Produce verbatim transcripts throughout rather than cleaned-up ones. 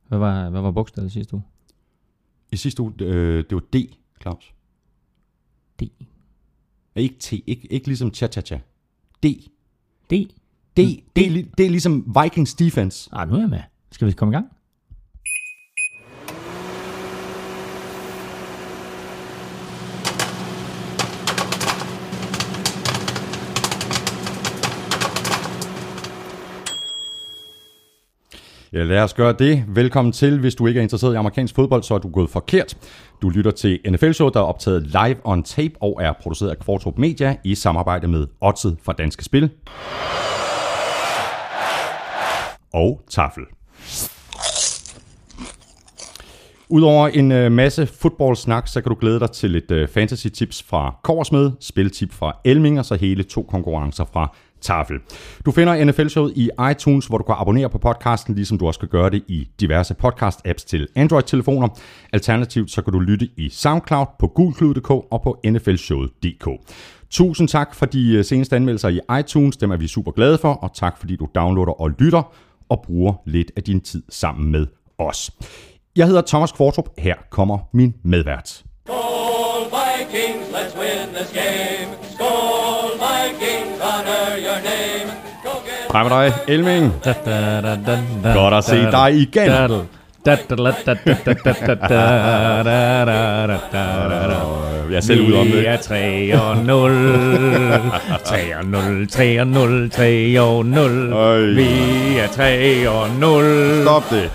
Hvad var, hvad var bogstavet sidste uge? I sidste uge, øh, det var D, Claus. D. Ikke T, ikke, ikke ligesom cha-cha-cha. D. D? D, D, det, det er ligesom Vikings defense. Ah, nu er jeg med. Skal vi komme i gang? Ja, lad os gøre det. Velkommen til. Hvis du ikke er interesseret i amerikansk fodbold, så er du gået forkert. Du lytter til N F L-show, der er optaget live on tape og er produceret af Kvartrup Media i samarbejde med Oddset fra Danske Spil og Tafel. Udover en masse fodboldsnak, så kan du glæde dig til et fantasy-tips fra Korsmed, spiltip fra Elming og så hele to konkurrencer fra Tafel. Du finder N F L-showet i iTunes, hvor du kan abonnere på podcasten, ligesom du også kan gøre det i diverse podcast-apps til Android-telefoner. Alternativt så kan du lytte i SoundCloud på gulklud punktum d k og på n f l showet punktum d k. Tusind tak for de seneste anmeldelser i iTunes, dem er vi super glade for, og tak fordi du downloader og lytter og bruger lidt af din tid sammen med os. Jeg hedder Thomas Kvartrup, her kommer min medvært. Skål Vikings, let's win this game. Skål Vikings, honor your name. Go get Hej med dig, Elming. Da, da, da, da, da, Godt at se dig igen. Da, da, da, da, da, da, da, da, da, da. Jeg er selv ude om det. Vi er tre og nul. tre og nul, tre og nul, tre og nul. Vi er tre og nul. Stop det.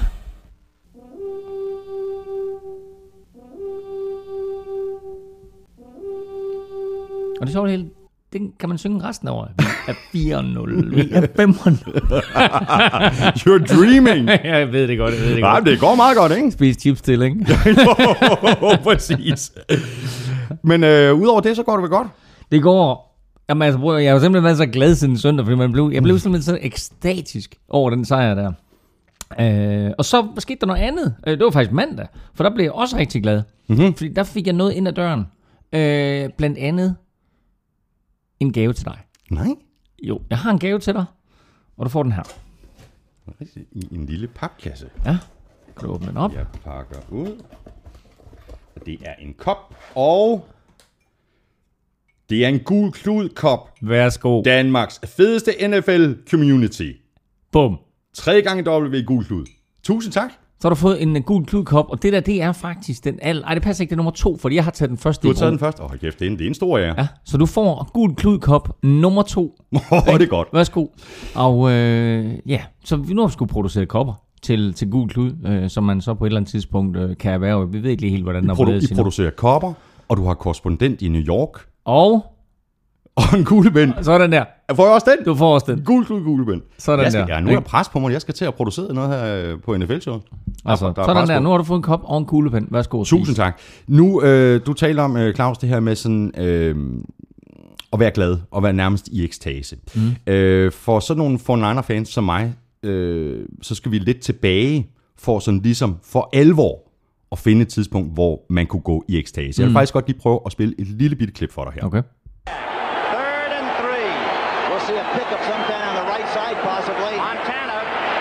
Og det er sjovt helt. Den kan man synge resten af året. Vi er fire nul. Vi er fem nul. You're dreaming. Jeg ved det godt, jeg ved det Nej, godt. det går meget godt, ikke? Spis chips til, ikke? Jo, præcis. Men øh, udover det, så går det vel godt? Det går. Jamen altså, bror, jeg har jo simpelthen været så glad siden søndag, fordi man blev, jeg blev simpelthen så ekstatisk over den sejr der. Øh, og så skete der noget andet. Øh, det var faktisk mandag, for der blev jeg også rigtig glad. Mm-hmm. Fordi der fik jeg noget ind ad døren. Øh, blandt andet en gave til dig. Nej. Jo, jeg har en gave til dig, og du får den her. I en lille papkasse. Ja, kan du åbne den op? Jeg pakker ud. Det er en kop, og det er en gul klud-kop. Værsgo. Danmarks fedeste N F L-community. Bum. Tre gange W gul klud. Tusind tak. Så har du fået en gul kludkop, og det der, det er faktisk den al... Ej, det passer ikke, det er nummer to, fordi jeg har taget den første. Du har taget den første? Åh, oh, kæft, det er en, det er en stor ære. Ja, så du får gul kludkop nummer to. Åh, oh, det er godt. Værsgo. Og øh, ja, så nu har vi sgu produceret kopper til, til gul klud, øh, som man så på et eller andet tidspunkt øh, kan erhverve. Vi ved ikke lige helt, hvordan den I er produ- blevet. I producerer kopper, og du har korrespondent i New York. Og... Og en kuglepen. Sådan der. Får jeg også den? Du får også den. Gul klud kuglepen. Sådan jeg skal, der. Ja, nu er der pres på mig. Jeg skal til at producere noget her på N F L-showet. Altså, der, der sådan der. På. Nu har du fået en kop og en kuglepen. Værsgo. Tusind tak. Nu, øh, du taler om, øh, Claus, det her med sådan... Øh, at være glad og være nærmest i ekstase. Mm. Øh, for sådan nogle forty-niners-fans som mig, øh, så skal vi lidt tilbage for sådan ligesom for alvor at finde et tidspunkt, hvor man kunne gå i ekstase. Mm. Jeg vil faktisk godt lige prøve at spille et lille bitte klip for dig her. Okay. Third and three. We'll see a pickup sometime on the right side, possibly. Montana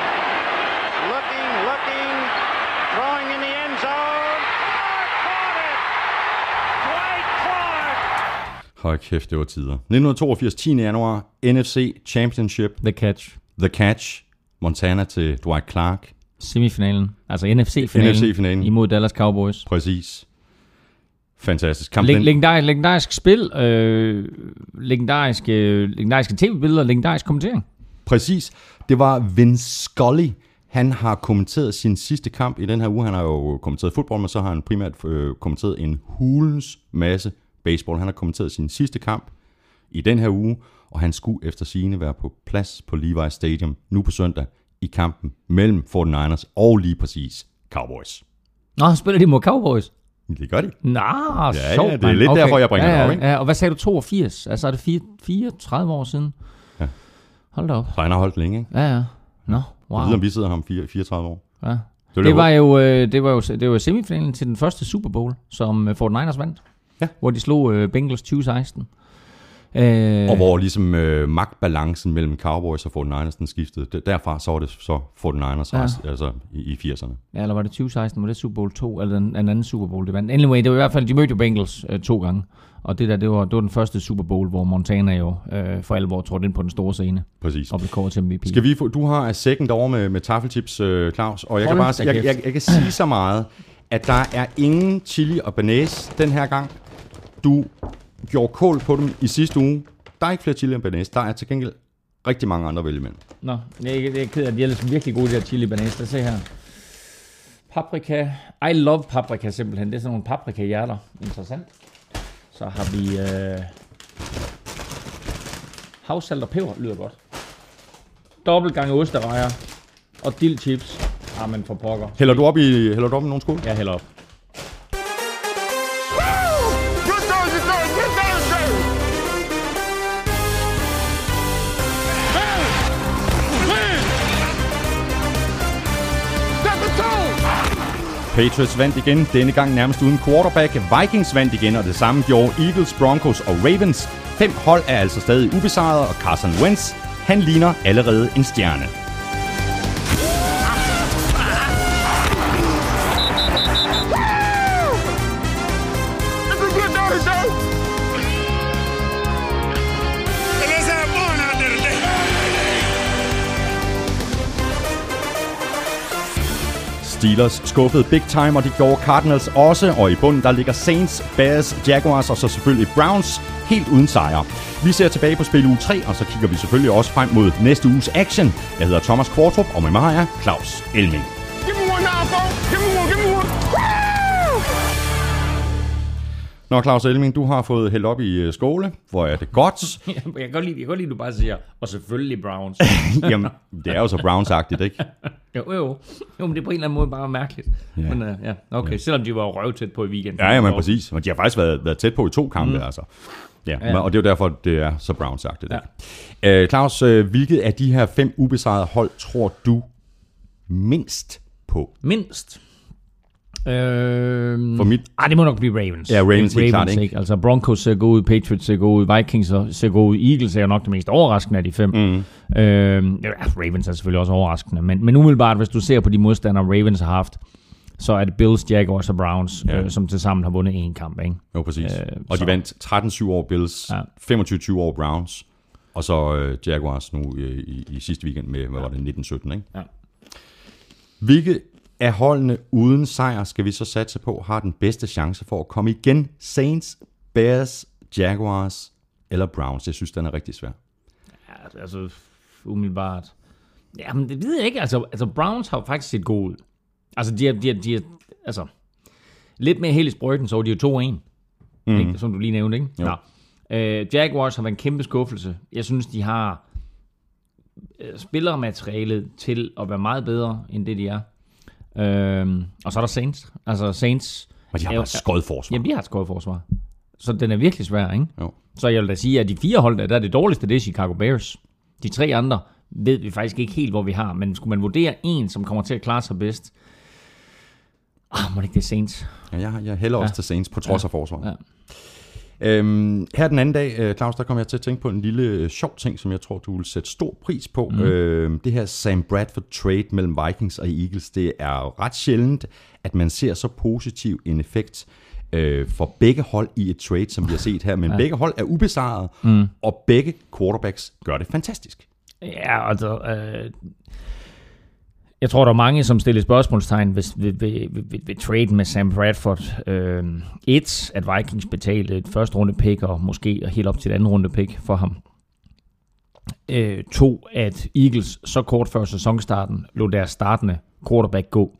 looking, looking, throwing in the end zone. Caught it! Dwight Clark! Høj kæft, det var tider. nitten toogfirs, tiende januar, N F C Championship. The Catch. The Catch. Montana til Dwight Clark. Semifinalen. Altså N F C-finalen. N F C-finalen. Imod Dallas Cowboys. Præcis. Fantastisk. Kamp Leg- legendarisk, legendarisk spil, øh, legendariske, legendariske tv-billeder, legendarisk kommentering. Præcis. Det var Vince Scully. Han har kommenteret sin sidste kamp i den her uge. Han har jo kommenteret fodbold, men så har han primært øh, kommenteret en hulens masse baseball. Han har kommenteret sin sidste kamp i den her uge, og han skulle efter sigende være på plads på Levi's Stadium nu på søndag i kampen mellem forty-niners og lige præcis Cowboys. Nå, spiller de mod Cowboys? Det gør de. Nå, ja, sjovt, ja, det er lidt okay. Derfor, jeg bringer ja, det ja, op, ikke? Ja, og hvad sagde du, toogfirs? Altså er det fireogtredive år siden? Ja. Hold da op. Så han har holdt længe, ikke? Ja, ja. Nå, wow. Jeg ved, om vi sidder ham fireogtredive år. Ja. Det, det, var jo, det, var jo, det var semifinalen til den første Super Bowl, som forty-niners vandt. Ja. Hvor de slog Bengals tyve seksten. Øh, og hvor ligesom øh, magtbalancen mellem Cowboys og forty-niners den skiftede. Derfra så var det så forty-niners ja. rest, altså i, i firserne. Ja, eller var det tyve seksten, var det Super Bowl to, eller en, en anden Super Bowl, det vandt. Anyway, det var i hvert fald, de mødte jo Bengals øh, to gange. Og det der, det var, det var den første Super Bowl, hvor Montana jo øh, for alvor trådte ind på den store scene. Præcis. Og blev kåret til M V P. Skal vi få, du har second over med, med taffelchips, øh, Claus, og jeg kan bare jeg, jeg, jeg kan sige så meget, at der er ingen chili og banæs den her gang. Du gjorde kål på dem i sidste uge. Der er ikke flere chili og banæs. Der er til gengæld rigtig mange andre vælge imellem. Nå, jeg er, jeg er ked af, at de er altså virkelig gode, de der chili banæs. Lad os se her. Paprika. I love paprika simpelthen. Det er sådan nogle paprika-hjerter. Interessant. Så har vi øh, havsalt og peber, lyder godt. Dobbelt gange osterejer og dildchips. Amen for pokker. Hælder du op i, hælder du op i nogle skål? Jeg hælder op. Patriots vandt igen, denne gang nærmest uden quarterback. Vikings vandt igen, og det samme gjorde Eagles, Broncos og Ravens. Fem hold er altså stadig ubesejret, og Carson Wentz, han ligner allerede en stjerne. Steelers skuffede big time, og det gjorde Cardinals også, og i bunden der ligger Saints, Bears, Jaguars og så selvfølgelig Browns helt uden sejre. Vi ser tilbage på spil uge tre, og så kigger vi selvfølgelig også frem mod næste uges action. Jeg hedder Thomas Kvartrup, og med mig er Claus Elming. Nå, Claus Elming, du har fået hældt op i skåle. Hvor er det godt. jeg kan godt lide, jeg kan godt lide, at du bare siger, og selvfølgelig Browns. Jamen, det er jo så Browns-agtigt, ikke? jo, jo. Jo, men det er på en eller anden måde bare mærkeligt. Ja. Men uh, ja, okay. Ja. Selvom de var røvtæt på i weekenden. Ja, ja, men præcis. Men de har faktisk været, været tæt på i to kampe, mm. altså. Ja, ja, og det er jo derfor, det er så Browns-agtigt. Ja. Uh, Claus, uh, hvilket af de her fem ubesejrede hold tror du mindst på? Mindst? Øh, For mit... Ah, det må nok blive Ravens. Ja, Ravens, Ravens klart, ikke? ikke? Altså Broncos ser gode ud, Patriots ser gode ud, Vikings ser gode ud, Eagles er jo nok det mest overraskende af de fem. Mm. Øh, ja, Ravens er selvfølgelig også overraskende, men, men umiddelbart, hvis du ser på de modstandere, Ravens har haft, så er det Bills, Jaguars og Browns, ja. øh, som tilsammen har vundet én kamp, ikke? Jo, præcis. Øh, og så. De vandt tretten syv over Bills, ja. femogtyve tyve over Browns, og så øh, Jaguars nu i, i, i sidste weekend med, hvad ja. var det, nitten sytten, ikke? Ja. Hvilke af holdene uden sejr, skal vi så satse på, har den bedste chance for at komme igen? Saints, Bears, Jaguars eller Browns? Jeg synes, den er rigtig svær. Ja, altså umiddelbart. Jamen, det ved jeg ikke. Altså, altså Browns har faktisk set god ud. Altså, de er, de er, de er altså, lidt mere held i sprøjten, så var de jo to en. Mm. Ikke? Som du lige nævnte, ikke? Ja. Uh, Jaguars har været en kæmpe skuffelse. Jeg synes, de har spillermaterialet til at være meget bedre, end det de er. Øhm, og så er der Saints. Altså Saints... Men de har bare et skødt forsvar. Jamen, de har et skødt forsvar. Så den er virkelig svær, ikke? Jo. Så jeg vil da sige, at de fire hold, der er det dårligste, det er Chicago Bears. De tre andre ved vi faktisk ikke helt, hvor vi har. Men skulle man vurdere en, som kommer til at klare sig bedst... Ah, må det ikke det er Saints? Ja, jeg, jeg hælder ja. også til Saints, på trods ja. af forsvaret. Ja. Øhm, her den anden dag, Claus, der kom jeg til at tænke på en lille sjov ting, som jeg tror, du vil sætte stor pris på. Mm. Øhm, det her Sam Bradford trade mellem Vikings og Eagles, det er ret sjældent, at man ser så positiv en effekt øh, for begge hold i et trade, som vi har set her. Men ja. begge hold er ubesejret, mm. og begge quarterbacks gør det fantastisk. Ja, altså... Øh Jeg tror, der er mange, som stiller spørgsmålstegn ved, ved, ved, ved, ved traden med Sam Bradford. Øh, et, at Vikings betalte et første runde pick, og måske helt op til et andet runde pick for ham. Øh, to, at Eagles så kort før sæsonstarten lod deres startende quarterback gå.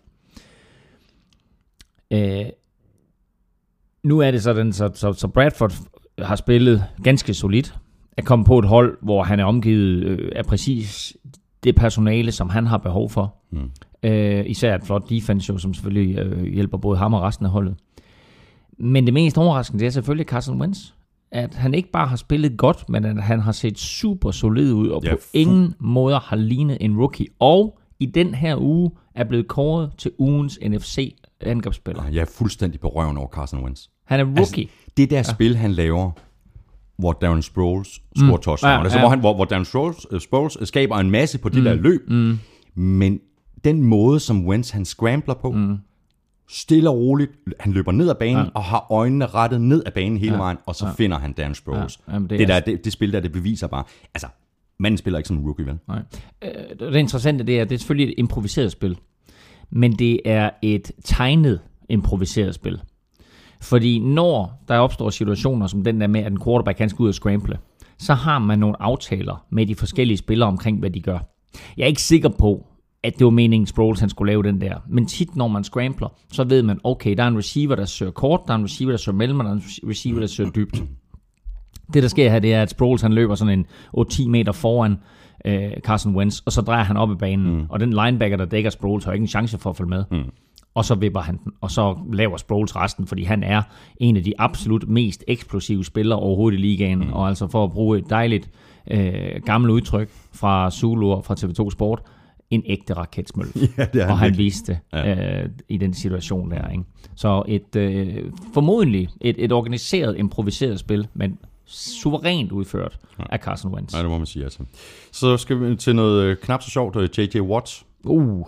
Øh, nu er det sådan, så, så, så Bradford har spillet ganske solidt. Er kommet på et hold, hvor han er omgivet øh, af præcis det personale, som han har behov for. Mm. Øh, især et flot defense, jo, som selvfølgelig øh, hjælper både ham og resten af holdet. Men det mest overraskende, det er selvfølgelig Carson Wentz. At han ikke bare har spillet godt, men at han har set super solid ud, og ja, på fu- ingen måder har lignet en rookie. Og i den her uge er blevet kåret til ugens N F C-angrebsspiller. Jeg er fuldstændig på røven over Carson Wentz. Han er rookie. Altså, det der ja. spil, han laver, hvor Darren Sproles scorer mm. touchdown. Ja, altså, ja. Hvor, han, hvor, hvor Darren Sproles, uh, Sproles skaber en masse på det mm. der løb. Mm. Men den måde, som Wentz han scrambler på, mm. stille og roligt, han løber ned ad banen ja. og har øjnene rettet ned ad banen hele ja. vejen, og så ja. finder han Darren Sproles. Ja. Jamen, det, det, der, det, det spil der, det beviser bare, altså, manden spiller ikke som en rookie, vel? Nej. Det interessante det er, at det er selvfølgelig et improviseret spil, men det er et tegnet improviseret spil. Fordi når der opstår situationer som den der med, at en quarterback kan skal ud og scramble, så har man nogle aftaler med de forskellige spillere omkring, hvad de gør. Jeg er ikke sikker på, at det var meningen, Sproles han skulle lave den der. Men tit, når man scrambler, så ved man, okay, der er en receiver, der søger kort, der er en receiver, der søger mellem, og der er en receiver, der søger dybt. Det, der sker her, det er, at Sproles han løber sådan en otte til ti meter foran øh, Carson Wentz, og så drejer han op i banen. Mm. Og den linebacker, der dækker Sproles, har ikke en chance for at følge med. Mm. Og så vipper han den, og så laver Sproles resten, fordi han er en af de absolut mest eksplosive spillere overhovedet i ligaen. Mm. Og altså for at bruge et dejligt øh, gammelt udtryk fra Zulu og fra T V to Sport, en ægte raketsmølf. Ja, det og han virkelig. viste det ja. øh, i den situation der. Ikke? Så et øh, formodentlig et, et organiseret, improviseret spil, men suverænt udført ja. af Carson Wentz. Nej, det må man sige altså. Så skal vi til noget knap så sjovt, J J Watt. Uh.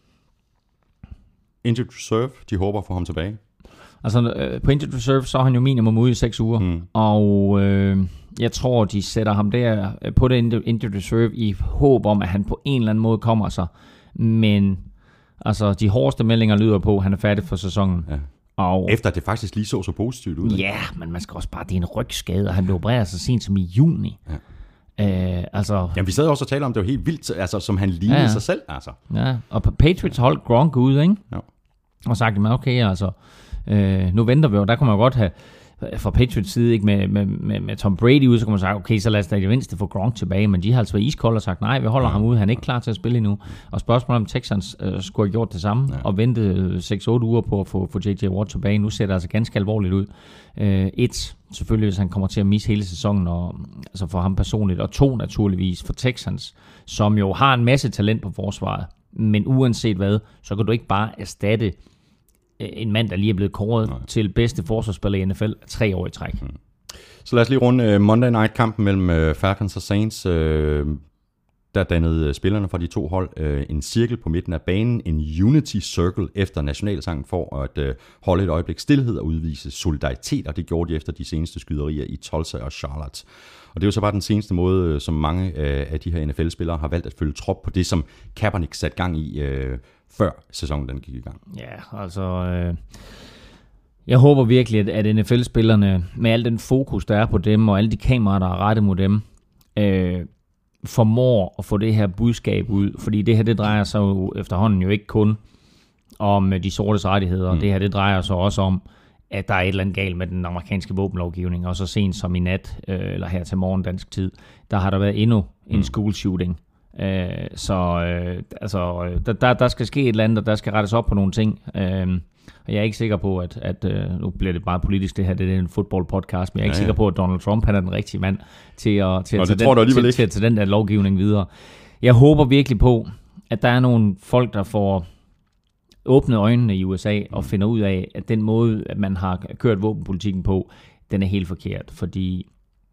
Injured reserve, de håber at få ham tilbage. Altså øh, på injured reserve, så er han jo minimum ude i seks uger, mm. og øh, jeg tror, de sætter ham der på det injured reserve i håb om, at han på en eller anden måde kommer sig. Men altså, de hårdeste meldinger lyder på, at han er færdig for sæsonen. Ja. Og, efter at det faktisk lige så så positivt ud. Ja, men man skal også bare, det er en rygskade, og han blev opereret så sent som i juni. Ja. Øh, altså, Jamen, vi sad også og talte om, det var helt vildt, altså, som han lignede ja, sig selv. Altså. Ja, og Patriots holdt Gronk ud, ikke? Ja. Og sagde, men okay, altså, øh, nu venter vi jo, der kunne man godt have, fra Patriots side, ikke, med, med, med, med Tom Brady ude, så kunne man sige, okay, så lad os da i det mindste få Gronk tilbage, men de har altså været iskolde og sagt, nej, vi holder ja. ham ude, han er ikke klar til at spille endnu. Og spørgsmålet om Texans øh, skulle have gjort det samme, ja. og vente seks otte uger på at få, få J J Watt tilbage. Nu ser det altså ganske alvorligt ud. Øh, et, selvfølgelig, hvis han kommer til at misse hele sæsonen, og, altså for ham personligt, og to, naturligvis, for Texans, som jo har en masse talent på forsvaret, men uanset hvad, så kan du ikke bare erstatte en mand, der lige er blevet kåret Nej. til bedste forsvarsspiller i N F L tre år i træk. Mm. Så lad os lige runde uh, Monday Night-kampen mellem uh, Falcons og Saints. Uh, der dannede spillerne fra de to hold uh, en cirkel på midten af banen, en unity circle efter nationalsangen for at uh, holde et øjeblik stillhed og udvise solidaritet, og det gjorde de efter de seneste skyderier i Tulsa og Charlotte. Og det er jo så bare den seneste måde, som mange uh, af de her N F L-spillere har valgt at følge trop på det, som Kaepernick satte gang i uh, før sæsonen den gik i gang. Ja, altså øh, jeg håber virkelig, at, at N F L-spillerne med al den fokus, der er på dem, og alle de kameraer, der er rettet mod dem, øh, formår at få det her budskab ud. Fordi det her, det drejer sig jo efterhånden jo ikke kun om de sortes rettigheder. Mm. Det her, det drejer sig også om, at der er et eller andet galt med den amerikanske våbenlovgivning. Og så sent som i nat, øh, eller her til morgen dansk tid, der har der været endnu en mm. school shooting. Øh, så øh, altså, der, der skal ske et eller andet, og der skal rettes op på nogle ting. Øh, og jeg er ikke sikker på, at, at øh, nu bliver det meget politisk, det her, det er en fodboldpodcast, men jeg er ikke ja, ja. sikker på, at Donald Trump han er den rigtige mand til at, til at, tage, den, til, til at tage den der lovgivning videre. Jeg håber virkelig på, at der er nogle folk, der får åbnet øjnene i U S A og finder ud af, at den måde, at man har kørt våbenpolitikken på, den er helt forkert, fordi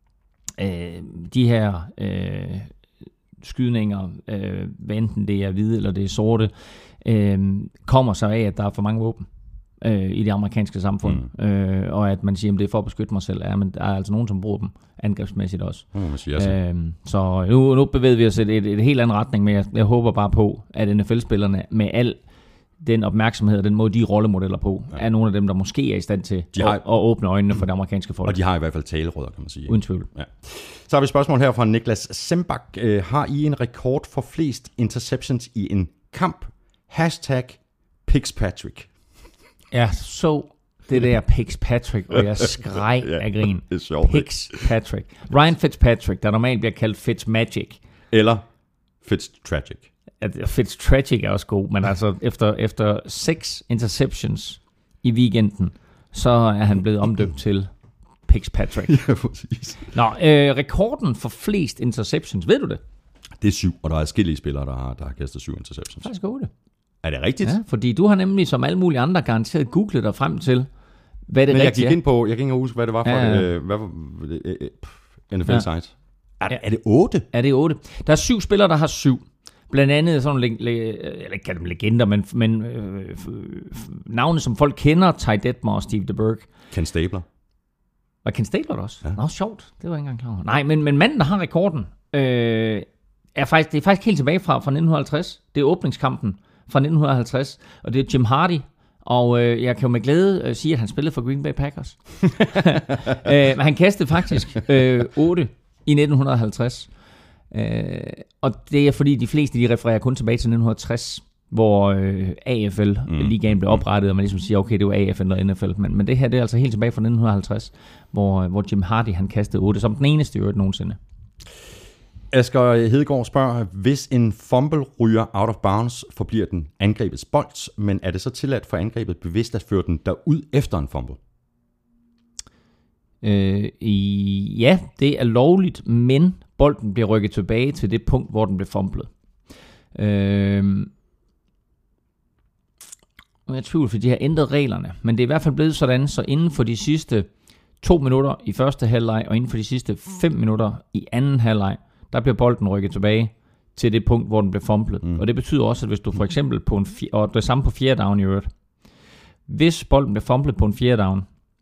øh, de her øh, skydninger, øh, hvad enten det er hvide eller det er sorte, øh, kommer sig af, at der er for mange våben øh, i det amerikanske samfund, mm. øh, og at man siger, at det er for at beskytte mig selv. Ja, men der er altså nogen, som bruger dem angrebsmæssigt også. Mm, siger, altså. øh, så nu, nu bevæger vi os i et, et, et helt andet retning, men jeg, jeg håber bare på, at N F L-spillerne med al den opmærksomhed og den måde, de er rollemodeller på, ja. er nogle af dem, der måske er i stand til har, at, at åbne øjnene for det amerikanske folk. Og de har i hvert fald talerødder, kan man sige. Uden tvivl. Ja. Så har vi et spørgsmål her fra Niklas Sembak. Øh, har I en rekord for flest interceptions i en kamp? Hashtag Pixpatrick. Jeg så det der Pixpatrick, og jeg skreg ja, af grin. Det er sjovt. Pixpatrick. Ryan Fitzpatrick, der normalt bliver kaldt Fitzmagic. Eller Fitztragic. Fitztragic er også god, men altså efter, efter seks interceptions i weekenden, så er han blevet omdøbt til Pixpatrick. Ja, præcis. Nå, øh, rekorden for flest interceptions, ved du det? Det er syv, og der er forskellige spillere, der har, der har kastet syv interceptions. Faktisk otte. Er det rigtigt? Ja, fordi du har nemlig som alle mulige andre garanteret googlet dig frem til, hvad det Men rigtigt jeg gik ind på, jeg kan ikke huske, hvad det var for ja, ja. Øh, hvad var, øh, øh, N F L-sites. Ja. Er, er det otte? Ja, det er otte. Der er syv spillere, der har syv. Blandt andet sådan nogle, le- jeg ikke kalde dem legender, men, men øh, f- f- navne, som folk kender, Ty Detmer og Steve DeBerg. Ken Stabler. Og Ken Stabler også? Ja. Nå, sjovt. Det var jeg ikke engang klar over. Nej, men, men manden, der har rekorden, øh, er faktisk, det er faktisk helt tilbage fra, fra nitten halvtreds. Det er åbningskampen fra nitten halvtreds, og det er Jim Hardy. Og øh, jeg kan jo med glæde øh, sige, at han spillede for Green Bay Packers. øh, men han kastede faktisk øh, otte i nitten halvtreds. Øh, og det er fordi, de fleste de refererer kun tilbage til nitten tres, hvor øh, A F L-ligaen mm. blev oprettet, og man ligesom siger, okay, det var A F L og N F L. Men, men det her, det er altså helt tilbage fra nitten halvtreds, hvor, hvor Jim Hardy han kastede otte, som den eneste i øvrigt nogensinde. Asger Hedegaard spørger, hvis en fumble ryger out of bounds, forbliver den angrebets bold, men er det så tilladt for angrebet bevidst at føre den derud efter en fumble? Øh, i, ja, det er lovligt, men bolden bliver rykket tilbage til det punkt, hvor den blev fumblet. Øh, jeg er tvivl, for de har ændret reglerne, men det er i hvert fald blevet sådan, så inden for de sidste to minutter i første halvleg, og inden for de sidste fem minutter i anden halvleg, der bliver bolden rykket tilbage til det punkt, hvor den blev fumblet. Mm. Og det betyder også, at hvis du for eksempel på en fj- og det er samme på fjerde down i øvrigt, hvis bolden bliver fumblet på en fjerde down,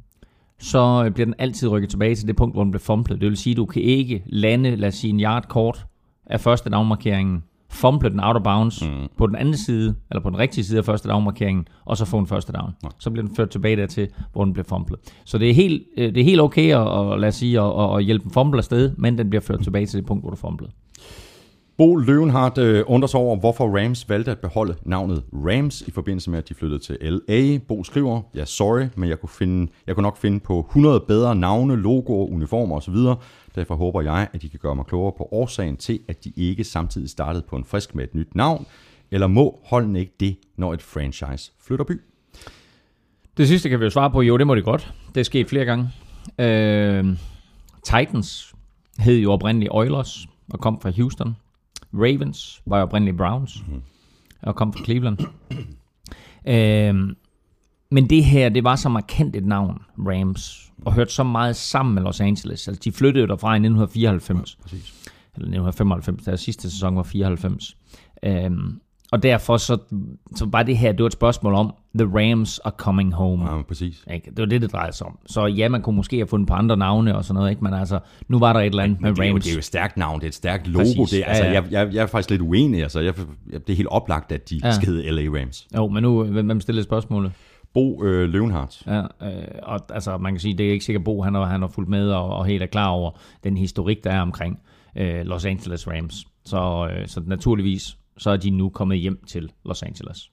så bliver den altid rykket tilbage til det punkt, hvor den blev fumblet. Det vil sige, at du kan ikke lande, lad os sige, en yard kort af første downmarkeringen, fumble den out of bounds mm. på den anden side, eller på den rigtige side af første downmarkeringen, og så få en første down. Ja. Så bliver den ført tilbage dertil, hvor den bliver fumblet. Så det er helt, det er helt okay at, og, lad os sige, at, at hjælpe en fumble afsted, men den bliver ført tilbage til det punkt, hvor du fumblede. Bo Løvenhardt øh, undrer sig over, hvorfor Rams valgte at beholde navnet Rams i forbindelse med, at de flyttede til L A. Bo skriver, ja sorry, men jeg kunne, finde, jeg kunne nok finde på hundrede bedre navne, logoer, uniformer osv. Derfor håber jeg, at de kan gøre mig klogere på årsagen til, at de ikke samtidig startede på en frisk med et nyt navn. Eller må holdene ikke det, når et franchise flytter by? Det sidste kan vi jo svare på, jo det må det godt. Det er sket flere gange. Øh, Titans hed jo oprindeligt Oilers og kom fra Houston. Ravens var jo oprindeligt Browns mm-hmm. og kom fra Cleveland. øhm, men det her, det var så markant et navn, Rams, og hørte så meget sammen med Los Angeles. Altså, de flyttede derfra i nitten fireoghalvfems. Ja, eller nitten femoghalvfems, deres sidste sæson var fireoghalvfems. Øhm, og derfor så, så var det her, det var et spørgsmål om, the Rams are coming home. Ja, præcis. Ikke? Det var det, det drejede sig om. Så ja, man kunne måske have fundet på andre navne og sådan noget, ikke? Men altså, nu var der et eller andet men, med men Rams. Det er jo et stærkt navn, det er et stærkt logo. Det er, altså, ja, ja. Jeg, jeg, jeg er faktisk lidt uenig. Altså, jeg, det er helt oplagt, at de ja. skal hedde L A Rams. Jo, men nu, hvem stillede spørgsmålet? Bo øh, Løvenhardt. Ja, øh, og altså, man kan sige, det er ikke sikkert Bo, han har, han har fulgt med og, og helt er klar over den historik, der er omkring øh, Los Angeles Rams. Så, øh, så naturligvis, så er de nu kommet hjem til Los Angeles.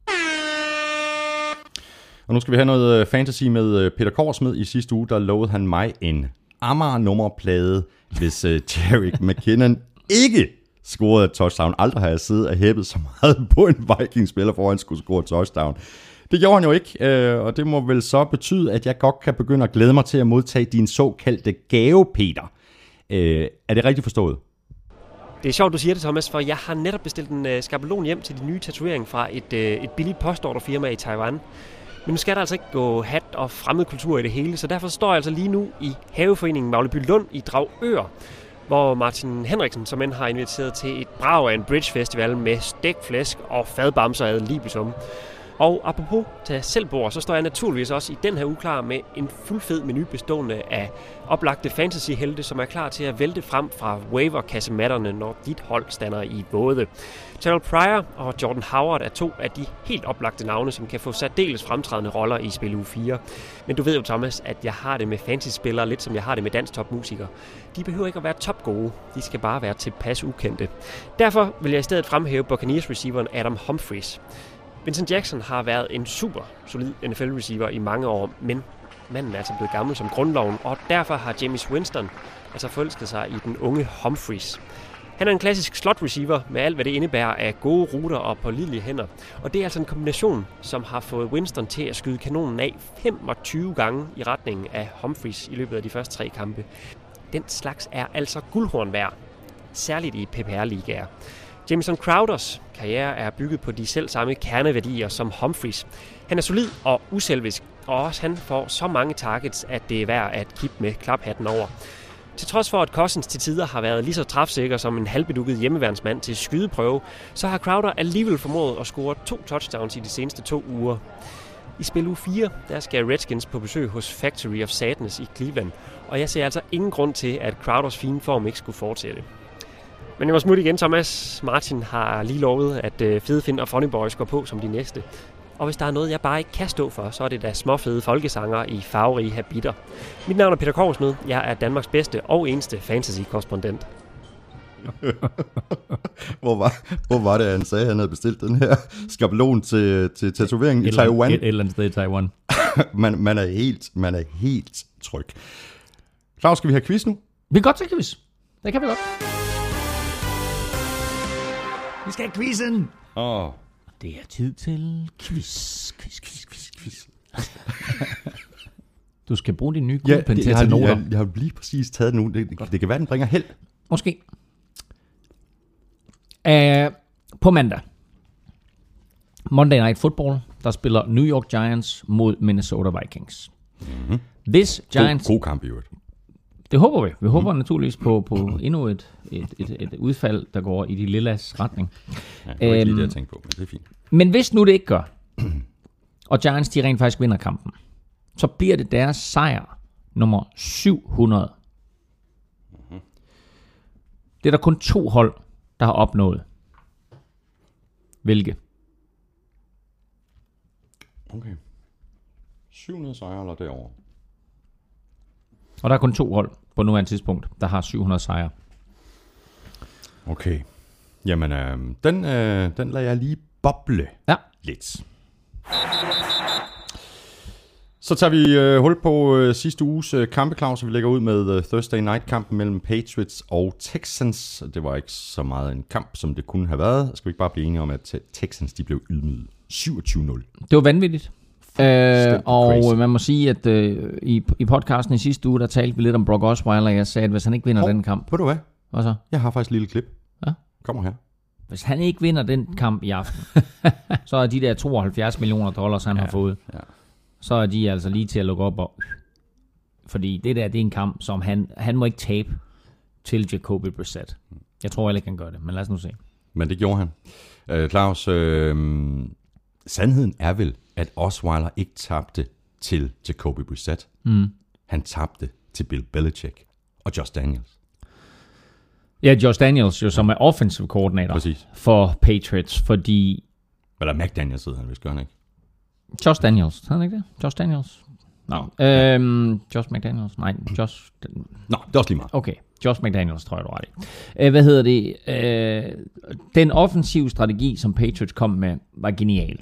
Og nu skal vi have noget fantasy med Peter Korsmed. I sidste uge, der lovede han mig en Amager-nummerplade, hvis uh, Jerick McKinnon ikke scorede et touchdown. Aldrig har jeg siddet og hæppet så meget på en Vikings-spiller, for at han skulle score et touchdown. Det gjorde han jo ikke, og det må vel så betyde, at jeg godt kan begynde at glæde mig til at modtage din såkaldte gave, Peter. Er det rigtigt forstået? Det er sjovt, du siger det, Thomas, for jeg har netop bestilt en uh, skabelon hjem til de nye tatovering fra et, uh, et billigt postorderfirma i Taiwan. Men nu skal der altså ikke gå hat og fremmed kultur i det hele, så derfor står jeg altså lige nu i Haveforeningen Magleby Lund i Dragør, hvor Martin Henriksen som end har inviteret til et brag af en bridge festival med stegt flæsk og fadbamser ad libitum. Og apropos tage selvbord, så står jeg naturligvis også i den her uge klar med en fuldfed menu bestående af oplagte fantasy-helte, som er klar til at vælte frem fra waiver-kassematterne, når dit hold stander i både. Terrell Pryor og Jordan Howard er to af de helt oplagte navne, som kan få særdeles fremtrædende roller i spil uge fire. Men du ved jo, Thomas, at jeg har det med fantasy-spillere lidt som jeg har det med dansk topmusikere. De behøver ikke at være topgode, de skal bare være tilpas ukendte. Derfor vil jeg i stedet fremhæve Buccaneers-receiveren Adam Humphries. Vincent Jackson har været en super solid N F L-receiver i mange år, men manden er altså blevet gammel som grundloven, og derfor har Jameis Winston altså forelsket sig i den unge Humphries. Han er en klassisk slot-receiver med alt, hvad det indebærer af gode ruter og pålidelige hænder. Og det er altså en kombination, som har fået Winston til at skyde kanonen af femogtyve gange i retningen af Humphries i løbet af de første tre kampe. Den slags er altså guldhorn værd, særligt i P P R-ligaer. Jamison Crowders karriere er bygget på de selv samme kerneværdier som Humphries. Han er solid og uselvisk, og også han får så mange targets, at det er værd at kippe med klaphatten over. Til trods for, at Cousins til tider har været lige så træfsikker som en halvbedukket hjemmeværnsmand til skydeprøve, så har Crowder alligevel formået at score to touchdowns i de seneste to uger. I spil uge fire, der skal Redskins på besøg hos Factory of Sadness i Cleveland, og jeg ser altså ingen grund til, at Crowders fine form ikke skulle fortsætte. Men jeg må smutte igen, Thomas. Martin har lige lovet, at Fedefinn og Funny Boys går på som de næste. Og hvis der er noget, jeg bare ikke kan stå for, så er det da småfede folkesanger i farverige habitter. Mit navn er Peter Korsmed. Jeg er Danmarks bedste og eneste fantasy-korrespondent. hvor, var, hvor var det, han sagde, at han havde bestilt den her skabelon til, til tatoveringen i Taiwan? Et, et eller andet sted i Taiwan. man, man, er helt, man er helt tryg. Claus, skal vi have quiz nu? Vi kan godt tage quiz. Det kan vi godt. Vi skal have quizzen. Åh. Oh. Det er tid til quiz, quiz, quiz, quiz, quiz. Du skal bruge din nye kuglepen ja, til at tage noter. Jeg, jeg har lige præcis taget nu. Det, det, det kan være, den bringer held. Måske. Uh, på mandag. Monday Night Football, der spiller New York Giants mod Minnesota Vikings. Mm-hmm. Hvis Giants... God, god kamp i øvrigt. Det håber vi. Vi håber mm. naturligvis på, på endnu et, et, et, et udfald, der går i de lillas retning. Ja, det var ikke lige det, jeg tænkte på, men det er fint. Men hvis nu det ikke gør, og Giants de rent faktisk vinder kampen, så bliver det deres sejr nummer syv hundrede. Mm-hmm. Det er der kun to hold, der har opnået. Hvilke? Okay. syv hundrede sejre eller derovre. Og der er kun to hold på nuværende tidspunkt, der har syv hundrede sejre. Okay. Jamen, øh, den, øh, den lader jeg lige boble ja. lidt. Så tager vi øh, hul på øh, sidste uges øh, kampe, Claus, og vi lægger ud med øh, Thursday Night-kampen mellem Patriots og Texans. Det var ikke så meget en kamp, som det kunne have været. Skal vi ikke bare blive enige om, at Texans de blev ydmyget syvogtyve nul? Det var vanvittigt. Øh, og crazy. Man må sige, at øh, i, i podcasten i sidste uge, der talte vi lidt om Brock Osweiler, og jeg sagde, at hvis han ikke vinder Hov, den kamp... Ved du hvad? Hvad så? Jeg har faktisk et lille klip. Ja? Kommer her. Hvis han ikke vinder den kamp i aften, så er de der tooghalvfjerds millioner dollars, han ja, har fået, ja. så er de altså lige til at lukke op. Og, fordi det der, det er en kamp, som han, han må ikke tabe til Jacoby Brissett. Jeg tror heller ikke, han gør det, men lad os nu se. Men det gjorde han. Øh, Claus, øh, sandheden er vel, at Osweiler ikke tabte til Jacoby Brissett. Mm. Han tabte til Bill Belichick og Josh Daniels. Ja, Josh Daniels jo, som er offensive coordinator Præcis. for Patriots, fordi... Eller McDaniels hedder han, hvis gør han ikke. Josh Daniels, hedder han ikke det? Josh Daniels? Nå, no. øhm, Josh McDaniels? Nej, Josh... Nå, det er også lige meget. Okay, Josh McDaniels, tror jeg, du har det. Hvad hedder det? Øh, den offensive strategi, som Patriots kom med, var genial.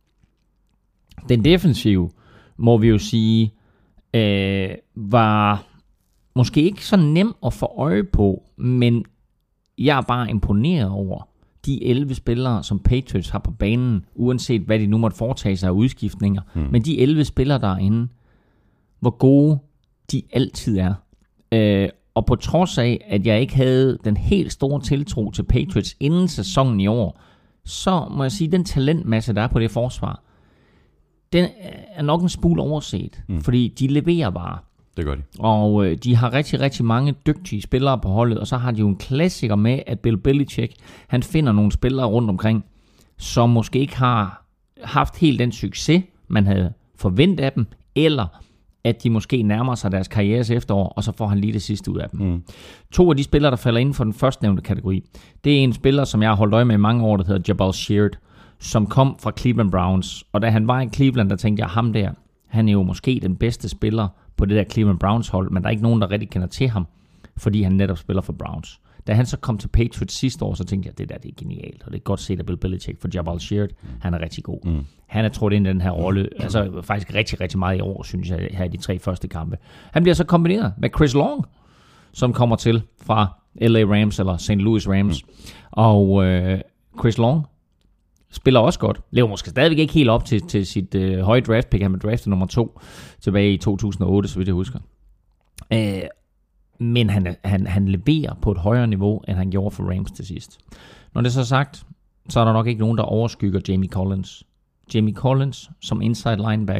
Den defensive, må vi jo sige, øh, var måske ikke så nem at få øje på, men jeg er bare imponeret over de elleve spillere, som Patriots har på banen, uanset hvad de nu måtte foretage sig af udskiftninger. Hmm. Men de elleve spillere derinde, hvor gode de altid er. Øh, og på trods af, at jeg ikke havde den helt store tiltro til Patriots inden sæsonen i år, så må jeg sige, at den talentmasse, der er på det forsvar, den er nok en smule overset, mm. fordi de leverer bare. Det gør de. Og øh, de har rigtig, rigtig mange dygtige spillere på holdet, og så har de jo en klassiker med, at Bill Belichick, han finder nogle spillere rundt omkring, som måske ikke har haft helt den succes, man havde forventet af dem, eller at de måske nærmer sig deres karrieres efterår, og så får han lige det sidste ud af dem. Mm. To af de spillere, der falder inden for den førstnævnte kategori, det er en spiller, som jeg har holdt øje med i mange år, der hedder Jabal Sheard, som kom fra Cleveland Browns. Og da han var i Cleveland, der tænkte jeg, ham der, han er jo måske den bedste spiller på det der Cleveland Browns hold, men der er ikke nogen, der rigtig kender til ham, fordi han netop spiller for Browns. Da han så kom til Patriots sidste år, så tænkte jeg, det der, det er genialt, og det er godt set af Bill Belichick, for Jabal Sheard, han er rigtig god. Mm. Han er trådt ind i den her rolle, altså faktisk rigtig, rigtig meget i år, synes jeg, her i de tre første kampe. Han bliver så kombineret med Chris Long, som kommer til fra L A Rams, eller Saint Louis Rams, mm. og øh, Chris Long spiller også godt. Lever måske stadigvæk ikke helt op til, til sit øh, høje draft pick. Han blev draftet nummer to tilbage i to tusind og otte, så vidt jeg husker. Øh, men han, han, han leverer på et højere niveau, end han gjorde for Rams til sidst. Når det er så sagt, så er der nok ikke nogen, der overskygger Jamie Collins. Jamie Collins som inside linebacker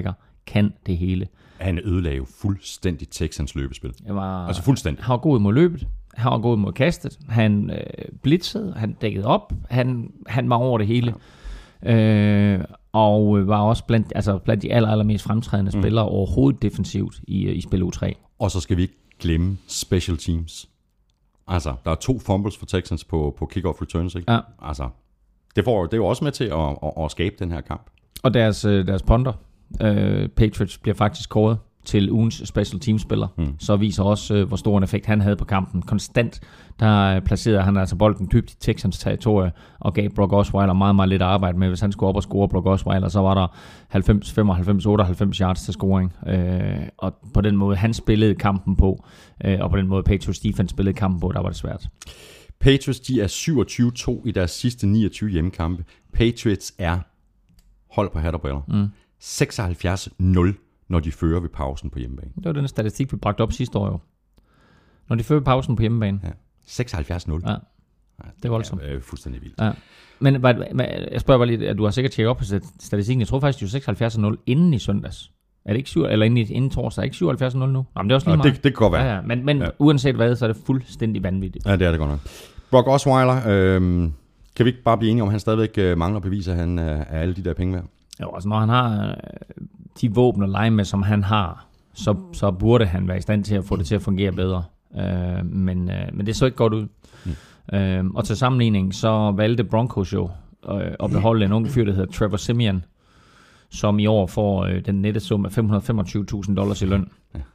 kan det hele. Han ødelagde jo fuldstændig Texans løbespil. Det var, altså fuldstændig. Han var god imod løbet. Han var god imod kastet. Han øh, blitzede. Han dækkede op. Han, han var over det hele. Ja. Øh, og var også blandt, altså blandt de aller, allermest fremtrædende mm. spillere overhovedet defensivt i, i spil U tre. Og så skal vi ikke glemme special teams. Altså, der er to fumbles for Texans på, på kickoff returns, ikke? Ja. Altså, det, får, det er jo også med til at, at, at skabe den her kamp. Og deres, deres punter, øh, Patriots, bliver faktisk kåret til ugens special team-spiller. Mm. Så viser også, øh, hvor stor en effekt han havde på kampen. Konstant, der placerede han altså bolden dybt i Texans territorie, og gav Brock Osweiler meget, meget lidt at arbejde med. Hvis han skulle op og score Brock Osweiler, så var der halvfems, femoghalvfems, otteoghalvfems yards til scoring. Øh, og på den måde, han spillede kampen på, øh, og på den måde, Patriots defense spillede kampen på, der var det svært. Patriots, de er syvogtyve to i deres sidste niogtyve hjemmekampe. Patriots er, hold på hat og briller, mm. seksoghalvfjerds nul, når de fører ved pausen på hjemmebane. Det var den statistik, vi bragte op sidste år jo. Når de fører ved pausen på hjemmebane. Ja. seksoghalvfjerds nul. Ja, det er voldsomt. Det er fuldstændig vildt. Ja. Men jeg spørger bare lige, at du har sikkert tjekket op på statistikken. Jeg tror faktisk, de var seksoghalvfjerds nul inden i søndags. Er det ikke syv, eller inden, inden torsdag? Er ikke syvoghalvfjerds nul nu? Nå, men det er også lige meget. Det, det kan godt være. Ja, ja. Men, men ja. uanset hvad, så er det fuldstændig vanvittigt. Ja, det er det godt nok. Brock Osweiler, øh, kan vi ikke bare blive enige om, at han stadigvæk øh, mangler bevis, at han øh, er alle de der penge værd? Jo, altså når han har øh, de våben at lege med, som han har, så, så burde han være i stand til at få det til at fungere bedre. Øh, men, øh, men det så ikke godt ud. Mm. Øh, og til sammenligning, så valgte Broncos jo øh, at beholde en ung fyr, der hedder Trevor Siemian, som i år får øh, den nette sum af fem hundrede og femogtyve tusind dollars i løn.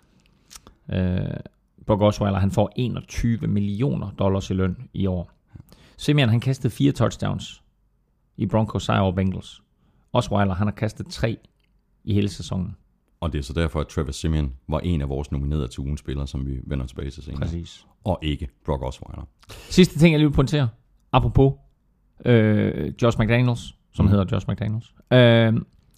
Ja. Øh, Brock Osweiler, han får enogtyve millioner dollars i løn i år. Siemian, han kastede fire touchdowns i Broncos sejr over Bengals. Osweiler, han har kastet tre i hele sæsonen. Og det er så derfor, at Trevor Siemian var en af vores nominerede til ugens spillere, som vi vender tilbage til senere. Præcis. Og ikke Brock Osweiler. Sidste ting, jeg lige vil pointere. Apropos øh, Josh McDaniels, som mm. hedder Josh McDaniels. Øh,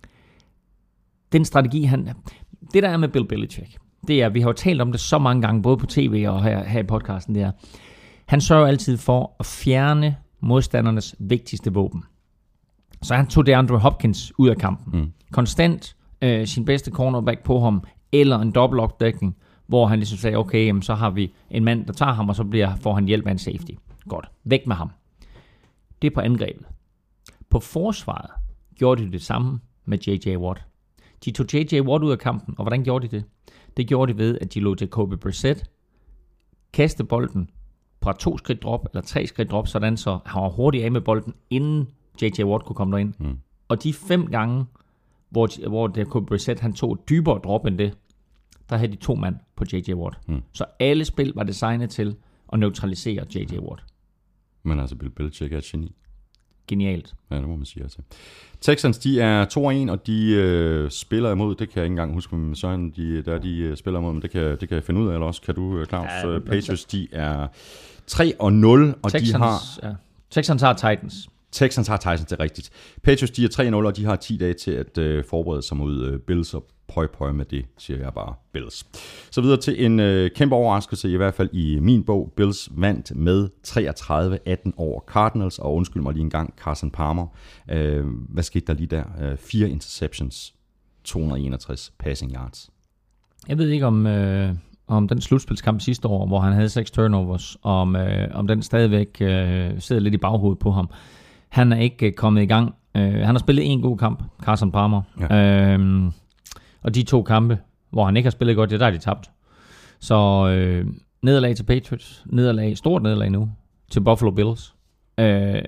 den strategi, han... Det der er med Bill Belichick, det er, vi har jo talt om det så mange gange, både på tv og her, her i podcasten, det er, han sørger altid for at fjerne modstandernes vigtigste våben. Så han tog DeAndre Hopkins ud af kampen. Mm. Konstant øh, sin bedste cornerback på ham, eller en double-lock-dækning, hvor han ligesom sagde, okay, jamen, så har vi en mand, der tager ham, og så bliver, får han hjælp af en safety. Godt, væk med ham. Det er på angrebet. På forsvaret gjorde de det samme med J J Watt. De tog J J Watt ud af kampen, og hvordan gjorde de det? Det gjorde de ved, at de lod Jacoby Brissett kaste bolden fra to skridt drop, eller tre skridt drop, sådan så han var hurtigt af med bolden, inden J J Watt kunne komme derind. Mm. Og de fem gange, hvor, hvor Jacoby Brissett han tog et dybere drop end det, der havde de to mand på J J Watt. Mm. Så alle spil var designet til at neutralisere J J Watt. Men altså, Bill Belichick er et geni. Genialt. Ja, det må man sige altså. Texans, de er to og en, og de øh, spiller imod, det kan jeg ikke engang huske, men Søren, de, der de øh, spiller imod, men det kan, det kan jeg finde ud af, eller også kan du, Claus. Ja, Patriots, de er tre og nul, og Texans, de har... Ja. Texans har Titans. Texans har Titans, det er rigtigt. Patriots, de er tre og nul, og de har ti dage til at øh, forberede sig mod øh, Bills, og pøj pøj med det, siger jeg bare Bills. Så videre til en øh, kæmpe overraskelse, i hvert fald i min bog. Bills vandt med treogtredive atten over Cardinals, og undskyld mig lige en gang, Carson Palmer. Øh, hvad skete der lige der? Øh, fire interceptions, to hundrede og enogtres passing yards. Jeg ved ikke om... Øh... om den slutspilskamp sidste år, hvor han havde seks turnovers, om, øh, om den stadigvæk øh, sidder lidt i baghovedet på ham. Han er ikke øh, kommet i gang. Øh, han har spillet en god kamp, Carson Palmer. Ja. Øh, og de to kampe, hvor han ikke har spillet godt, det der er de tabt. Så øh, nederlag til Patriots, nederlag, stort nederlag nu, til Buffalo Bills. Øh,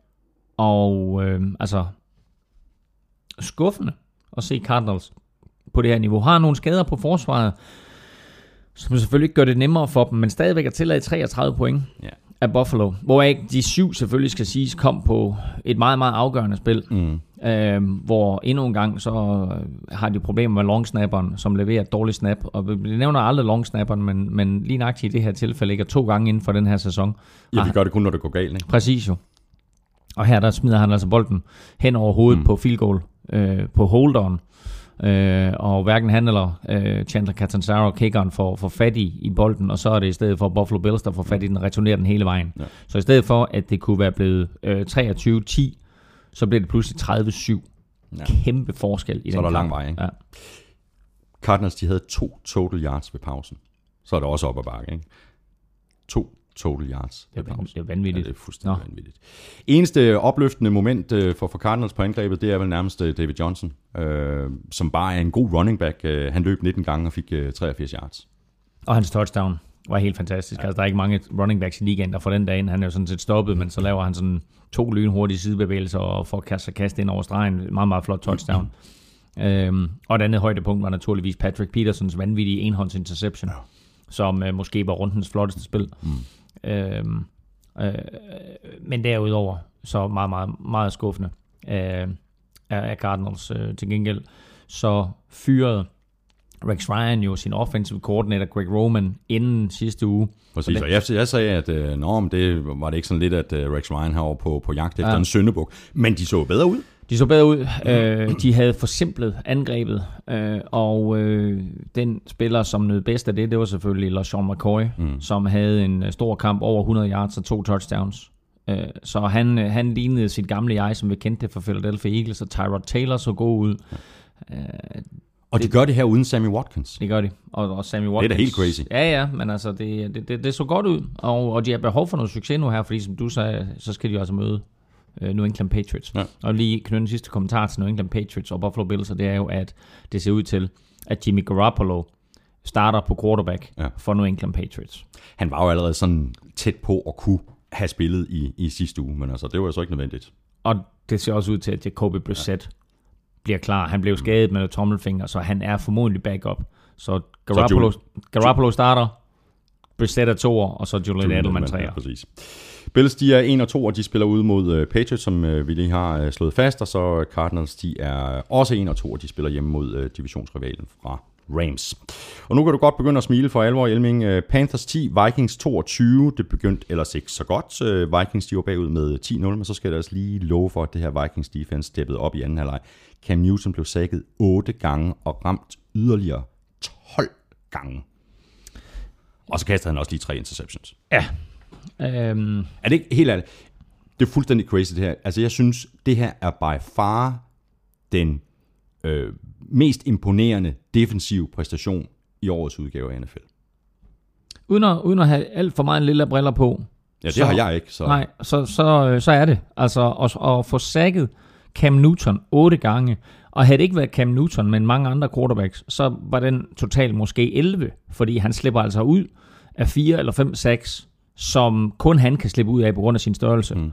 og øh, altså, skuffende at se Cardinals på det her niveau. Har nogle skader på forsvaret, som selvfølgelig ikke gør det nemmere for dem, men stadigvæk er tilladt treogtredive point yeah. af Buffalo. Hvoraf de syv selvfølgelig skal siges kom på et meget, meget afgørende spil. Mm. Øh, hvor endnu en gang så har de problemer med longsnapperen, som leverer et dårligt snap. Og vi nævner aldrig longsnapperen, men, men lige nøjagtigt i det her tilfælde ikke er to gange inden for den her sæson. Ja, vi gør det kun, når det går galt, ikke? Præcis jo. Og her der smider han altså bolden hen over hovedet mm. på field goal, øh, på hold-on. Øh, og hverken han eller øh, Chandler Catanzaro, kickeren, får, får fat i, i bolden, og så er det i stedet for Buffalo Bills, der får fat i den og returnerer den hele vejen. Ja. Så i stedet for, at det kunne være blevet øh, treogtyve ti, så bliver det pludselig tredive syv. Ja. Kæmpe forskel i så den er der lang vej, ikke? Ja. Cardinals, de havde to total yards ved pausen. Så er det også op ad bakke, ikke? To total yards ved Det er, pausen. det er vanvittigt. Ja, det er fuldstændig Nå. vanvittigt. Eneste opløftende moment øh, for, for Cardinals på angrebet, det er vel nærmest øh, David Johnson, øh, som bare er en god running back. Øh, han løb nitten gange og fik øh, treogfirs yards. Og hans touchdown var helt fantastisk. Ja. Altså, der er ikke mange running backs i ligaen, der får den dag ind. Han er jo sådan set stoppet, men så laver han sådan to lynhurtige sidebevægelser og får kastet kaste ind over stregen. Meget, meget flot touchdown. Mm-hmm. Øhm, og et andet højdepunkt var naturligvis Patrick Petersons vanvittige enhånds interception, ja. som øh, måske var rundens flotteste spil. Mm. Øhm, øh, men derudover så meget, meget, meget skuffende øh, af Cardinals øh, til gengæld. Så fyrede Rex Ryan jo sin offensive coordinator Greg Roman inden sidste uge. Præcis, og jeg, jeg sagde, at øh, nå, men det var det ikke sådan lidt, at øh, Rex Ryan herovre på, på jagt efter ja. en syndebuk. Men de så bedre ud. De så bedre ud. Øh, de havde forsimplet angrebet, øh, og øh, den spiller, som nød bedst af det, det var selvfølgelig LaShawn McCoy, mm. som havde en stor kamp over hundrede yards og to touchdowns. Øh, så han, han lignede sit gamle jeg, som vi kendte det fra Philadelphia Eagles, og Tyrod Taylor så god ud. Øh, Og de gør det her uden Sammy Watkins. Det gør de. Og, og Sammy Watkins. Det er da helt crazy. Ja, ja, men altså, det, det, det, det så godt ud. Og, og de har behov for noget succes nu her, fordi som du sagde, så skal de også møde uh, New England Patriots. Ja. Og lige knytte den sidste kommentar til New England Patriots og Buffalo Bills, og det er jo, at det ser ud til, at Jimmy Garoppolo starter på quarterback ja. for New England Patriots. Han var jo allerede sådan tæt på at kunne have spillet i, i sidste uge, men altså, det var jo så ikke nødvendigt. Og det ser også ud til, at Jacoby Brissett ja. bliver klar. Han blev skadet med tommelfinger, så han er formodentlig backup. Så Garoppolo, så Garoppolo starter, Brissett er toer, og så Julian Edelman treer. Ja, præcis. Bills, de er en og to, og de spiller ud mod uh, Patriots, som uh, vi lige har uh, slået fast, og så Cardinals, de er også en og to, og de spiller hjemme mod uh, divisionsrivalen fra Rams. Og nu kan du godt begynde at smile for alvor, Elming. Uh, Panthers ti, Vikings toogtyve. Det begyndte ellers ikke så godt. Uh, Vikings, de var bagud med ti nul, men så skal jeg altså lige love for, at det her Vikings defense steppede op i anden halvleg. Cam Newton blev sækket otte gange og ramt yderligere tolv gange. Og så kastede han også lige tre interceptions. Ja. Um... Er det ikke helt ærligt? Det er fuldstændig crazy det her. Altså jeg synes, det her er by far den øh, mest imponerende defensive præstation i årets udgave af N F L. Uden at, uden at have alt for meget lille briller på. Ja, det så, har jeg ikke. Så. Nej, så, så, så er det. Altså at, at få sækket Cam Newton otte gange, og havde det ikke været Cam Newton, men mange andre quarterbacks, så var den totalt måske elleve, fordi han slipper altså ud af fire eller fem sacks, som kun han kan slippe ud af på grund af sin størrelse mm.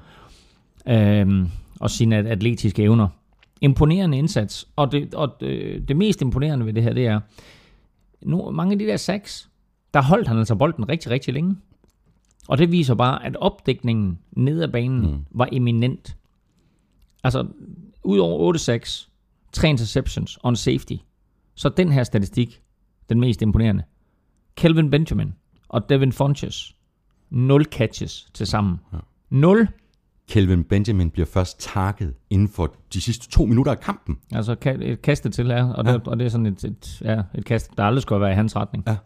øhm, og sine atletiske evner. Imponerende indsats, og det, og det, det mest imponerende ved det her, det er, nu, mange af de der sacks, der holdt han altså bolden rigtig, rigtig længe. Og det viser bare, at opdækningen ned ad banen mm. var eminent. Altså, ud over otte sacks, tre interceptions og en safety, så den her statistik, den mest imponerende. Kelvin Benjamin og Devin Funchess, nul catches til sammen. Ja. Nul. Kelvin Benjamin bliver først takket inden for de sidste to minutter af kampen. Altså et kastet til her, og, ja. det, og det er sådan et, et, ja, et kast, der aldrig skulle være i hans retning. Ja.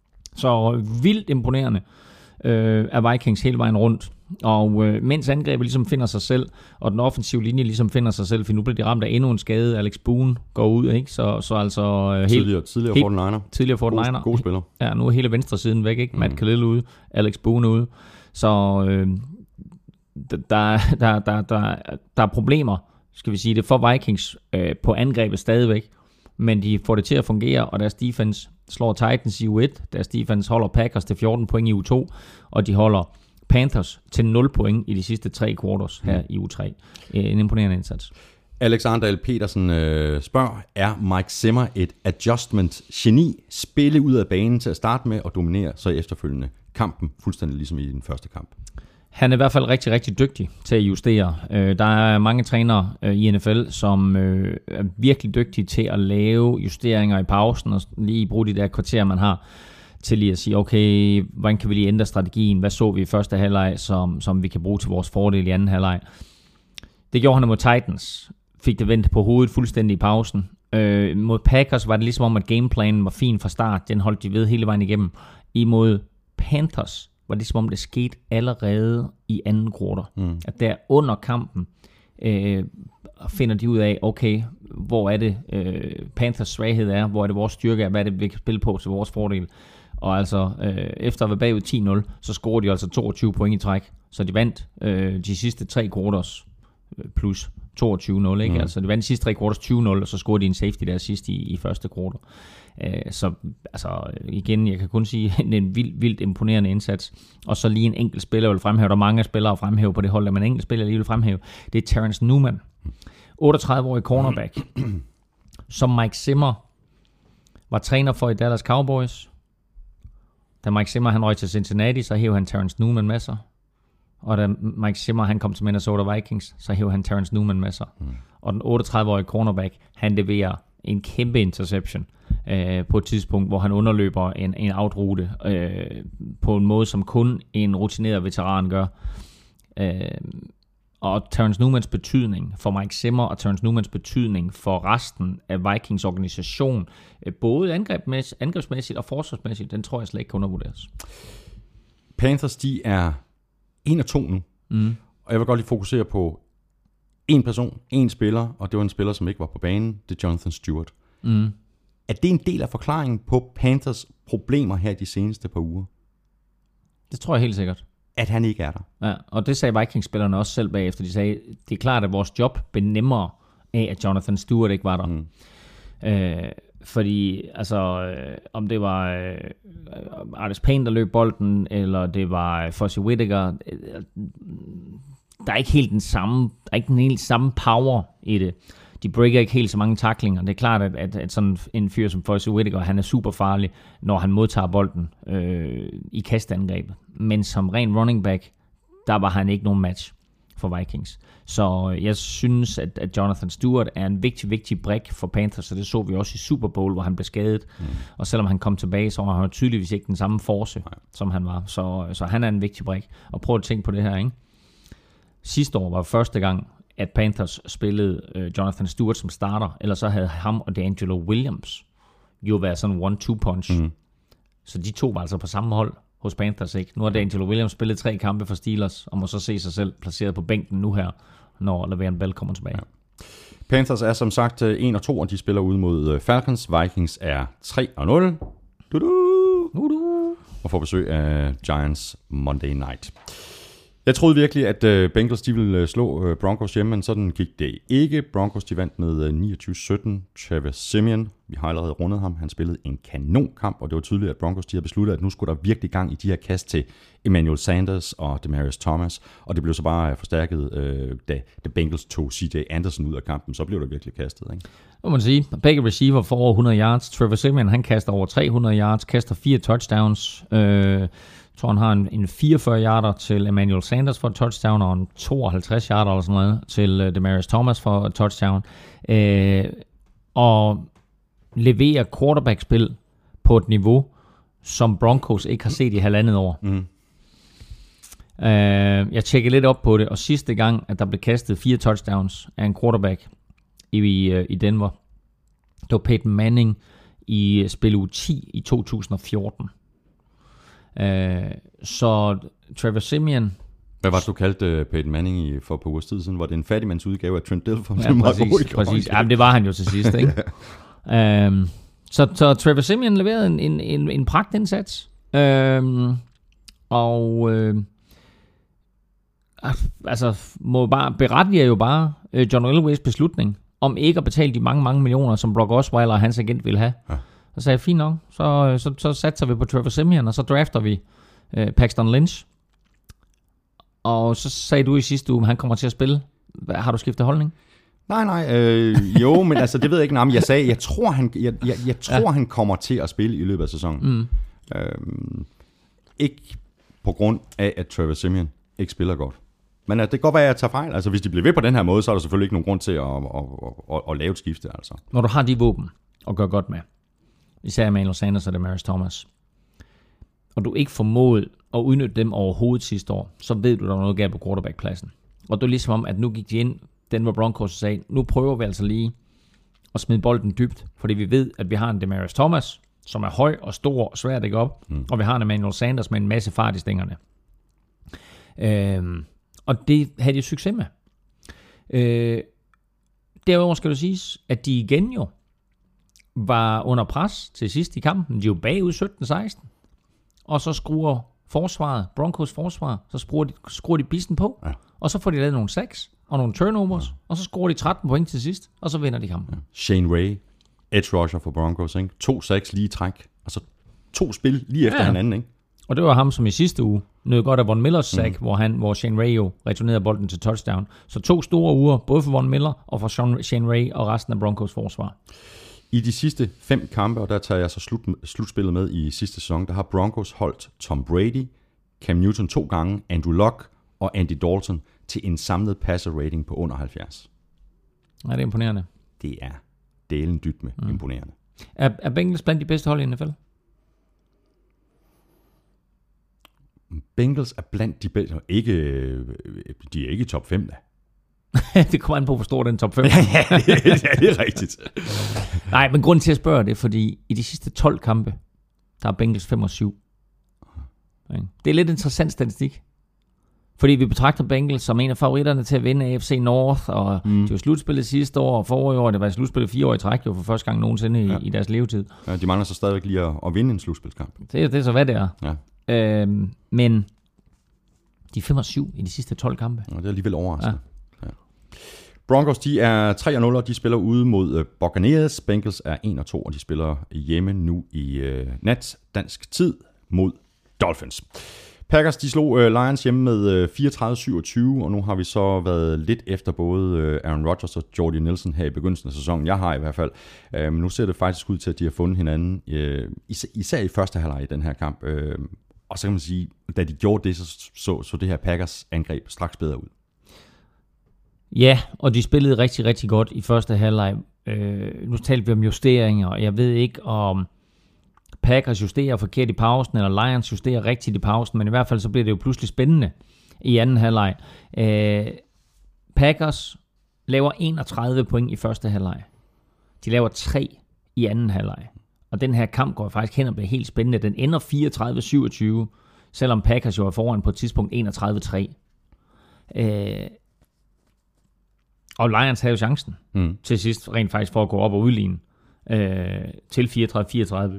Så vildt imponerende øh, af Vikings hele vejen rundt. Og øh, mens angrebet ligesom finder sig selv, og den offensive linje ligesom finder sig selv, for nu bliver de ramt af endnu en skade. Alex Boone går ud, ikke? Så, så altså... Øh, tidligere tidligere forty-niner. Tidligere forty-niner. God, god spiller. Ja, nu er hele venstre siden væk, ikke? Mm. Matt Khalil ude, Alex Boone ude. Så øh, der, der, der, der, der, der er problemer, skal vi sige det, for Vikings øh, på angrebet stadigvæk. Men de får det til at fungere, og deres defense slår Titans i uge et. Deres defense holder Packers til fjorten point i uge to, og de holder Panthers til nul point i de sidste tre quarters her mm. i uge tre. En imponerende indsats. Alexander L. Petersen øh, spørger, er Mike Zimmer et adjustment-geni? Spille ud af banen til at starte med og dominere så efterfølgende kampen, fuldstændig ligesom i den første kamp. Han er i hvert fald rigtig, rigtig dygtig til at justere. Der er mange trænere i N F L, som er virkelig dygtige til at lave justeringer i pausen og lige bruge de der kvarterer, man har til lige at sige, okay, hvordan kan vi lige ændre strategien? Hvad så vi i første halvleg, som, som vi kan bruge til vores fordel i anden halvleg? Det gjorde han mod Titans. Fik det vendt på hovedet fuldstændig i pausen. Øh, mod Packers var det ligesom om, at gameplanen var fin fra start. Den holdt de ved hele vejen igennem. Imod Panthers var det som om, det skete allerede i anden kvartal. Mm. At der under kampen, øh, finder de ud af, okay, hvor er det øh, Panthers svaghed er, hvor er det vores styrke er, hvad er det, vi kan spille på til vores fordel. Og altså, øh, efter at være bagud ti nul, så scorede de altså toogtyve point i træk. Så de vandt øh, de sidste tre quarters plus toogtyve nul, ikke? Mm. Altså, de vandt de sidste tre quarters tyve nul, og så scorede de en safety der sidst i, i første quarter. Øh, så altså, igen, jeg kan kun sige, en, en vildt, vildt imponerende indsats. Og så lige en enkelt spiller, jeg vil fremhæve. Der er mange spillere at fremhæve på det hold, men en enkelt spiller, jeg lige vil fremhæve. Det er Terrence Newman, otteogtredive-årig cornerback, som Mike Zimmer var træner for i Dallas Cowboys. Da Mike Zimmer han røg til Cincinnati, så hævde han Terrence Newman med sig. Og da Mike Zimmer han kom til Minnesota Vikings, så hævde han Terrence Newman med sig. Mm. Og den otteogtredive-årige cornerback, han leverer en kæmpe interception øh, på et tidspunkt, hvor han underløber en, en outrute øh, på en måde, som kun en rutineret veteran gør. Øh, og Terrence Newmans betydning for Mike Zimmer og Terrence Newmans betydning for resten af Vikings organisation, øh, både angrebsmæssigt, angrebsmæssigt og forsvarsmæssigt, den tror jeg slet ikke kan undervurderes. Panthers, de er en og to nu, mm. og jeg vil godt lige fokusere på en person, en spiller, og det var en spiller, som ikke var på banen, det er Jonathan Stewart. Mm. Er det en del af forklaringen på Panthers problemer her de seneste par uger? Det tror jeg helt sikkert. At han ikke er der. Ja, og det sagde Vikings-spillerne også selv bagefter. De sagde, det er klart, at vores job benemmere af, at Jonathan Stewart ikke var der. Mm. Øh, fordi, altså, øh, om det var øh, Artis Payne, der løb bolden, eller det var Fuzzy Whittaker, øh, der er ikke helt den samme, der er ikke den helt samme power i det. De breaker ikke helt så mange tacklinger. Det er klart, at, at, at sådan en fyr som Fuzzy Whittaker, han er super farlig, når han modtager bolden øh, i kastangreb. Men som ren running back, der var han ikke nogen match for Vikings. Så jeg synes, at, at Jonathan Stewart er en vigtig, vigtig brik for Panthers, så det så vi også i Super Bowl, hvor han blev skadet. Mm. Og selvom han kom tilbage, så var han tydeligvis ikke den samme force, Nej. som han var. Så, så han er en vigtig brik. Og prøv at tænke på det her, ikke? Sidste år var første gang, at Panthers spillede øh, Jonathan Stewart som starter, eller så havde ham og D'Angelo Williams jo været sådan en one-two punch. Mm. Så de to var altså på samme hold hos Panthers, ikke? Nu har D'Angelo Williams spillet tre kampe for Steelers, og må så se sig selv placeret på bænken nu her, når Le'Veon Bell kommer tilbage. Ja. Panthers er som sagt en og to, og de spiller ud mod Falcons. Vikings er tre og nul. Du-du. Du-du. Og får besøg af Giants Monday Night. Jeg troede virkelig, at Bengals de ville slå Broncos hjemme, men sådan gik det ikke. Broncos de vandt med niogtyve sytten. Travis Simeon, vi har allerede rundet ham, han spillede en kanonkamp, og det var tydeligt, at Broncos de havde besluttet, at nu skulle der virkelig gang i de her kast til Emmanuel Sanders og Demaryius Thomas, og det blev så bare forstærket, da, da Bengals tog C J Anderson ud af kampen, så blev der virkelig kastet, ikke? Må man sige, begge receiver får over hundrede yards. Travis Simeon, han kaster over tre hundrede yards, kaster fire touchdowns. Øh, Jeg tror, han har en, en fireogfyrre yarder til Emmanuel Sanders for et touchdown, og en tooghalvtreds yarder eller sådan noget til uh, Demaryius Thomas for et touchdown. Øh, og leverer quarterback-spil på et niveau, som Broncos ikke har set i halvandet år. Mm. Øh, jeg tjekkede lidt op på det, og sidste gang, at der blev kastet fire touchdowns af en quarterback i, uh, i Denver, det var Peyton Manning i spil uge ti i to tusind og fjorten. Uh, så Travis Simeon. Hvad var det, du kaldte uh, Peyton Manning i for på uges tid siden? Var det en fattigmands udgave af Trent Dilfer? Ja, præcis. præcis. Ja, det var han jo til sidst, ikke? um, så, så Travis Simeon leverede en, en, en, en pragtindsats. Um, og uh, altså må bare berettiger jo bare uh, John Elways beslutning om ikke at betale de mange, mange millioner, som Brock Osweiler og hans agent ville have. Ja. Så sagde jeg, fint nok, så, så, så satser vi på Travis Simeon, og så drafter vi øh, Paxton Lynch. Og så sagde du i sidste uge, at han kommer til at spille. Har du skiftet holdning? Nej, nej, øh, jo, men altså, det ved jeg ikke. Nej, jeg sagde, jeg tror, han, jeg, jeg, jeg tror ja. han kommer til at spille i løbet af sæsonen. Mm. Øhm, ikke på grund af, at Travis Simeon ikke spiller godt. Men det kan godt være, at jeg tager fejl. Altså, hvis de bliver ved på den her måde, så er der selvfølgelig ikke nogen grund til at, at, at, at, at lave et skifte. Altså. Når du har de våben at gøre godt med, især Emmanuel Sanders og Demaryius Thomas, og du ikke formået at udnytte dem overhovedet sidste år, så ved du, der er noget galt på quarterbackpladsen. Og det er ligesom om, at nu gik de ind, Denver Broncos sagde, nu prøver vi altså lige at smide bolden dybt, fordi vi ved, at vi har en Demaryius Thomas, som er høj og stor og svær at dække op, mm. og vi har en Emmanuel Sanders med en masse fart i stængerne. Øhm, og det havde de succes med. Øh, derudover skal du sige, at de igen jo var under pres til sidst i kampen. De er jo bagud sytten seksten. Og så skruer forsvaret, Broncos forsvar, så skruer de, skruer de bissen på. Ja. Og så får de lavet nogle sacks og nogle turnovers. Ja. Og så skruer de tretten point til sidst. Og så vinder de kampen. Ja. Shane Ray, edge rusher for Broncos, ikke? To sacks lige i træk. Og så to spil lige efter ja. hinanden, ikke? Og det var ham, som i sidste uge nød godt af Von Millers sack, mm. hvor, han, hvor Shane Ray jo returnerede bolden til touchdown. Så to store uger, både for Von Miller og for Shane Ray og resten af Broncos forsvar. I de sidste fem kampe, og der tager jeg så slut, slutspillet med i sidste sæson, der har Broncos holdt Tom Brady, Cam Newton to gange, Andrew Luck og Andy Dalton til en samlet passer rating på under halvfjerds. Ja, det er imponerende. Det er delen dybt med mm. imponerende. Er, er Bengals blandt de bedste hold i N F L? Bengals er blandt de bedste. Ikke, de er ikke i top fem, da. Det kommer an på, hvor stor den top fem. Ja, det, ja, det er rigtigt. Nej, men grunden til at spørge det er, fordi i de sidste tolv kampe, der er Bengals fem og syv. Det er lidt interessant statistik. Fordi vi betragter Bengals som en af favoritterne til at vinde A F C North, og mm. de var slutspillet sidste år, og forrige år, det var slutspillet fire år i træk, jo for første gang nogensinde i, ja. i deres levetid. Ja, de mangler så stadigvæk lige at, at vinde en slutspilskamp. Det, det er så, hvad det er. Ja. Øhm, men de er fem og syv i de sidste tolv kampe. Ja, det er alligevel overraskende. Ja. Ja. Broncos, de er tre og nul, og de spiller ude mod uh, Buccaneers. Bengals er en og to, og de spiller hjemme nu i uh, nat dansk tid mod Dolphins. Packers, de slog uh, Lions hjemme med uh, fireogtredive syvogtyve, og nu har vi så været lidt efter både uh, Aaron Rodgers og Jordy Nelson her i begyndelsen af sæsonen. Jeg har i hvert fald. Uh, men nu ser det faktisk ud til, at de har fundet hinanden, uh, især, især i første halvleg i den her kamp. Uh, og så kan man sige, da de gjorde det, så så, så det her Packers angreb straks bedre ud. Ja, og de spillede rigtig, rigtig godt i første halvleg. Uh, nu talte vi om justeringer, og jeg ved ikke om Packers justerer forkert i pausen, eller Lions justerer rigtigt i pausen, men i hvert fald så bliver det jo pludselig spændende i anden halvleg. Øh, Packers laver enogtredive point i første halvleg. De laver tre i anden halvleg. Og den her kamp går faktisk hen og bliver helt spændende. Den ender fireogtredive syvogtyve, selvom Packers jo er foran på et tidspunkt enogtredive tre. Øh, og Lions havde jo chancen mm. til sidst rent faktisk for at gå op og udligne øh, til fireogtredive fireogtredive.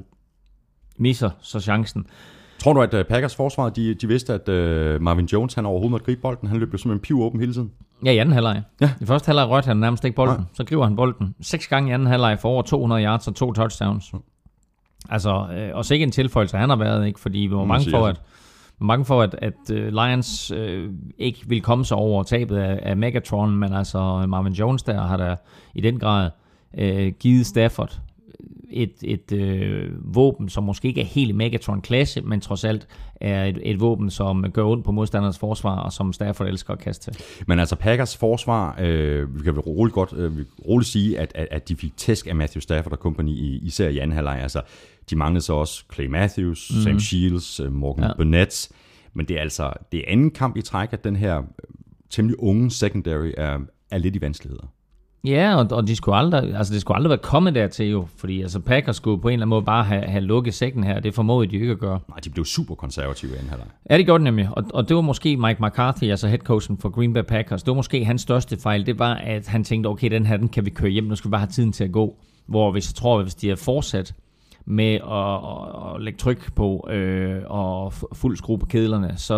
Misser så chancen. Tror du, at Packers forsvar, de, de vidste, at uh, Marvin Jones, han overhovedet måtte gribe bolden? Han løb jo som en piv åben hele tiden. Ja, i anden halvleg. Ja. I første halvleg rørte han nærmest ikke bolden. Ja. Så griber han bolden seks gange i anden halvleg for over to hundrede yards og to touchdowns. Ja. Altså, øh, også ikke en tilføjelse, han har været, ikke? Fordi vi var mange for, at, mange for, at, at uh, Lions øh, ikke ville komme sig over tabet af, af Megatron, men altså Marvin Jones der har der i den grad øh, givet Stafford et, et øh, våben, som måske ikke er helt Megatron-klasse, men trods alt er et, et våben, som gør ondt på modstanders forsvar, og som Stafford elsker at kaste til. Men altså Packers forsvar, øh, vi kan roligt godt øh, vi kan roligt sige, at, at, at de fik tæsk af Matthew Stafford og company, i, især i anden halvleg. Altså, de manglede så også Clay Matthews, mm. Sam Shields, Morgan ja. Burnett, men det er altså det er anden kamp i træk, at den her temmelig unge secondary er, er lidt i vanskeligheder. Ja, og, og de skulle aldrig, altså det skulle aldrig være kommet dertil jo, fordi altså Packers skulle på en eller anden måde bare have, have lukket sækken her, det formåede de ikke at gøre. Nej, de blev super konservative i anden halvleg. Ja, det gjorde de nemlig, og, og det var måske Mike McCarthy, altså headcoachen for Green Bay Packers, det var måske hans største fejl, det var, at han tænkte, okay, den her, den kan vi køre hjem, nu skal vi bare have tiden til at gå, hvor hvis jeg tror, hvis de har fortsat med at, at, at lægge tryk på øh, og fuld skrue på kedlerne, så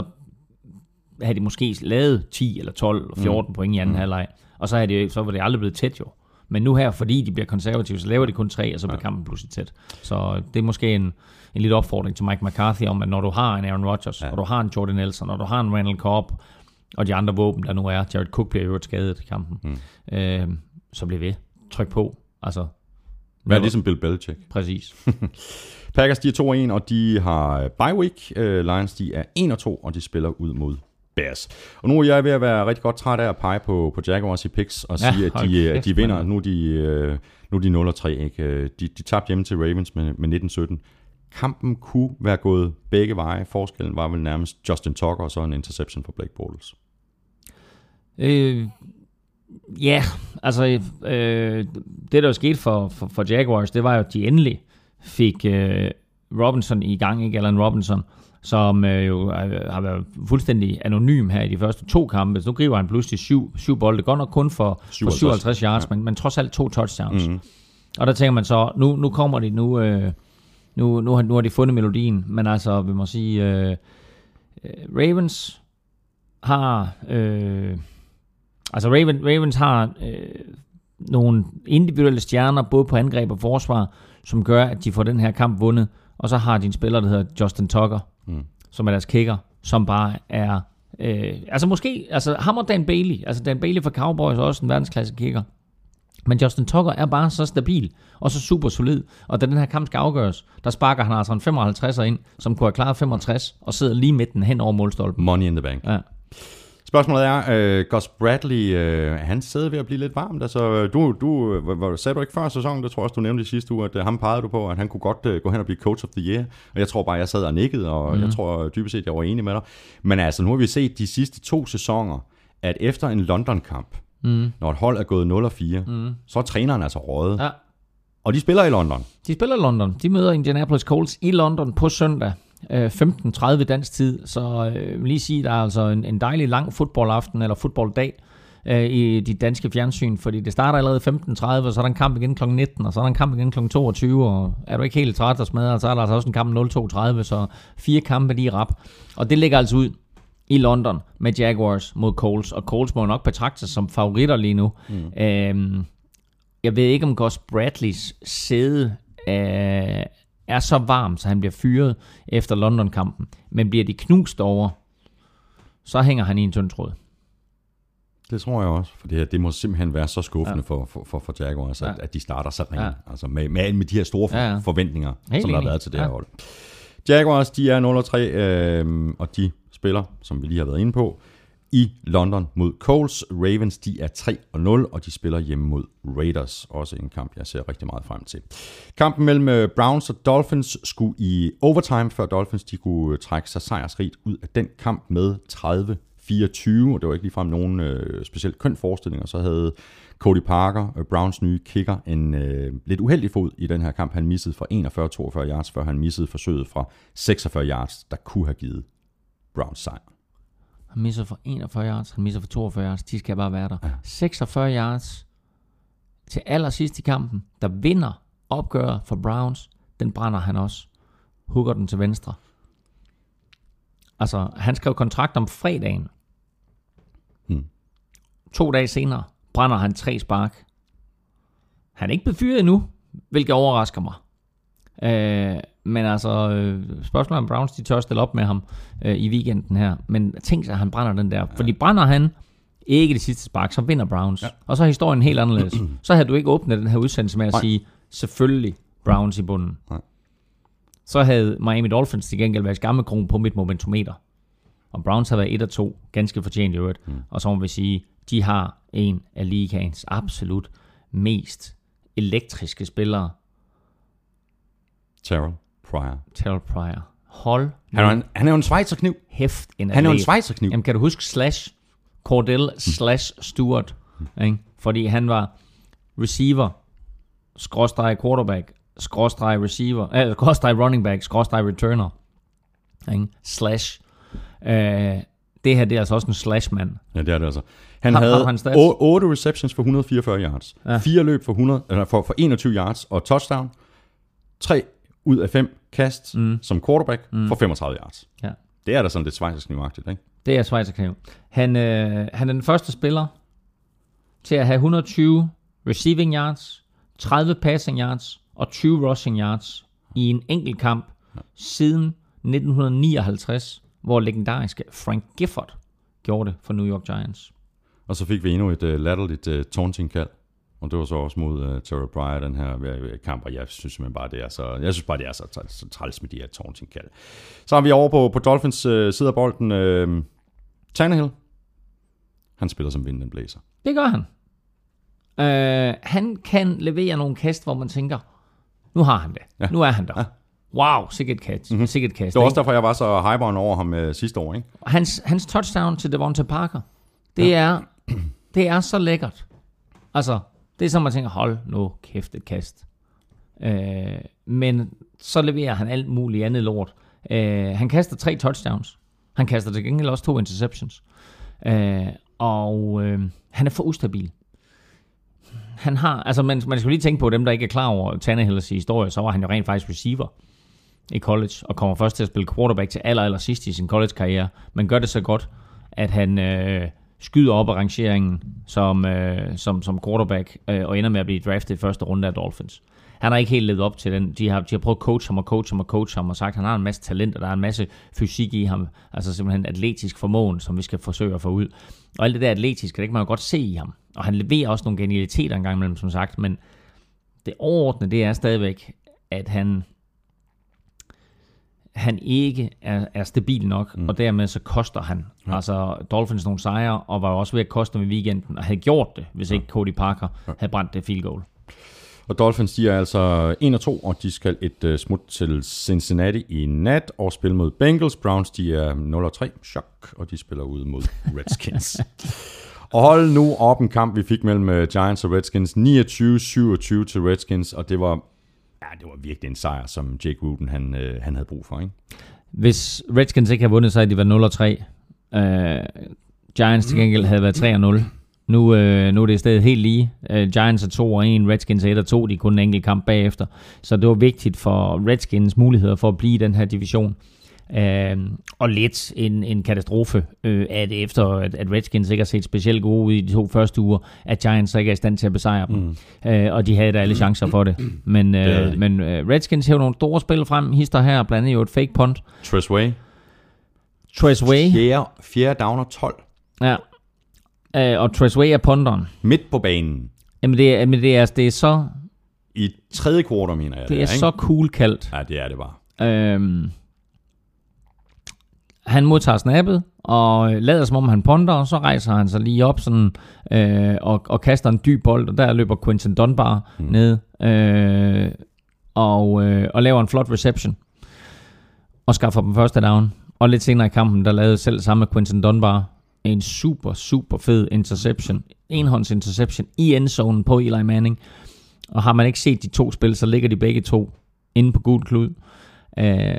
havde de måske lavet ti eller tolv eller fjorten mm. point i anden mm. halvleg. Og så, er det, så var det aldrig blevet tæt jo. Men nu her, fordi de bliver konservative, så laver de kun tre, og så bliver kampen pludselig tæt. Så det er måske en, en lille opfordring til Mike McCarthy om, at når du har en Aaron Rodgers, ja. og du har en Jordan Nelson, og du har en Randall Cobb, og de andre våben, der nu er, Jared Cook bliver øvrigt skadet i kampen, mm. øh, så bliver vi tryk på. Altså, Vær ligesom Bill Belichick. Præcis. Packers, de er to og en, og de har bye week. Uh, Lions, de er en og to, og de spiller ud mod Bears. Og nu er jeg ved at være rigtig godt træt af at pege på, på Jaguars i picks og sige, ja, at de, kæft, de vinder. Nu er de, nu er de nul og tre. Ikke? De, de tabte hjemme til Ravens med, med nitten sytten. Kampen kunne være gået begge veje. Forskellen var vel nærmest Justin Tucker og så en interception for Blake Bortles. Øh, ja, altså øh, det der jo skete for, for, for Jaguars, det var jo, at de endelig fik øh, Robinson i gang, ikke? Allen Robinson. som øh, jo øh, har været fuldstændig anonym her i de første to kampe. Så nu griber han pludselig syv, syv bolde. Godt nok kun for, for syvoghalvtreds yards, ja. men, men trods alt to touchdowns. Mm-hmm. Og der tænker man så, nu, nu kommer de, nu, øh, nu, nu, har, nu har de fundet melodien. Men altså, vi må sige, øh, Ravens har... Øh, altså, Raven, Ravens har øh, nogle individuelle stjerner, både på angreb og forsvar, som gør, at de får den her kamp vundet. Og så har de en spiller, der hedder Justin Tucker, mm. som er deres kicker, som bare er... Øh, altså måske... Altså ham og Dan Bailey. Altså Dan Bailey for Cowboys er også en verdensklasse kicker. Men Justin Tucker er bare så stabil og så super solid. Og da den her kamp skal afgøres, der sparker han altså en femoghalvtredser ind, som kunne have klaret femogtres, og sidder lige midten hen over målstolpen. Money in the bank. Ja. Spørgsmålet er, uh, Gus Bradley, uh, han sidder ved at blive lidt varmt. Altså, du, du, hvad, sagde du ikke før sæsonen, det tror jeg også, du nævnte i sidste uge, at uh, ham pegede du på, at han kunne godt uh, gå hen og blive coach of the year. Og jeg tror bare, jeg sad og nikkede, og mm. jeg tror dybest set, jeg var enig med dig. Men altså, nu har vi set de sidste to sæsoner, at efter en London-kamp, mm. når et hold er gået nul og fire, mm. så er træneren altså røget. Ja. Og de spiller i London. De spiller i London. De møder Indianapolis Colts i London på søndag. femten tredive dansk tid, så øh, lige sige, der er altså en, en dejlig lang fodboldaften eller fodbolddag øh, i de danske fjernsyn, fordi det starter allerede femten tredive, og så er der en kamp igen klokken nitten, og så er der en kamp igen klokken toogtyve, og er du ikke helt træt og smadret, så er der altså også en kamp nul to tredive, så fire kampe lige rap. Og det ligger altså ud i London med Jaguars mod Colts, og Colts må nok betragte sig som favoritter lige nu. Mm. Øhm, jeg ved ikke, om Gus Bradleys sæde øh, er så varm, så han bliver fyret efter London-kampen. Men bliver de knust over, så hænger han i en tynd tråd. Det tror jeg også, for det, det må simpelthen være så skuffende ja. for, for, for, for Jaguars, ja. at, at de starter så ringe. Ja. Altså med, med, med de her store for, ja, ja. forventninger, Helt som der har været til det ja. her hold. Jaguars, de er nul og tre, øh, og de spiller, som vi lige har været inde på, i London mod Colts. Ravens, de er tre og nul, og de spiller hjemme mod Raiders. Også en kamp, jeg ser rigtig meget frem til. Kampen mellem Browns og Dolphins skulle i overtime, før Dolphins de kunne trække sig sejrsrigt ud af den kamp med tredive fireogtyve, og det var ikke ligefrem nogen øh, specielt køn forestilling, og så havde Cody Parker, øh, Browns nye kicker, en øh, lidt uheldig fod i den her kamp. Han missede fra enogfyrre toogfyrre yards, før han missede forsøget fra seksogfyrre yards, der kunne have givet Browns sejr. Han misser for enogfyrre yards, han misser for toogfyrre yards, de skal bare være der. Ja. seksogfyrre yards til allersidst i kampen, der vinder opgøret for Browns, den brænder han også. Hugger den til venstre. Altså, han skrev kontrakt om fredagen. Hmm. To dage senere brænder han tre spark. Han er ikke befyret endnu, hvilket overrasker mig. Øh, men altså, øh, spørgsmålet om Browns, de tør stille op med ham øh, i weekenden her. Men tænk sig, at han brænder den der. Ja. Fordi brænder han ikke det sidste spark, så vinder Browns. Ja. Og så er historien helt anderledes. Så havde du ikke åbnet den her udsendelse med at Nej. sige, selvfølgelig Browns i bunden. Nej. Så havde Miami Dolphins til gengæld været skammekron på mit momentometer. Og Browns har været et og to, ganske fortjent i øvrigt. Mm. Og så må vi sige, de har en af ligaens absolut mest elektriske spillere. Terrell Pryor. Terrell Pryor. Hold. Han er, en, han er jo en schweizerkniv. Hæft en Han er jo en schweizerkniv. Jamen kan du huske Slash Cordell mm. slash Stewart? Mm. Ikke? Fordi han var receiver, skråstreg quarterback, skråstreg receiver, øh, skråstreg running back, skråstreg returner. Ikke? Slash. Øh, det her, det er altså også en slash-mand. Ja, det er det altså. Han har, havde han otte receptions for et hundrede og fireogfyrre yards. Ja. fire løb for, hundrede, eller for, for enogtyve yards og touchdown. tre ud af fem kast mm. som quarterback mm. for femogtredive yards. Ja. Det er da sådan lidt schweizerknivagtigt, ikke? Det er schweizerkniv. Han, øh, han er den første spiller til at have et hundrede og tyve receiving yards, tredive passing yards og tyve rushing yards i en enkelt kamp ja. siden nitten nioghalvtreds, hvor legendariske Frank Gifford gjorde det for New York Giants. Og så fik vi endnu et uh, latterligt uh, taunting-kald. Og det var så også mod uh, Terrell Pryor, den her uh, kamp, og jeg synes simpelthen bare, det er så, jeg synes bare, det er så, så, så træls med de her taunting-kald. Så har vi over på, på Dolphins uh, side af bolden. Uh, Tannehill, han spiller som vinden blæser. Det gør han. Uh, han kan levere nogle kast, hvor man tænker, nu har han det. Ja. Nu er han der. Ja. Wow, sikkert catch. Mm-hmm. Sikkert cast. Det var også derfor, jeg var så hyperen over ham uh, sidste år, ikke? Hans, hans touchdown til Devonta Parker, det, ja. er, det er så lækkert. Altså, det er som man tænker, hold nu kæft et kast. Øh, men så leverer han alt muligt andet lort. Øh, han kaster tre touchdowns. Han kaster til gengæld også to interceptions. Øh, og øh, han er for ustabil. Han har, altså man, man skal lige tænke på dem, der ikke er klar over Tannehills historie, så var han jo rent faktisk receiver i college, og kommer først til at spille quarterback til aller, aller sidst i sin college-karriere, men gør det så godt, at han øh, skyder op af rangeringen som, øh, som, som quarterback, øh, og ender med at blive draftet i første runde af Dolphins. Han har ikke helt levet op til den. De har, de har prøvet at coach ham og coach ham og coach ham, og sagt, at han har en masse talent, og der er en masse fysik i ham, altså simpelthen atletisk formåen, som vi skal forsøge at få ud. Og alt det der atletiske, det kan man jo godt se i ham. Og han leverer også nogle genialiteter en gang imellem, som sagt, men det overordnede, det er stadigvæk, at han han ikke er, er stabil nok, mm. og dermed så koster han. Ja. Altså Dolphins nogle sejre, og var også ved at koste dem i weekenden, og havde gjort det, hvis ja. ikke Cody Parker ja. havde brændt det field goal. Og Dolphins, de er altså en og to, og de skal et uh, smut til Cincinnati i nat og spille mod Bengals. Browns, de er nul og tre, chok, og de spiller ud mod Redskins. Og hold nu op en kamp, vi fik mellem Giants og Redskins, niogtyve syvogtyve til Redskins, og det var, ja, det var virkelig en sejr, som Jake Wooten, han, øh, han havde brug for, ikke? Hvis Redskins ikke havde vundet, så havde de været nul og tre. Uh, Giants til gengæld havde været tre og nul. Nu, øh, nu er det i stedet helt lige. Uh, Giants er to og en, Redskins er et og to, de er kun en enkelt kamp bagefter. Så det var vigtigt for Redskins muligheder for at blive i den her division. Uh, og lidt en, en katastrofe, uh, at efter at, at Redskins ikke har set specielt gode ud i de to første uger, at Giants ikke er i stand til at besejre dem. Mm. Uh, og de havde da alle chancer for det. Men, uh, det men uh, Redskins hævde nogle store spil frem, hister her, blandt andet jo et fake punt. Tress Way. Tress Way. Fjerde, fjerde down og tolv. Ja. Uh, og Tress Way er punteren. Midt på banen. Jamen det er, men det er, det er så... I tredje kvartal, mener jeg. Det, det er, er så cool kaldt. Ja, det er det bare. Uh, Han modtager snappet, og lader som om han punter, og så rejser han sig lige op sådan, øh, og, og kaster en dyb bold, og der løber Quinton Dunbar mm. ned, øh, og, øh, og laver en flot reception, og skaffer dem første down. Og lidt senere i kampen, der lavede selv sammen med Quinton Dunbar en super, super fed interception, enhånds interception i endzonen på Eli Manning. Og har man ikke set de to spil, så ligger de begge to inde på gul klud. Øh,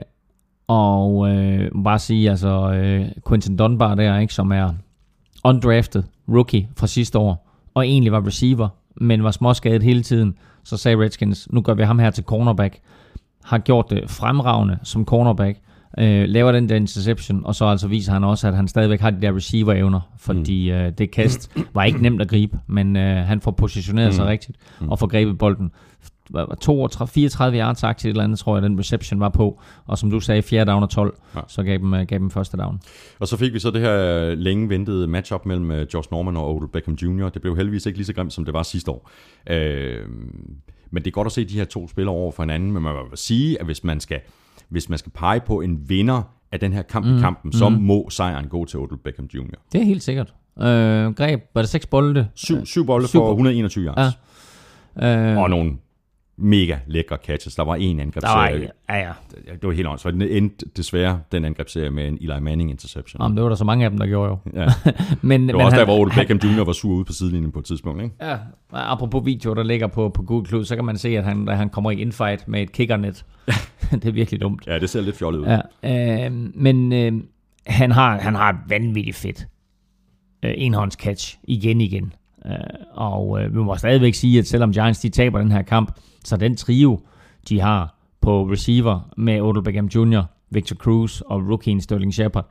Og øh, bare sige, altså øh, Quinton Dunbar der, ikke, som er undrafted rookie fra sidste år, og egentlig var receiver, men var småskadet hele tiden, så sagde Redskins, nu gør vi ham her til cornerback, har gjort det fremragende som cornerback, øh, laver den der interception, og så altså viser han også, at han stadigvæk har de der receiver-evner, fordi øh, det kast var ikke nemt at gribe, men øh, han får positioneret sig rigtigt, og får grebet bolden. fireogtredive yards sagt til et eller andet, tror jeg, den reception var på. Og som du sagde, fjerde down og tolv, ja. Så gav dem, gav dem første down. Og så fik vi så det her længe ventede matchup mellem Josh Norman og Odell Beckham junior Det blev heldigvis ikke lige så grimt, som det var sidste år. Øh, men det er godt at se de her to spillere over for hinanden. Men man vil sige, at hvis man skal, hvis man skal pege på en vinder af den her kamp mm. i kampen, så mm. må sejren gå til Odell Beckham junior Det er helt sikkert. Øh, greb, var det seks bolde? Syv, syv bolde for et hundrede og enogtyve yards. Ja. Øh, og nogle mega lækre catches. Der var en angrebsserie. Ja, ja. Det var helt åndssvagt. Den endte desværre den angrebsserie med en Eli Manning interception. Jamen, det var der så mange af dem, der gjorde jo. Ja. men, det var men også han, der, hvor Odell Beckham junior var sur ude på sidelinjen på et tidspunkt, ikke? Ja, apropos video, der ligger på, på Google Cloud, så kan man se, at han, han kommer i infight med et kickernet. Det er virkelig dumt. Ja, det ser lidt fjollet ud. Ja, øh, men øh, han, har, han har et vanvittigt fedt øh, enhåndscatch igen igen. Uh, og uh, vi må stadigvæk sige, at selvom Giants de taber den her kamp, så den trio, de har på receiver med Odell Beckham junior, Victor Cruz og rookien Sterling Shepard,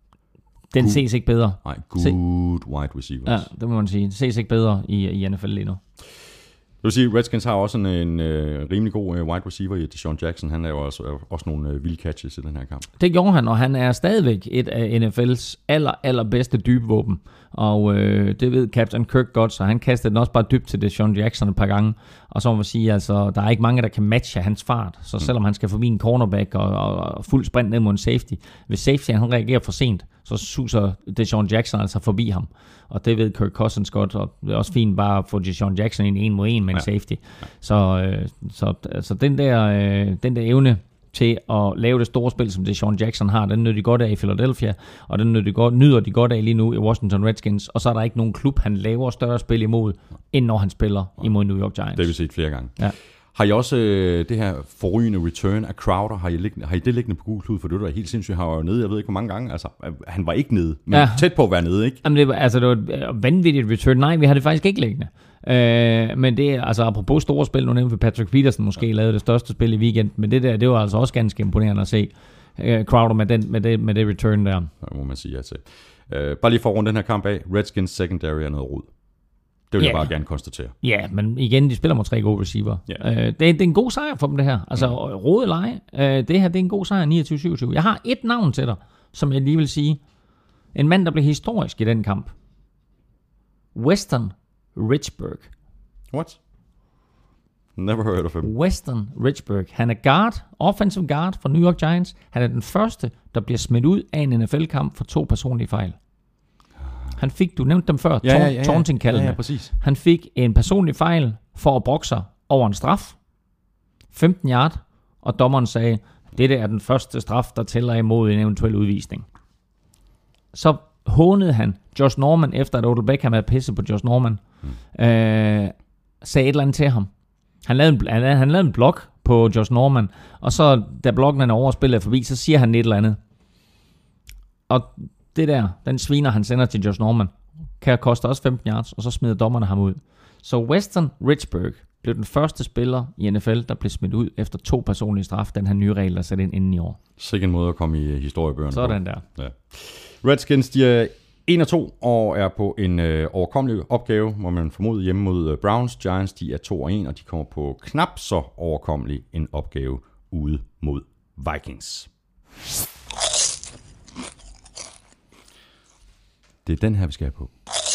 den good. ses ikke bedre. Nej, good Se- wide receivers. Ja, det må man sige. Den ses ikke bedre i, i N F L lige nu. Jeg vil sige, Redskins har også en, en uh, rimelig god uh, wide receiver i DeSean Jackson. Han laver også, uh, også nogle uh, vilde catches i den her kamp. Det gjorde han, og han er stadigvæk et af N F L's aller, allerbedste dybvåben. Og øh, det ved Captain Kirk godt, så han kastede den også bare dybt til DeSean Jackson et par gange. Og så må man sige, altså, der er ikke mange, der kan matche hans fart. Så selvom han skal forbi en cornerback og, og, og fuld sprint ned mod en safety, hvis safety han reagerer for sent, så suser DeSean Jackson altså forbi ham. Og det ved Kirk Cousins godt, og det er også fint bare at få DeSean Jackson ind en mod en med en ja. safety. Så, øh, så altså, den, der, øh, den der evne til at lave det store spil, som DeSean Jackson har, den nyder de godt af i Philadelphia, og den nyder de godt, nyder de godt af lige nu i Washington Redskins, og så er der ikke nogen klub, han laver større spil imod, end når han spiller imod New York Giants. Det har vi set flere gange. Ja. Har I også øh, det her forrygende return af Crowder, har I, liggende, har I det liggende på Google Klud, for det var helt sindssygt, han var jo nede, jeg ved ikke hvor mange gange, altså han var ikke nede, men ja. Tæt på at være nede, ikke? Jamen det var, altså det var et vanvittigt return, nej, vi har det faktisk ikke liggende. Øh, men det er, altså apropos store spil, nu nævnte vi Patrick Peterson måske ja. lavede det største spil i weekenden, men det der, det var altså også ganske imponerende at se uh, Crowder med, den, med, det, med det return der. Det må man sige, altså. Uh, bare lige for at runde den her kamp af, Redskins secondary er noget rod. Det vil yeah. jeg bare gerne konstatere. Ja, yeah, men igen, de spiller mod tre gode receiver. Yeah. Uh, det, det er en god sejr for dem, det her. Altså, mm. rode leje. Uh, det her, det er en god sejr, niogtyve syvogtyve. Jeg har et navn til dig, som jeg lige vil sige. En mand, der blev historisk i den kamp. Weston Richburg. What? Never heard of him. Weston Richburg. Han er guard, offensive guard for New York Giants. Han er den første, der bliver smidt ud af en N F L-kamp for to personlige fejl. Han fik, du nævnte dem før, ja, ja, ja, ja. taunting-kaldene. Ja, ja, præcis. Han fik en personlig fejl for at brokke sig over en straf. femten yard, og dommeren sagde, dette er den første straf, der tæller imod en eventuel udvisning. Så hånede han Josh Norman, efter at Odell Beckham havde pisset på Josh Norman, hmm. øh, sagde et eller andet til ham. Han lavede en, han, han lavede en blok på Josh Norman, og så da blokken er overspillet forbi, så siger han et eller andet. Og det der, den sviner, han sender til Josh Norman, kan koste også femten yards, og så smider dommerne ham ud. Så Weston Richburg blev den første spiller i N F L, der blev smidt ud efter to personlige straf, den her nye regel, der sat ind inden i år. Sikke en måde at komme i historiebøgerne. Sådan der. Ja. Redskins, de er en og to og er på en øh, overkommelig opgave, må man formode hjemme mod øh, Browns. Giants, de er to og en, og de kommer på knap så overkommelig en opgave ude mod Vikings. Det er den her, vi skal have på.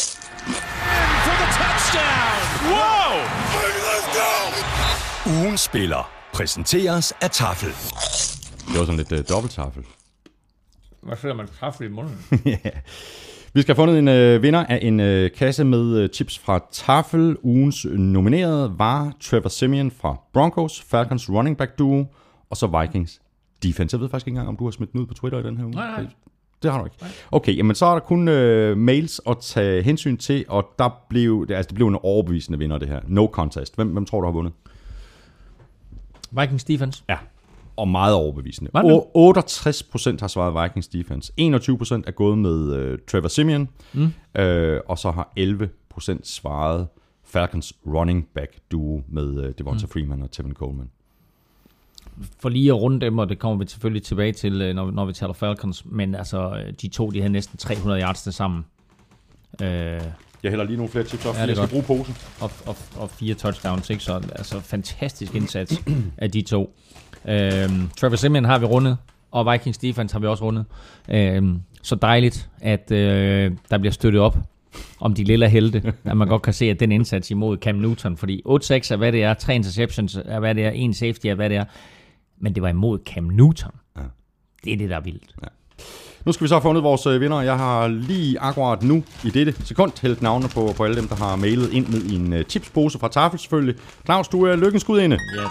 Ugen spiller præsenteres af Tafel. Det var sådan lidt uh, dobbelt-tafel. Hvad føler man tafel i munden? yeah. Vi skal have fundet en uh, vinder af en uh, kasse med uh, chips fra Tafel. Ugens nominerede var Trevor Siemian fra Broncos, Falcons running back duo, og så Vikings defense. Jeg ved faktisk ikke engang, om du har smidt den ud på Twitter i den her uge. Nej, nej. Det har du ikke. Okay, jamen så er der kun øh, mails at tage hensyn til, og der blev, altså det blev en overbevisende vinder, det her. No contest. Hvem, hvem tror du har vundet? Vikings defense. Ja, og meget overbevisende. O- otteogtres procent har svaret Vikings defense. enogtyve procent er gået med øh, Trevor Siemian, mm. øh, og så har elleve procent svaret Falcons running back duo med øh, Devonta mm. Freeman og Tevin Coleman. For lige at runde dem, og det kommer vi selvfølgelig tilbage til, når, når vi taler Falcons, men altså, de to, de havde næsten tre hundrede yards til sammen. Øh, jeg hælder lige nogle flere tips op, ja, jeg skal godt. bruge posen. Og, og, og fire touchdowns, ikke? Så altså fantastisk indsats af de to. Øh, Trevor Siemian har vi rundet, og Vikings defense har vi også rundet. Øh, så dejligt, at øh, der bliver støttet op om de lille helte, at man godt kan se, at den indsats imod Cam Newton, fordi otte seks er, hvad det er, tre interceptions er, hvad det er, en safety er, hvad det er, men det var imod Cam Newton. Ja. Det er det, der er vildt. Ja. Nu skal vi så have fundet vores øh, vinder. Jeg har lige akkurat nu, i dette sekund, hældt navnene på, på alle dem, der har mailet ind ned i en uh, tipspose fra Tafel selvfølgelig. Claus, du er lykkens gudinde. Ja.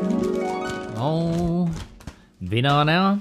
Og vinderen er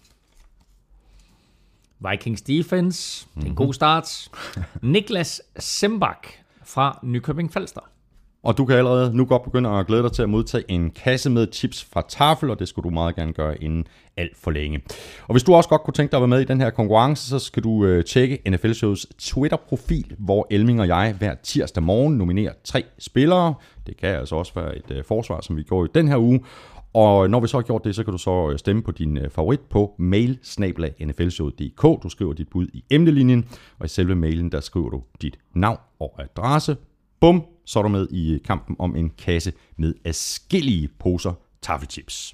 Vikings defense. Det er en god start. Niklas Sembak fra Nykøbing Falster. Og du kan allerede nu godt begynde at glæde dig til at modtage en kasse med chips fra Tafel, og det skulle du meget gerne gøre inden alt for længe. Og hvis du også godt kunne tænke dig at være med i den her konkurrence, så skal du øh, tjekke N F L Shows Twitter-profil, hvor Elming og jeg hver tirsdag morgen nominerer tre spillere. Det kan altså også være et øh, forsvar, som vi går i den her uge. Og når vi så har gjort det, så kan du så stemme på din favorit på mail snabel-a n f l show punktum d k. Du skriver dit bud i emnelinjen, og i selve mailen, der skriver du dit navn og adresse. Bum, så er du med i kampen om en kasse med adskillige poser taffelchips.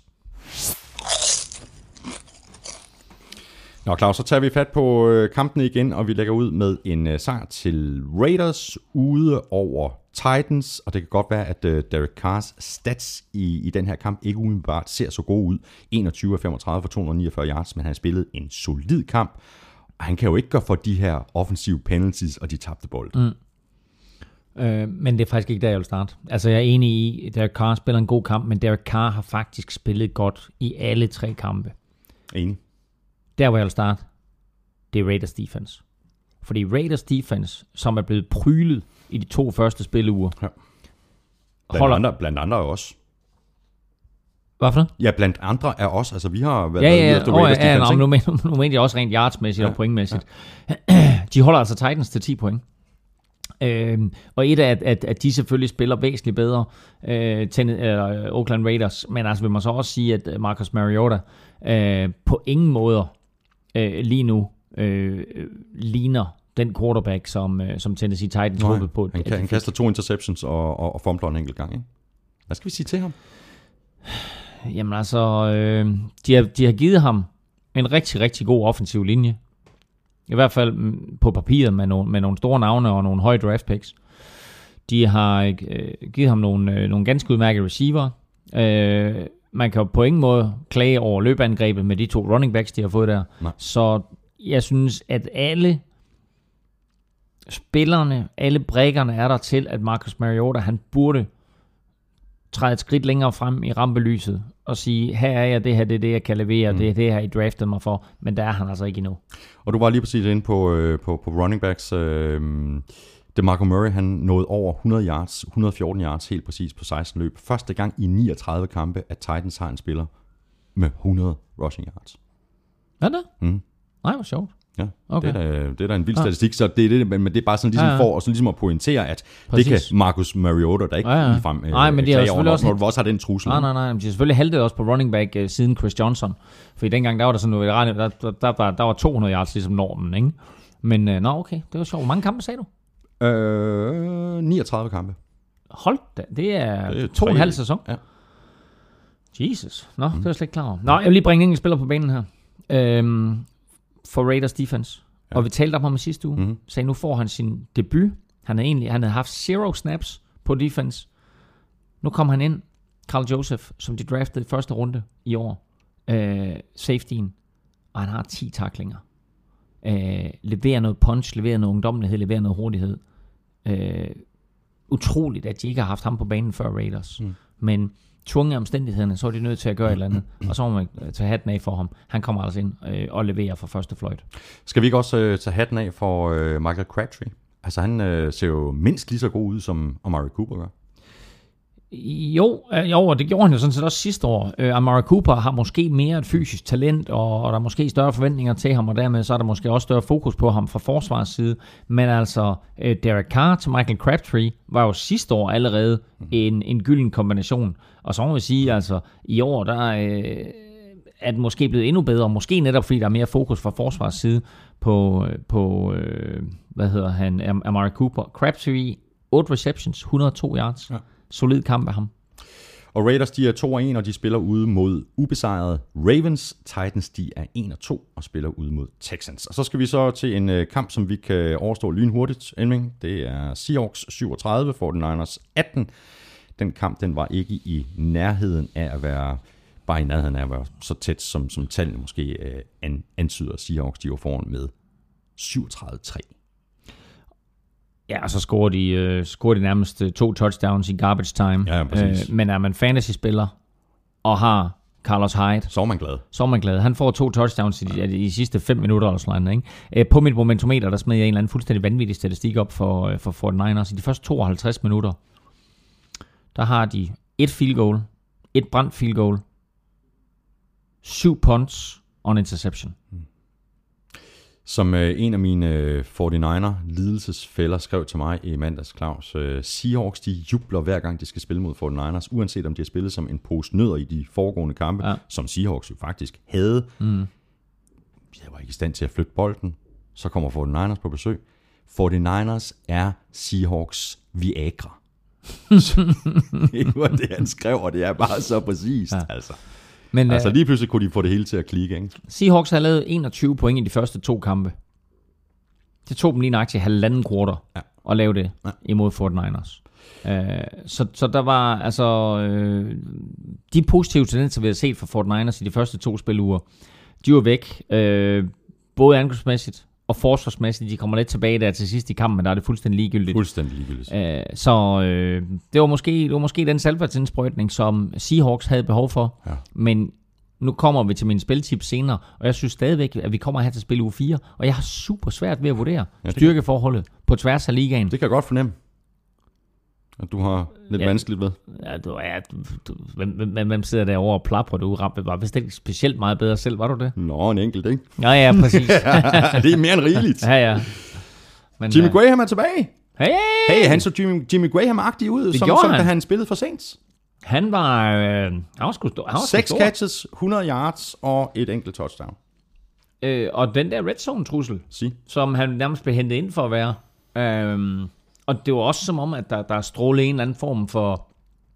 Nå Claus, så tager vi fat på kampen igen, og vi lægger ud med en sejr til Raiders ude over Titans, og det kan godt være, at uh, Derek Carrs stats i, i den her kamp ikke umiddelbart ser så gode ud. enogtyve af femogtredive for to hundrede niogfyrre yards, men han har spillet en solid kamp, og han kan jo ikke gøre for de her offensive penalties og de tabte bold. Mm. Øh, men det er faktisk ikke der, jeg vil starte. Altså jeg er enig i, at Derek Carr spiller en god kamp, men Derek Carr har faktisk spillet godt i alle tre kampe. Enig. Der, hvor jeg vil starte, det er Raiders defense. Fordi Raiders defense, som er blevet prylet i de to første spilleuger. Ja. Blandt, holder, andre, blandt andre også. Hvad for noget? Ja, blandt andre er også. Altså, vi har været Ja, ude ja, efter ja, Raiders ja, ja defense, nu, ikke? nu, nu mener jeg også rent yardsmæssigt ja. Ja. og pointmæssigt. Ja. De holder altså Titans til ti point. Øhm, og et af, at, at, at de selvfølgelig spiller væsentligt bedre øh, til øh, Oakland Raiders, men altså vil man så også sige, at Marcus Mariota øh, på ingen måder øh, lige nu øh, ligner den quarterback, som, øh, som Tennessee Titans håbede på. Han, kan, han kaster to interceptions og, og, og fumbler en enkelt gang, ikke? Hvad skal vi sige til ham? Jamen altså, øh, de, har, de har givet ham en rigtig, rigtig god offensiv linje. I hvert fald på papiret med nogle, med nogle store navne og nogle høje draft picks. De har øh, givet ham nogle, øh, nogle ganske udmærkede receiver. Øh, man kan jo på ingen måde klage over løbeangrebet med de to running backs, de har fået der. Nej. Så jeg synes, at alle spillerne, alle brækkerne er der til, at Marcus Mariota, han burde træde et skridt længere frem i rampelyset og sige, her er jeg, det her det er det, jeg kan levere, mm. det er det her, I draftede mig for, men der er han altså ikke endnu. Og du var lige præcis inde på, øh, på, på running backs. Øh, DeMarco Murray, han nåede over hundrede yards, et hundrede og fjorten yards helt præcis på seksten løb. Første gang i niogtredive kampe, at Titans har en spiller med hundrede rushing yards. Er det? Mm. Nej, hvor sjovt. Ja, Okay. det, er da, det er da en vild statistik, så det er det, men det er bare sådan ligesom Ja, ja. for, og sådan ligesom at pointere, at Præcis. det kan Marcus Mariota, der ikke Ja, ja. ligefrem øh, Nej, men de har klage selvfølgelig over, også- når du også har den trussel. Nej, nej, nej. De har selvfølgelig haltet også på running back uh, siden Chris Johnson. For dengang, der var der sådan noget, der, der, der, der, var, der var to hundrede yards ligesom normen, ikke? Men uh, nå, okay, det var sjovt. Hvor mange kampe sagde du? Øh, niogtredive kampe. Hold da, det er, Det er to og en tre- halv sæson. Ja. Jesus. Nå, mm. det var jeg slet ikke klar over. Nå, jeg vil lige bringe en enkelt spiller på banen her. Øhm, for Raiders defense. Ja. Og vi talte om ham i sidste uge. Mm-hmm. Så nu får han sin debut. Han havde egentlig han havde haft zero snaps på defense. Nu kom han ind. Carl Joseph, som de draftede i første runde i år. Øh, safetyen. Og han har ti tacklinger. Øh, leverer noget punch, leverer noget ungdommelighed, leverer noget hurtighed. Øh, utroligt, at de ikke har haft ham på banen før Raiders. Mm. Men tvunget omstændighederne, så er de nødt til at gøre et eller andet. Og så må man tage hatten af for ham. Han kommer altså ind øh, og leverer for første fløjt. Skal vi ikke også øh, tage hatten af for øh, Michael Crabtree? Altså han øh, ser jo mindst lige så god ud, som Amari Cooper gør. Jo, øh, jo, og det gjorde han jo sådan set også sidste år. Øh, Amari Cooper har måske mere et fysisk talent, og, og der er måske større forventninger til ham, og dermed så er der måske også større fokus på ham fra forsvarets side. Men altså, øh, Derek Carr til Michael Crabtree var jo sidste år allerede en, en gylden kombination. Og så må vi sige, altså, i år, der øh, er det måske blevet endnu bedre, måske netop fordi der er mere fokus fra forsvarets side på, på øh, hvad hedder han, Am- Amari Cooper. Crabtree, otte receptions, et hundrede og to yards. Ja. Solid kamp af ham. Og Raiders, de er to og en, og de spiller ude mod ubesejrede Ravens. Titans, de er en og to og spiller ude mod Texans. Og så skal vi så til en uh, kamp, som vi kan overstå lynhurtigt, Elming. Det er Seahawks syvogtredive, forty-niners atten. Den kamp, den var ikke i nærheden af at være, bare i nærheden af at være så tæt, som, som tallene måske uh, an, antyder. Seahawks, de var foran med syvogtredive tre. Ja, og så scorer de, øh, scorer de nærmest øh, to touchdowns i garbage time. Ja, præcis. Øh, men er man fantasy-spiller og har Carlos Hyde, Så er man glad. så er man glad. Han får to touchdowns i de, ja. de sidste fem minutter eller sådan noget, ikke? Øh, på mit momentometer, der smed jeg en eller anden fuldstændig vanvittig statistik op for, øh, for forty-niners. I de første tooghalvtreds minutter, der har de et field goal, et brændt field goal, syv punts og en interception. Som øh, en af mine øh, forty-niner lidelsesfælder skrev til mig i mandags, Claus, øh, Seahawks, de jubler hver gang de skal spille mod forty-niners, uanset om de har spillet som en pose nødder i de foregående kampe, ja. som Seahawks jo faktisk havde. Mm. Jeg var ikke i stand til at flytte bolden. Så kommer forty-niners på besøg. forty-niners er Seahawks Viagra. Det var det, han skrev, og det er bare så præcist. Ja. Altså. Men, altså lige pludselig kunne de få det hele til at klikke, ikke? Seahawks har lavet enogtyve point i de første to kampe. Det tog dem lige nøjagtigt halvanden quarter ja. at lave det ja. imod forty-niners. Uh, så, så der var altså uh, de positive tendenser, vi har set fra forty-niners i de første to spiluger, de var væk. Uh, både angrebsmæssigt og forsvarsmæssigt. De kommer lidt tilbage der til sidst i kampen, men der er det fuldstændig ligegyldigt. Fuldstændig ligegyldigt. Uh, så uh, det, var måske, det var måske den salgværtsindsprøjtning, som Seahawks havde behov for. Ja. Men nu kommer vi til min spiltips senere, og jeg synes stadigvæk, at vi kommer her til spil uge fire, og jeg har super svært ved at vurdere ja, styrkeforholdet på tværs af ligaen. Det kan jeg godt fornemme. Og du har lidt Ja. vanskeligt ved. Ja, du er... Du, du, hvem, hvem, hvem sidder derovre og plapper? Du ramte var vist ikke specielt meget bedre selv, var du det? Nå, en enkelt, ikke? Ja, ja, præcis. Det er mere end rigeligt. ja, ja. Men, Jimmy øh, Graham er tilbage. Hey! Hey, han så Jimmy, Jimmy Graham-agtig ud, Det som, gjorde som da han. han spillede for Saints. Han var... Øh, han var sgu stor. Han var sgu Seks stor. catches, hundrede yards og et enkelt touchdown. Øh, og den der red zone-trussel, Sig. som han nærmest blev hentet ind for at være. Øhm, og det var også som om, at der, der er strålet en eller anden form for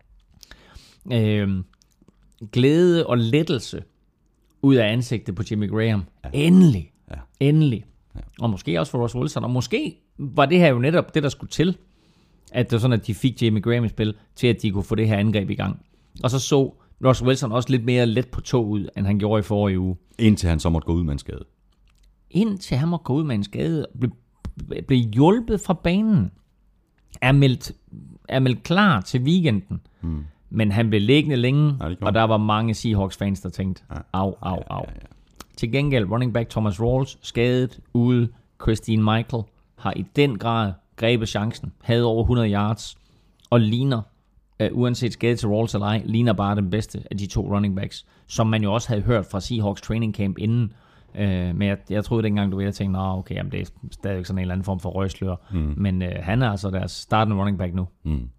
øhm, glæde og lettelse ud af ansigtet på Jimmy Graham. Ja. Endelig. Ja. Endelig. Ja. Og måske også for Russell Wilson. Og måske var det her jo netop det, der skulle til. At det var sådan, at de fik Jimmy Graham i spil, til at de kunne få det her angreb i gang. Og så så Russell Wilson også lidt mere let på tog ud, end han gjorde i forrige uge. Indtil han så måtte gå ud med en skade. Indtil han måtte gå ud med en skade, blev, blev hjulpet fra banen, er meldt, er meldt klar til weekenden. Hmm. Men han blev liggende længe, Ja, og der var mange Seahawks-fans, der tænkte, au, au, au. Ja, ja, ja. Til gengæld, running back Thomas Rawls, skadet, ude. Christine Michael har i den grad grebet chancen, havde over hundrede yards, og ligner, uh, uanset skade til Rawls eller ej, ligner bare den bedste af de to running backs, som man jo også havde hørt fra Seahawks training camp inden. Uh, men jeg, jeg troede dengang, du ved, jeg tænkte, nå okay, jamen, det er stadig sådan en eller anden form for røgslør. Mm. Men uh, han er altså deres startende running back nu. Mm.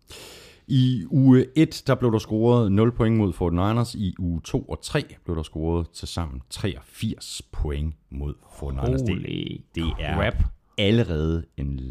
I uge et, der blev der scoret nul point mod forty-niners. I uge to og tre blev der scoret til sammen treogfirs point mod forty-niners. Holy det, det er crap. allerede en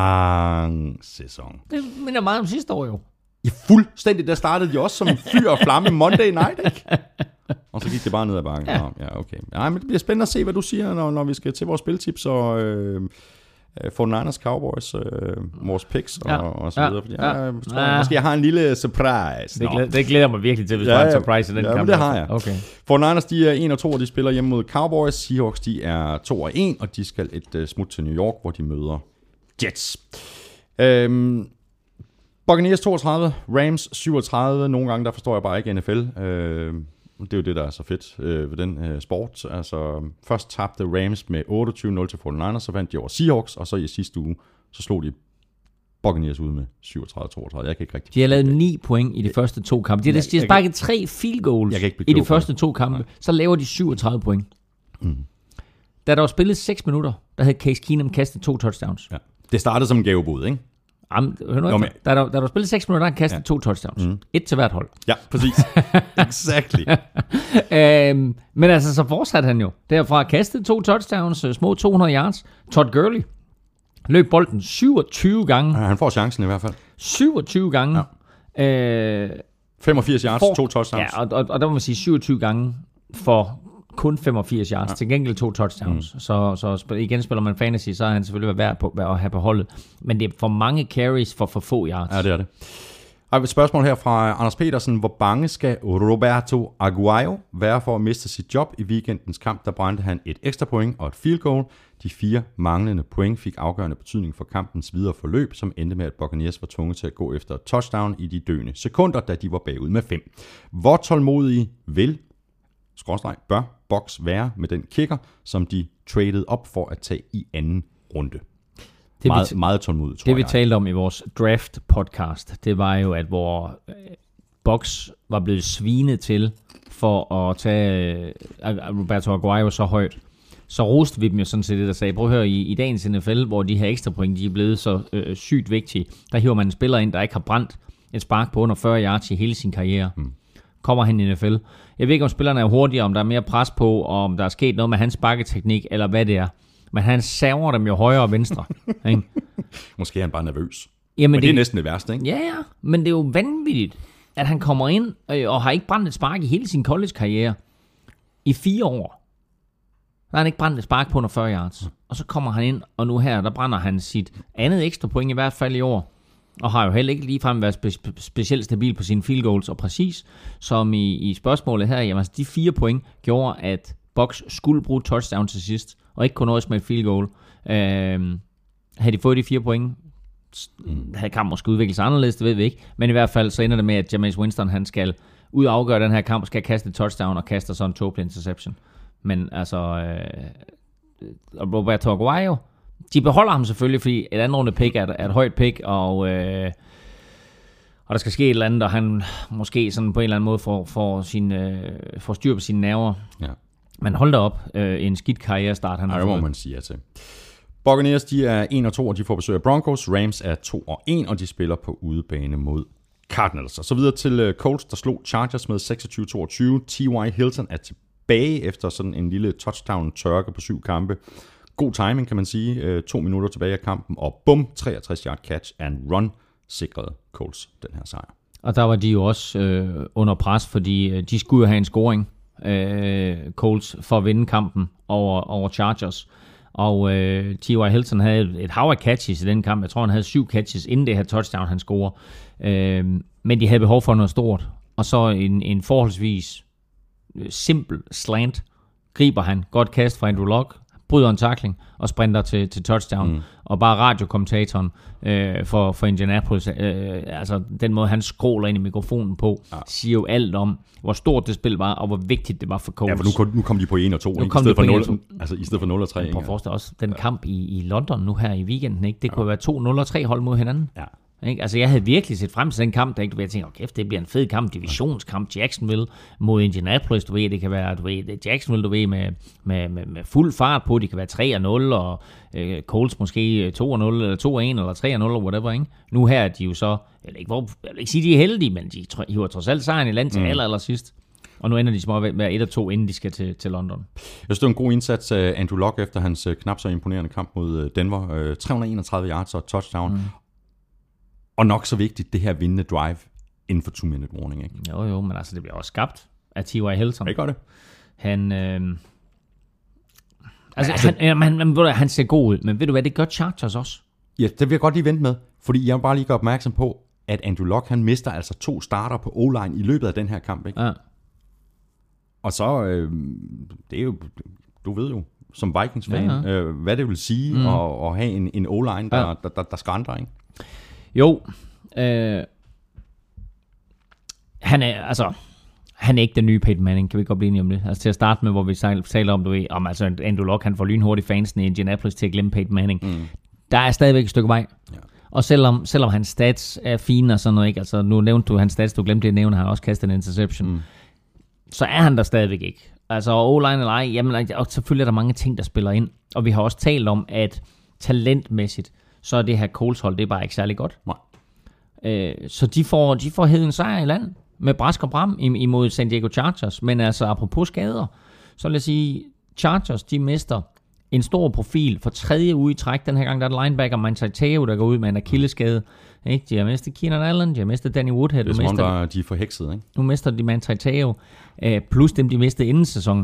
lang sæson. Det minder meget om sidste år jo. I fuldstændig, der startede de også som fyr og flamme Monday night, ikke? Og så gik det bare ned ad bakken. Ja, ja okay. Ja, men det bliver spændende at se, hvad du siger, når, når vi skal til vores spiltips og øh, forty-niners, Cowboys, øh, vores picks og, ja, og så ja, videre. Fordi ja, jeg, jeg tror, ja. måske jeg har en lille surprise. Det glæder, det glæder mig virkelig til, hvis ja, der er en surprise i den ja, kamp. Ja, det har jeg. Okay. forty-niners, de er en og to, og de spiller hjemme mod Cowboys. Seahawks, de er to og en, og de skal et uh, smut til New York, hvor de møder Jets. Øhm, Buccaneers toogtredive, Rams syvogtredive. Nogle gange, der forstår jeg bare ikke N F L. Øh, det er jo det, der er så fedt øh, ved den øh, sport. Altså, først tabte Rams med otteogtyve nul til forty-niners, så vandt de over Seahawks, og så i sidste uge, så slog de Buccaneers ud med syvogtredive toogtredive. Jeg kan ikke rigtig... De har lavet ni point i de første to kampe. De har, de har sparket tre field goals i de første to kampe. Nej. Så laver de syvogtredive point. Mm. Da der var spillet seks minutter, der havde Case Keenum kastet to touchdowns. Ja. Det startede som en gavebod, ikke? Jamen, hør nu efter. Da der, da der var spillet seks minutter, der han kastet ja. to touchdowns. Mm. Et til hvert hold. Ja, præcis. Exactly. øhm, men altså, så fortsatte han jo. Derfra kastet to touchdowns, små to hundrede yards. Todd Gurley løb bolden syvogtyve gange. Ja, han får chancen i hvert fald. syvogtyve gange. Ja. Øh, femogfirs yards, for, to touchdowns. Ja, og, og, og der må man sige syvogtyve gange for kun femogfirs yards. Ja. Til gengæld to touchdowns. Mm. Så, så igen spiller man fantasy, så er han selvfølgelig værd på at have på holdet. Men det er for mange carries for for få yards. Ja, det er det. Jeg har et spørgsmål her fra Anders Petersen. Hvor bange skal Roberto Aguayo være for at miste sit job i weekendens kamp? Der brændte han et ekstra point og et field goal. De fire manglende point fik afgørende betydning for kampens videre forløb, som endte med, at Buccaneers var tvunget til at gå efter et touchdown i de døende sekunder, da de var bagud med fem. Hvor tålmodige vil, skråstreg, bør Bucs være med den kicker, som de traded op for at tage i anden runde? Det meget, vi, meget tålmodigt, tror Det jeg. vi talte om i vores draft podcast, det var jo, at hvor Bucs var blevet svinet til for at tage Roberto Aguayo så højt, så roste vi dem jo sådan set det, der sagde, prøv at høre, i, i dagens N F L, hvor de her ekstra point, de er blevet så øh, sygt vigtige, der hiver man en spiller ind, der ikke har brændt et spark på under fyrre yards i hele sin karriere. Hmm. Kommer han i N F L. Jeg ved ikke, om spillerne er hurtigere, om der er mere pres på, og om der er sket noget med hans sparketeknik, eller hvad det er. Men han saver dem jo højre og venstre. Ikke? Måske er han bare nervøs. Jamen, men det, det er næsten det værste, ikke? Ja, ja. Men det er jo vanvittigt, at han kommer ind øh, og har ikke brændt et spark i hele sin college-karriere. I fire år. Der har han ikke brændt et spark på under fyrre yards. Og så kommer han ind, og nu her, der brænder han sit andet ekstra point i hvert fald i år. Og har jo heller ikke ligefrem været spe- specielt stabil på sine field goals. Og præcis som i, i spørgsmålet her, jamen altså de fire point gjorde, at Bucs skulle bruge touchdown til sidst, og ikke kun nøjes med et field goal. Øh, havde de fået de fire point, havde kampen måske udviklet sig anderledes, det ved vi ikke. Men i hvert fald så ender det med, at Jameis Winston, han skal ud og afgøre den her kamp, skal kaste et touchdown og kaster så en tåbelig interception. Men altså, øh, Roberto Aguayo, de beholder ham selvfølgelig, fordi et andet runde pick er, er et højt pick, og øh, og der skal ske et eller andet, og han måske sådan på en eller anden måde får, får, sin, øh, får styr på sine nerver. Ja. Men hold da op, øh, en skidt karrierestart, han har fået. Det må fået. man sige ja til. Buccaneers, de er en og to, og de får besøg af Broncos. Rams er to og en, og de spiller på udebane mod Cardinals. Og så videre til Colts, der slog Chargers med seksogtyve toogtyve. T Y. Hilton er tilbage efter sådan en lille touchdown-tørke på syv kampe. God timing, kan man sige. To minutter tilbage af kampen, og bum, treogtres yard catch and run sikrede Colts den her sejr. Og der var de jo også øh, under pres, fordi de skulle jo have en scoring, øh, Colts, for at vinde kampen over, over Chargers. Og øh, T Y. Hilton havde et hav af catches i den kamp. Jeg tror, han havde syv catches inden det her touchdown, han scorer. Øh, men de havde behov for noget stort. Og så en, en forholdsvis simpel slant griber han. Godt kast fra Andrew Luck. Bryder en tackling og sprinter til, til touchdown. Mm. Og bare radiokommentatoren øh, for, for Indianapolis, øh, altså den måde, han skråler ind i mikrofonen på, ja. siger jo alt om, hvor stort det spil var, og hvor vigtigt det var for Colts. Ja, for nu kom, nu kom de på en og to, nu ikke? I stedet for nul, altså i stedet for nul og tre. Prøv at forestille også den kamp i, i London nu her i weekenden, ikke? Det kunne ja. være to nul og tre hold mod hinanden. Ja. Ikke? Altså jeg havde virkelig set frem til den kamp, der ikke, du ved, jeg tænkte, okay, det bliver en fed kamp, divisionskamp, Jacksonville mod Indianapolis, du ved, det kan være, du ved, Jacksonville, du ved, med, med, med, med fuld fart på, det kan være tre og nul, og øh, Colts måske to og nul, eller to og en, eller tre og nul, eller whatever, ikke? Nu her er de jo så, jeg vil ikke, hvor, jeg vil ikke sige, de er heldige, men de hiver trods alt sejren i land til mm. aller, aller sidst. Og nu ender de små med et og to, inden de skal til, til London. Jeg synes, det var en god indsats af Andrew Luck efter hans knap så imponerende kamp mod Denver. tre hundrede og enogtredive yards og touchdown. Mm. Og nok så vigtigt, det her vindende drive inden for two-minute warning, ikke? Jo, jo, men altså, det bliver også skabt af T Y. Hilton. Det gør det. Han, øh... altså, altså han, han, han, han ser god ud, men ved du hvad, det gør Chargers også. Ja, det vil jeg godt lige vente med, fordi jeg vil bare lige gøre opmærksom på, at Andrew Luck, han mister altså to starter på O-line i løbet af den her kamp, ikke? Ja. Og så, øh, det er jo, du ved jo, som Vikings-fan, ja, ja. Øh, hvad det vil sige mm. at, at have en, en O-line, der, ja. der, der, der skrænder, ikke? Jo, øh, han er altså han er ikke den nye Peyton Manning, kan vi godt blive enige om det. Altså til at starte med, hvor vi taler om, du ved, om altså Andrew Luck, han får lynhurtigt fansen i Indianapolis til at glemme Peyton Manning. Mm. Der er stadigvæk et stykke vej. Ja. Og selvom, selvom hans stats er fine og sådan noget, ikke? Altså nu nævnte du hans stats, du glemte det at nævne, han har også kastet en interception. Mm. Så er han der stadigvæk ikke. Altså O-line eller ej, jamen og selvfølgelig er der mange ting, der spiller ind. Og vi har også talt om, at talentmæssigt, så er det her Colts hold, det er bare ikke særlig godt. Nej. Øh, så de får, de får heden sejr i land med brask og bram imod San Diego Chargers. Men altså apropos skader, så vil jeg sige, Chargers, de mister en stor profil for tredje uge i træk. Den her gang der er linebacker Manti Te'o, der går ud med en akilleskade. Ikke? De har mistet Keenan Allen, de har mistet Danny Woodhead. Det er som om, de er forhekset, ikke? Nu mister de Manti Te'o, øh, plus dem, de mistede inden sæsonen.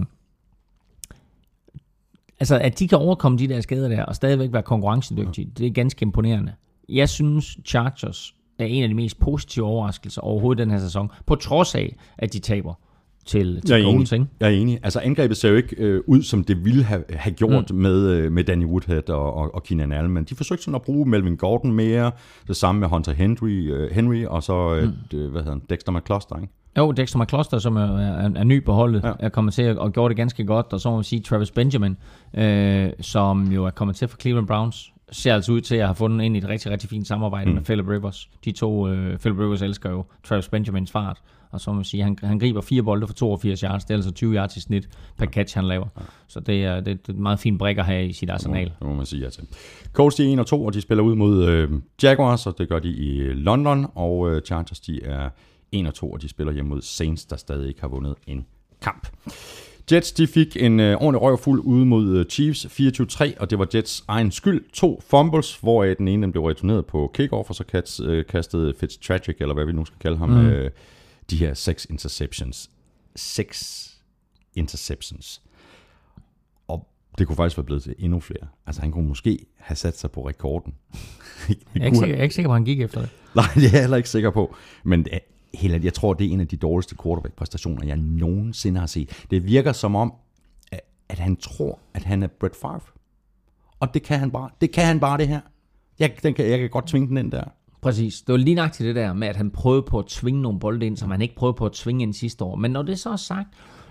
Altså, at de kan overkomme de der skader der, og stadigvæk være konkurrencedygtige, det er ganske imponerende. Jeg synes, Chargers er en af de mest positive overraskelser overhovedet den her sæson, på trods af, at de taber til, til Colts, ikke? Jeg er enig. Altså, angrebet ser jo ikke øh, ud, som det ville have, have gjort mm. med, øh, med Danny Woodhead og, og, og Keenan Allen, men de forsøgte sådan at bruge Melvin Gordon mere, det samme med Hunter Henry, øh, Henry og så, øh, mm. hvad hedder han, Dexter McCluster, ikke? Jo, Dexter McCluster, som er, er, er ny på holdet, ja. er kommet til at og gjorde det ganske godt, og så må vi sige Travis Benjamin, øh, som jo er kommet til for Cleveland Browns, ser altså ud til at have fundet ind i et rigtig, rigtig fint samarbejde mm. med Philip Rivers. De to, øh, Philip Rivers elsker jo Travis Benjamins fart, og så må vi sige, han, han griber fire bolde for toogfirs yards, det er altså tyve yards i snit per catch, han laver. Ja. Så det er, det er et meget fint brik at have i sit arsenal. Det må man sige ja til. Colts, de er en og to, og de spiller ud mod øh, Jaguars, og det gør de i London, og øh, Chargers, de er en og to, og de spiller hjemme mod Saints, der stadig ikke har vundet en kamp. Jets, de fik en øh, ordentlig røvfuld ude mod øh, Chiefs, fireogtyve tre, og det var Jets egen skyld. To fumbles, hvor den ene den blev returneret på kickoff, og så kast, øh, kastede Fitztragic, eller hvad vi nu skal kalde ham, mm. øh, de her seks interceptions. Seks interceptions. Og det kunne faktisk være blevet til endnu flere. Altså, han kunne måske have sat sig på rekorden. jeg, er ikke sikker, jeg er ikke sikker på, at han gik efter det. Nej, det er jeg heller ikke sikker på. Men det, helt, jeg tror, det er en af de dårligste quarterback-præstationer, jeg nogensinde har set. Det virker som om, at, at han tror, at han er Brett Favre. Og det kan han bare. Det kan han bare, det her. Jeg, den kan, jeg kan godt tvinge den ind der. Præcis. Det var lige nøjagtigt det der med, at han prøvede på at tvinge nogle bolde ind, som han ikke prøvede på at tvinge ind sidste år. Men når det så er sagt,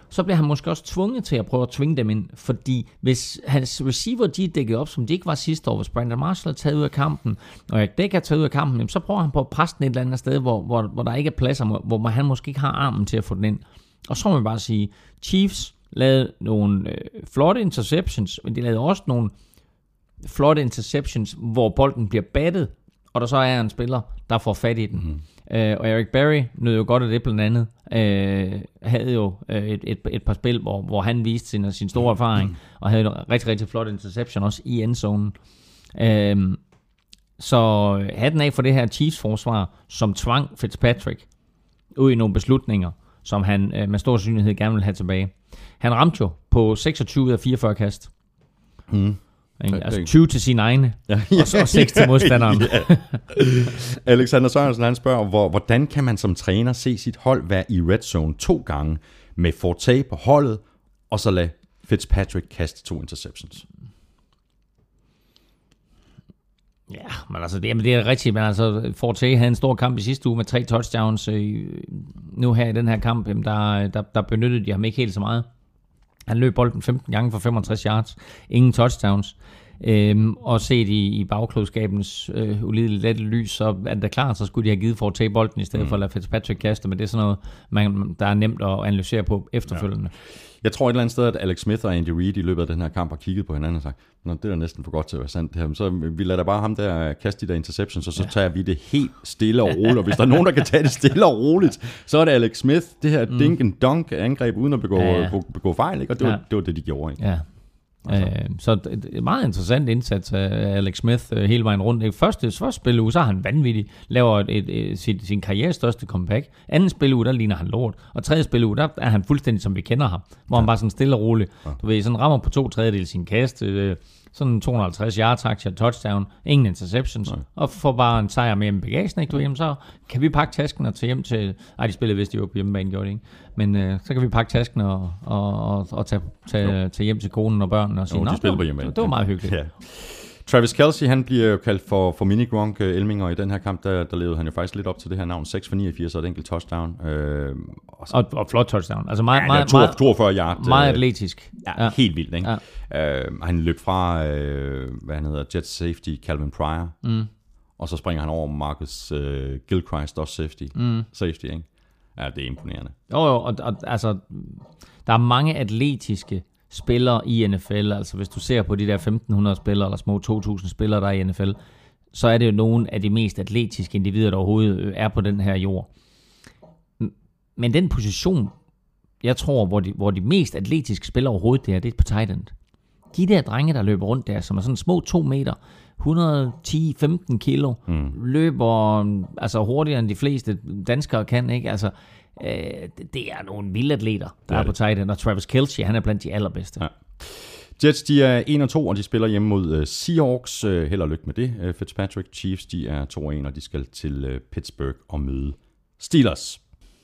så bliver han måske også tvunget til at prøve at tvinge dem ind, fordi hvis hans receiver, de er dækket op, som de ikke var sidste år, hvis Brandon Marshall er taget ud af kampen, og Eric Decker er taget ud af kampen, så prøver han på at presse den et eller andet sted, hvor, hvor, hvor der ikke er plads, hvor han måske ikke har armen til at få den ind. Og så må man bare sige, Chiefs lavede nogle øh, flotte interceptions, men de lavede også nogle flotte interceptions, hvor bolden bliver battet, og der så er en spiller, der får fat i den. Mm. Uh, og Eric Berry nød jo godt af det blandt andet. Uh, havde jo uh, et, et, et par spil, hvor, hvor han viste sin, sin store erfaring, mm. og havde en rigtig, rigtig flot interception også i endzonen. Uh, så hatten af for det her Chiefs-forsvar, som tvang Fitzpatrick ud i nogle beslutninger, som han uh, med stor synlighed gerne vil have tilbage. Han ramte jo på seksogtyve ud af fireogfyrre kast. Mm. Altså tyve til sine egne, ja, ja, og så seks til modstanderen. Ja. Alexander Sørensen, han spørger, hvor, hvordan kan man som træner se sit hold være i red zone to gange, med Forte på holdet, og så lade Fitzpatrick kaste to interceptions? Ja, men altså, det, det er rigtigt, men altså, Forte havde en stor kamp i sidste uge med tre touchdowns. Nu her i den her kamp, der, der, der benyttede de ham ikke helt så meget. Han løb bolden femten gange for femogtres yards. Ingen touchdowns. Øhm, og set i, i bagklodskabens øh, ulideligt lette lys, så er det klart, så skulle de have givet for at tage bolden, i stedet mm. for at lade Fitzpatrick kaste, men det er sådan noget, man, der er nemt at analysere på efterfølgende. Ja. Jeg tror et eller andet sted, at Alex Smith og Andy Reid i løbet af den her kamp har kigget på hinanden og sagt, nå, det er næsten for godt til at være sandt det her, så vi lader da bare ham der kaste de der interceptions, og så ja. tager vi det helt stille og roligt, og hvis der er nogen, der kan tage det stille og roligt, så er det Alex Smith, det her mm. dink and dunk angreb uden at begå, ja, ja. begå fejl, ikke? Og det var, ja. det var det, de gjorde, ikke? Ja. Altså. Øh, så et meget interessant indsats af Alex Smith øh, hele vejen rundt. I første, første spilleuge, så har han vanvittigt, laver et, et, et, sin, sin karrieres største comeback. Anden spilleuge, der ligner han lort. Og tredje spilleuge, der er han fuldstændig som vi kender ham, hvor ja. han bare sådan stille og roligt, ja. du ved, sådan rammer på to tredjedel sin kast, øh, sådan to hundrede og halvtreds yards, aktier, touchdown, ingen interceptions, ja. og får bare en sejr med hjemme i bagagen, ikke? Du, jamen, så kan vi pakke tasken og tage hjem til, ej, de spillede vist, de var på hjemmebane, gjorde det ikke? Men øh, så kan vi pakke tasken og, og, og, og tage, tage, tage hjem til konen og børnene og sige, jo, de spiller på hjemmebane. Det, det var meget hyggeligt. Ja. Travis Kelce, han bliver jo kaldt for, for mini-Gronk Elminger i den her kamp, der, der levede han jo faktisk lidt op til det her navn, seks for niogfirs og et enkelt touchdown. Øh, og, og, og flot touchdown, altså meget, ja, meget, meget, toogfyrre yard. Meget atletisk. Ja, ja. Helt vildt, ikke? Ja. Øh, han løb fra, øh, hvad han hedder, Jet Safety, Calvin Pryor, mm. og så springer han over Marcus øh, Gilchrist, også safety, mm. safety, ikke? Ja, det er imponerende. Jo, jo, og, og altså, der er mange atletiske spillere i N F L, altså hvis du ser på de der femten hundrede spillere, eller små to tusind spillere, der er i N F L, så er det jo nogle af de mest atletiske individer, der overhovedet er på den her jord. Men den position, jeg tror, hvor de, hvor de mest atletiske spillere overhovedet det er, det er på tight end. De der drenge, der løber rundt der, som er sådan små to meter, et hundrede og ti til femten kilo, mm. løber altså hurtigere end de fleste danskere kan, ikke? Altså, øh, det er nogle vilde atleter, der er, er på tight end, og Travis Kelce, han er blandt de allerbedste. Ja. Jets, de er en og to, og de spiller hjemme mod uh, Seahawks. Uh, held og lykke med det. Uh, Fitzpatrick, Chiefs, de er to og en, og de skal til uh, Pittsburgh og møde Steelers.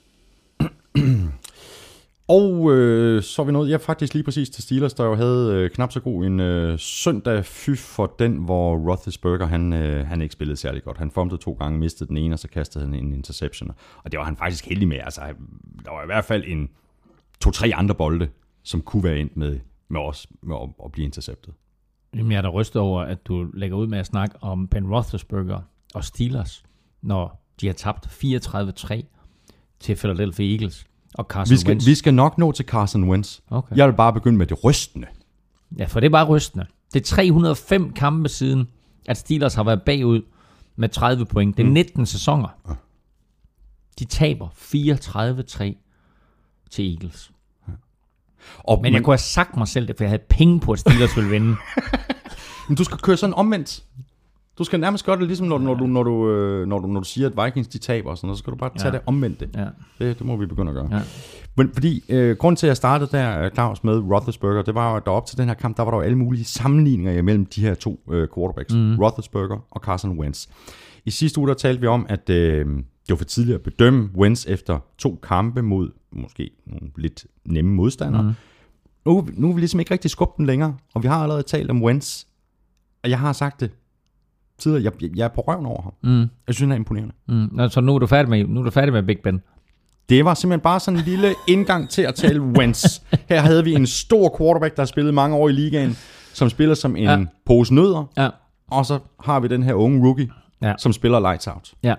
Og øh, så er vi nået, ja, faktisk lige præcis til Steelers, der jo havde øh, knap så god en øh, søndag fy for den, hvor Roethlisberger, han, øh, han ikke spillede særlig godt. Han fumblede to gange, mistede den ene, og så kastede han en interception. Og det var han faktisk heldig med. Altså, der var i hvert fald en to-tre andre bolde, som kunne være endt med, med os med at, at blive interceptet. Jamen, jeg er da rystet over, at du lægger ud med at snakke om Ben Roethlisberger og Steelers, når de har tabt fireogtredive tre til Philadelphia Eagles. Og vi, skal, vi skal nok nå til Carson Wentz. Okay. Jeg vil bare begynde med det rystende. Ja, for det er bare rystende. Det er tre hundrede og fem kampe siden, at Steelers har været bagud med tredive point. Det er nitten mm. sæsoner. Ja. De taber fireogtredive tre til Eagles. Ja. Og men, men jeg kunne have sagt mig selv det, for jeg havde penge på, at Steelers ville vinde. Men du skal køre sådan omvendt. Du skal nærmest gøre det ligesom, når, når, du, når, du, når, du, når du siger, at Vikings de taber og sådan noget, så skal du bare tage ja. det omvendt det. Ja. det. Det må vi begynde at gøre. Ja. Men fordi, øh, grunden til, at jeg startede der, Claus, med Roethlisberger, det var jo, at der op til den her kamp, der var der jo alle mulige sammenligninger mellem de her to øh, quarterbacks, mm. Roethlisberger og Carson Wentz. I sidste uge, der talte vi om, at øh, det var for tidligt at bedømme Wentz efter to kampe mod måske nogle lidt nemme modstandere. Mm. Nu, nu er vi ligesom ikke rigtig skubbe den længere, og vi har allerede talt om Wentz, og jeg har sagt det. Jeg, jeg er på røven over ham. Mm. Jeg synes, han er imponerende. Mm. Så nu er du færdig med, nu er du færdig med Big Ben. Det var simpelthen bare sådan en lille indgang til at tale Wentz. Her havde vi en stor quarterback, der har spillet mange år i ligaen, som spiller som en ja. pose nødder. Ja. Og så har vi den her unge rookie, ja. som spiller lights out. Ja.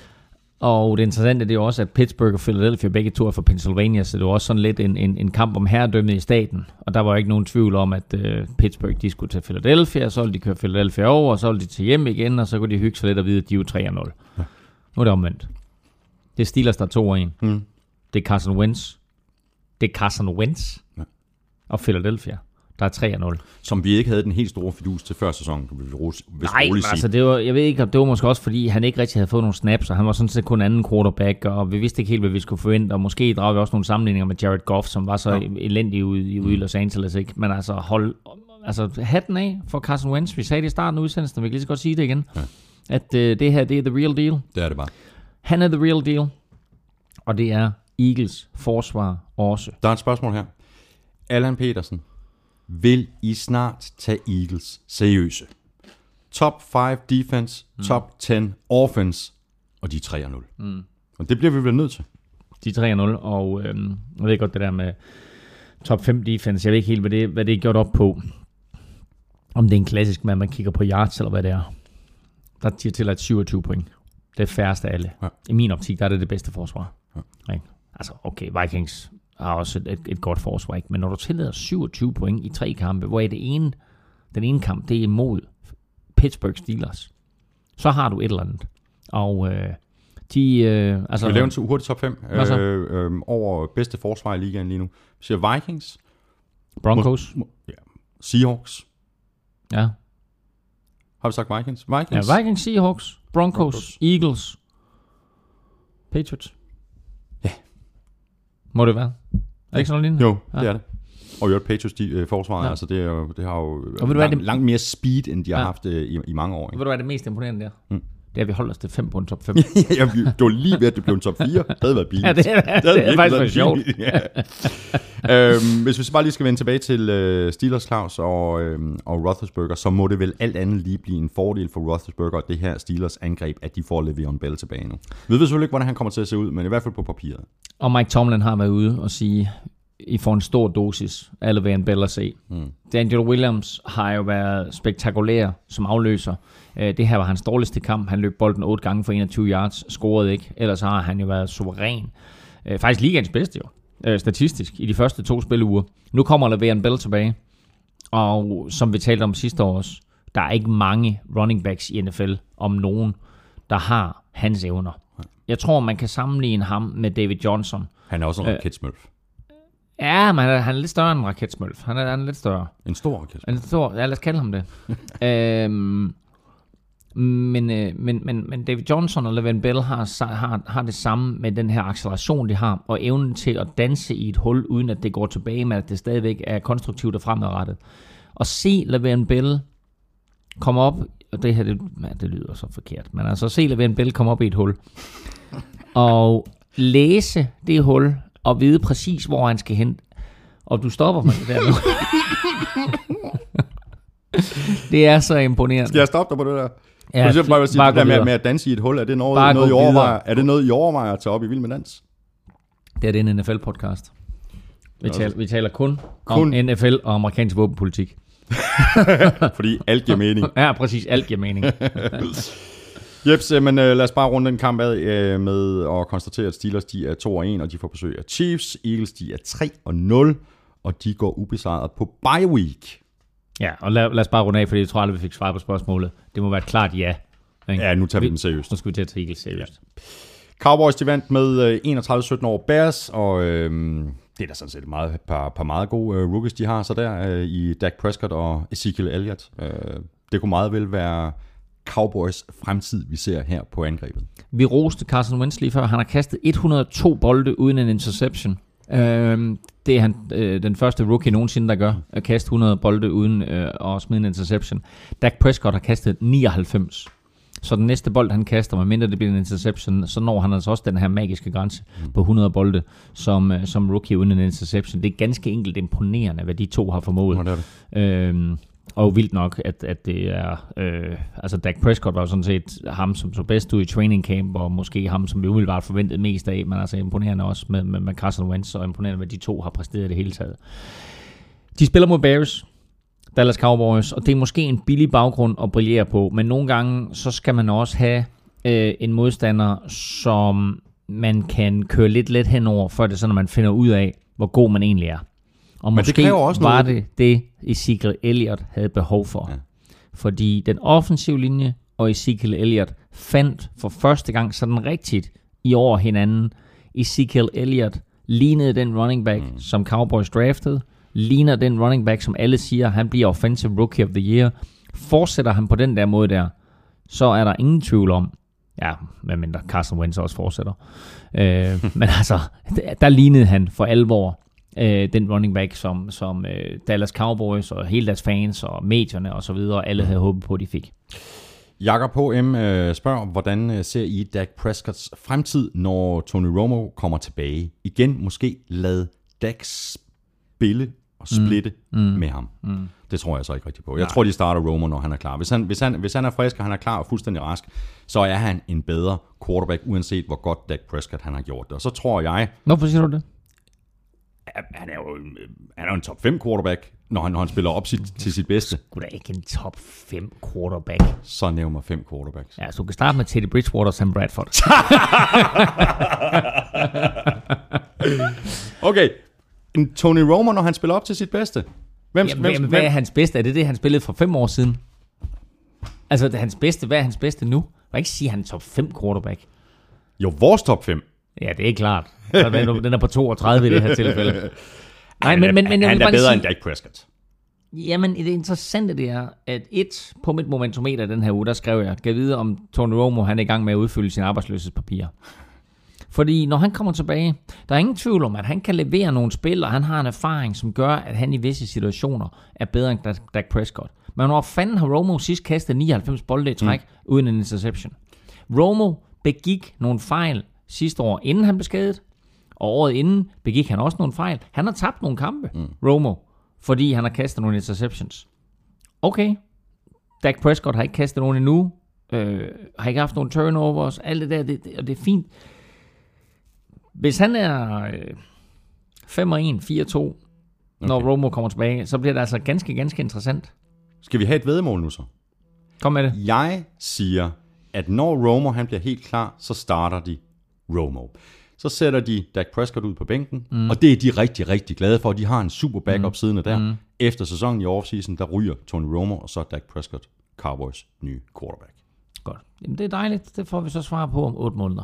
Og det interessante det er jo også, at Pittsburgh og Philadelphia begge to er fra Pennsylvania, så det var også sådan lidt en, en, en kamp om herredømmet i staten. Og der var ikke nogen tvivl om, at uh, Pittsburgh de skulle til Philadelphia, så ville de køre Philadelphia over, og så ville de til hjem igen, og så kunne de hygge sig lidt og vide, at de er tre nul. Ja. Nu er det omvendt. Det er Steelers, der er to en. Mm. Det er Carson Wentz. Det er Carson Wentz. Ja. Og Philadelphia, der er tre nul. Som vi ikke havde den helt store fidus til før sæsonen, kan vi roligt sige. Nej, altså det var, jeg ved ikke, det var måske også, fordi han ikke rigtig havde fået nogle snaps, og han var sådan set kun anden quarterback, og vi vidste ikke helt, hvad vi skulle forvente, og måske drager vi også nogle sammenligninger med Jared Goff, som var så ja. elendig ude i, ude i Los Angeles, ikke? Men altså, hold, altså hatten af for Carson Wentz. Vi sagde det i starten af udsendelsen, og vi kan lige så godt sige det igen, ja. at uh, det her, det er the real deal. Det er det bare. Han er the real deal, og det er Eagles forsvar også. Der er et spørgsmål her. Allan Petersen, vil I snart tage Eagles seriøse? Top fem defense, mm. top ti offense, og de er tre nul. Mm. Og det bliver vi vel nødt til. De er tre nul, og øhm, jeg ved godt det der med top fem defense, jeg ved ikke helt, hvad det, hvad det er gjort op på. Om det er en klassisk, man man kigger på yards, eller hvad det er. Der er til at syvogtyve point. Det er færreste af alle. Ja. I min optik, der er det det bedste forsvar. Ja. Altså, okay, Vikings har også et, et, et godt forsvar, ikke? Men når du tillader syvogtyve point i tre kampe, hvor er det ene, den ene kamp, det er imod Pittsburgh Steelers, så har du et eller andet. Og øh, de... Øh, altså, vi laver en hurtig top fem øh, øh, over bedste forsvar i ligaen lige nu. Vi siger Vikings. Broncos. Må, ja. Seahawks. Ja. Har vi sagt Vikings? Vikings, ja, Vikings, Seahawks, Broncos, Broncos, Eagles, Patriots. Ja. Må det være? Er det ikke sådan noget lignende? Jo, ja. Det er det. Og i øvrigt Patriots de, øh, forsvaret, ja. altså det, er jo, det har jo lang, det... langt mere speed, end de har ja. haft øh, i, i mange år. Ikke? Ved du hvad det mest imponerende der? Mm. Det er, at vi holder os til fem på en top fem. ja, det var lige ved, at det blev en top fire. Det havde været billigt. Ja, det er, det er, det er faktisk for sjovt. ja. øhm, hvis vi så bare lige skal vende tilbage til øh, Steelers, Claus og, øh, og Roethlisberger, så må det vel alt andet lige blive en fordel for Roethlisberger, at det her Steelers angreb, at de får Le'Veon Bell tilbage nu. Vi ved selvfølgelig ikke, hvordan han kommer til at se ud, men i hvert fald på papiret. Og Mike Tomlin har været ude og sige, I får en stor dosis af Le'Veon Bell at se. Mm. Daniel Williams har jo været spektakulær som afløser. Det her var hans dårligste kamp. Han løb bolden otte gange for enogtyve yards, scorede ikke. Ellers har han jo været suveræn. Faktisk ligaens bedste jo, statistisk, i de første to spiluger. Nu kommer Le'Veon Bell tilbage. Og som vi talte om sidste år også, der er ikke mange running backs i N F L, om nogen, der har hans evner. Jeg tror, man kan sammenligne ham med David Johnson. Han er også en øh, raketsmølf. Ja, men han er lidt større end en raketsmølf. Han er, han er lidt større. En stor raketsmølf. En stor, ja, lad os kalde ham det. øhm, men, øh, men, men, men David Johnson og Le'Veon Bell har, har, har det samme med den her acceleration, de har, og evnen til at danse i et hul, uden at det går tilbage, men at det stadigvæk er konstruktivt og fremadrettet. Og se Le'Veon Bell komme op, og det her, det, ja, det lyder så forkert, men altså se Le'Veon Bell komme op i et hul, og læse det hul, og vide præcis, hvor han skal hen. Og du stopper mig der nu. Det er så imponerende. Skal jeg stoppe dig på det der? Ja, du siger bare, sige, det der med, med at danse i et hul, er det noget, noget I overvejer, er det noget, I overvejer at tage op i Vild med Dans? Det er det en N F L-podcast. Vi taler, vi taler kun, kun om N F L og amerikansk våbenpolitik. Fordi alt giver mening. Ja, præcis. Alt giver mening. Jeps, men øh, lad os bare runde den kamp af øh, med at konstatere, at Steelers de er to og en, og de får besøg af Chiefs. Eagles de er tre og nul, og de går ubesejret på bye week. Ja, og lad, lad os bare runde af, fordi jeg tror aldrig, vi fik svar på spørgsmålet. Det må være et klart ja. Ikke? Ja, nu tager vi, vi den seriøst. Nu skal vi til at tage Eagles seriøst. Ja. Cowboys de vandt med enogtredive sytten over Bears, og øh, det er da sådan set meget, et par, par meget gode øh, rookies, de har så der øh, i Dak Prescott og Ezekiel Elliott. Øh, det kunne meget vel være Cowboys fremtid, vi ser her på angrebet. Vi roste Carson Wentz lige før. Han har kastet et hundrede og to bolde uden en interception. Øh, det er han, øh, den første rookie nogensinde, der gør, at kaste hundrede bolde uden øh, at smide en interception. Dak Prescott har kastet nioghalvfems. Så den næste bold, han kaster, medmindre det bliver en interception, så når han altså også den her magiske grænse på hundrede bolde som, som rookie uden en interception. Det er ganske enkelt imponerende, hvad de to har formået. Ja, det er det. Øhm, Og vildt nok, at, at det er... Øh, altså, Dak Prescott var jo sådan set ham, som så bedst ud i training camp, og måske ham, som vi umiddelbart forventede mest af, men altså imponerende også med, med, med Carson Wentz, og imponerende, hvad de to har præsteret i det hele taget. De spiller mod Bears, Dallas Cowboys, og det er måske en billig baggrund at brillere på, men nogle gange, så skal man også have øh, en modstander, som man kan køre lidt let henover, før det er sådan, at man finder ud af, hvor god man egentlig er. Og men måske det også var noget... det det, Ezekiel Elliott havde behov for. Ja. Fordi den offensive linje og Ezekiel Elliott fandt for første gang sådan rigtigt i år hinanden. Ezekiel Elliott lignede den running back, mm. som Cowboys draftede. Ligner den running back, som alle siger, han bliver offensive rookie of the year. Fortsætter han på den der måde der, så er der ingen tvivl om, ja, medmindre Carson Wentz også fortsætter. øh, men altså, der, der lignede han for alvor øh, den running back, som, som øh, Dallas Cowboys og hele deres fans og medierne og så videre, alle havde håbet på, at de fik. Jakob H M øh, spørger, hvordan øh, ser I Dak Prescotts fremtid, når Tony Romo kommer tilbage? Igen måske lad Dak spille og splitte mm. Mm. med ham. Mm. Det tror jeg så ikke rigtig på. Jeg Nej. tror, de starter Romo, når han er klar. Hvis han, hvis, han, hvis han er frisk, og han er klar og fuldstændig rask, så er han en bedre quarterback, uanset hvor godt Dak Prescott han har gjort det. Og så tror jeg... Hvorfor siger du det? Han er jo han er jo en top fem quarterback, når han, når han spiller op sit, til sit bedste. Sgu da ikke en top fem quarterback. Så nævn mig fem quarterbacks. Ja, så du kan starte med Teddy Bridgewater og Sam Bradford. Okay. En Tony Romo, når han spiller op til sit bedste. Hvem, Jamen, hvem, hvem, hvem? hvad er hans bedste? Er det det, han spillede for fem år siden? Altså, det er hans bedste. Hvad er hans bedste nu? Jeg kan ikke sige, at han er top fem quarterback. Jo, vores top fem. Ja, det er klart. Den er på toogtredive i det her tilfælde. Nej, men, men, men, han er bedre sige, end Dak Prescott. Jamen, det interessante det er, at et på mit momentometer den her uge, der skrev jeg, kan vide om Tony Romo, han er i gang med at udfylde sine arbejdsløshedspapirer. Fordi når han kommer tilbage, der er ingen tvivl om, at han kan levere nogle spil, og han har en erfaring, som gør, at han i visse situationer er bedre end Dak Prescott. Men når fanden har Romo sidst kastet nioghalvfems bolde i træk mm. uden en interception? Romo begik nogle fejl sidste år, inden han blev skadet, og året inden begik han også nogle fejl. Han har tabt nogle kampe, mm. Romo, fordi han har kastet nogle interceptions. Okay, Dak Prescott har ikke kastet nogen endnu, øh, har ikke haft nogle turnovers, alt det der, det, det, og det er fint. Hvis han er øh, fem og en, fire og to, okay. når Romo kommer tilbage, så bliver det altså ganske, ganske interessant. Skal vi have et væddemål nu så? Kom med det. Jeg siger, at når Romo han bliver helt klar, så starter de Romo. Så sætter de Dak Prescott ud på bænken, mm. og det er de rigtig, rigtig glade for. De har en super backup mm. siddende der. Mm. Efter sæsonen i offseason, der ryger Tony Romo, og så Dak Prescott, Cowboys nye quarterback. Godt. Jamen, det er dejligt. Det får vi så svar på om otte måneder.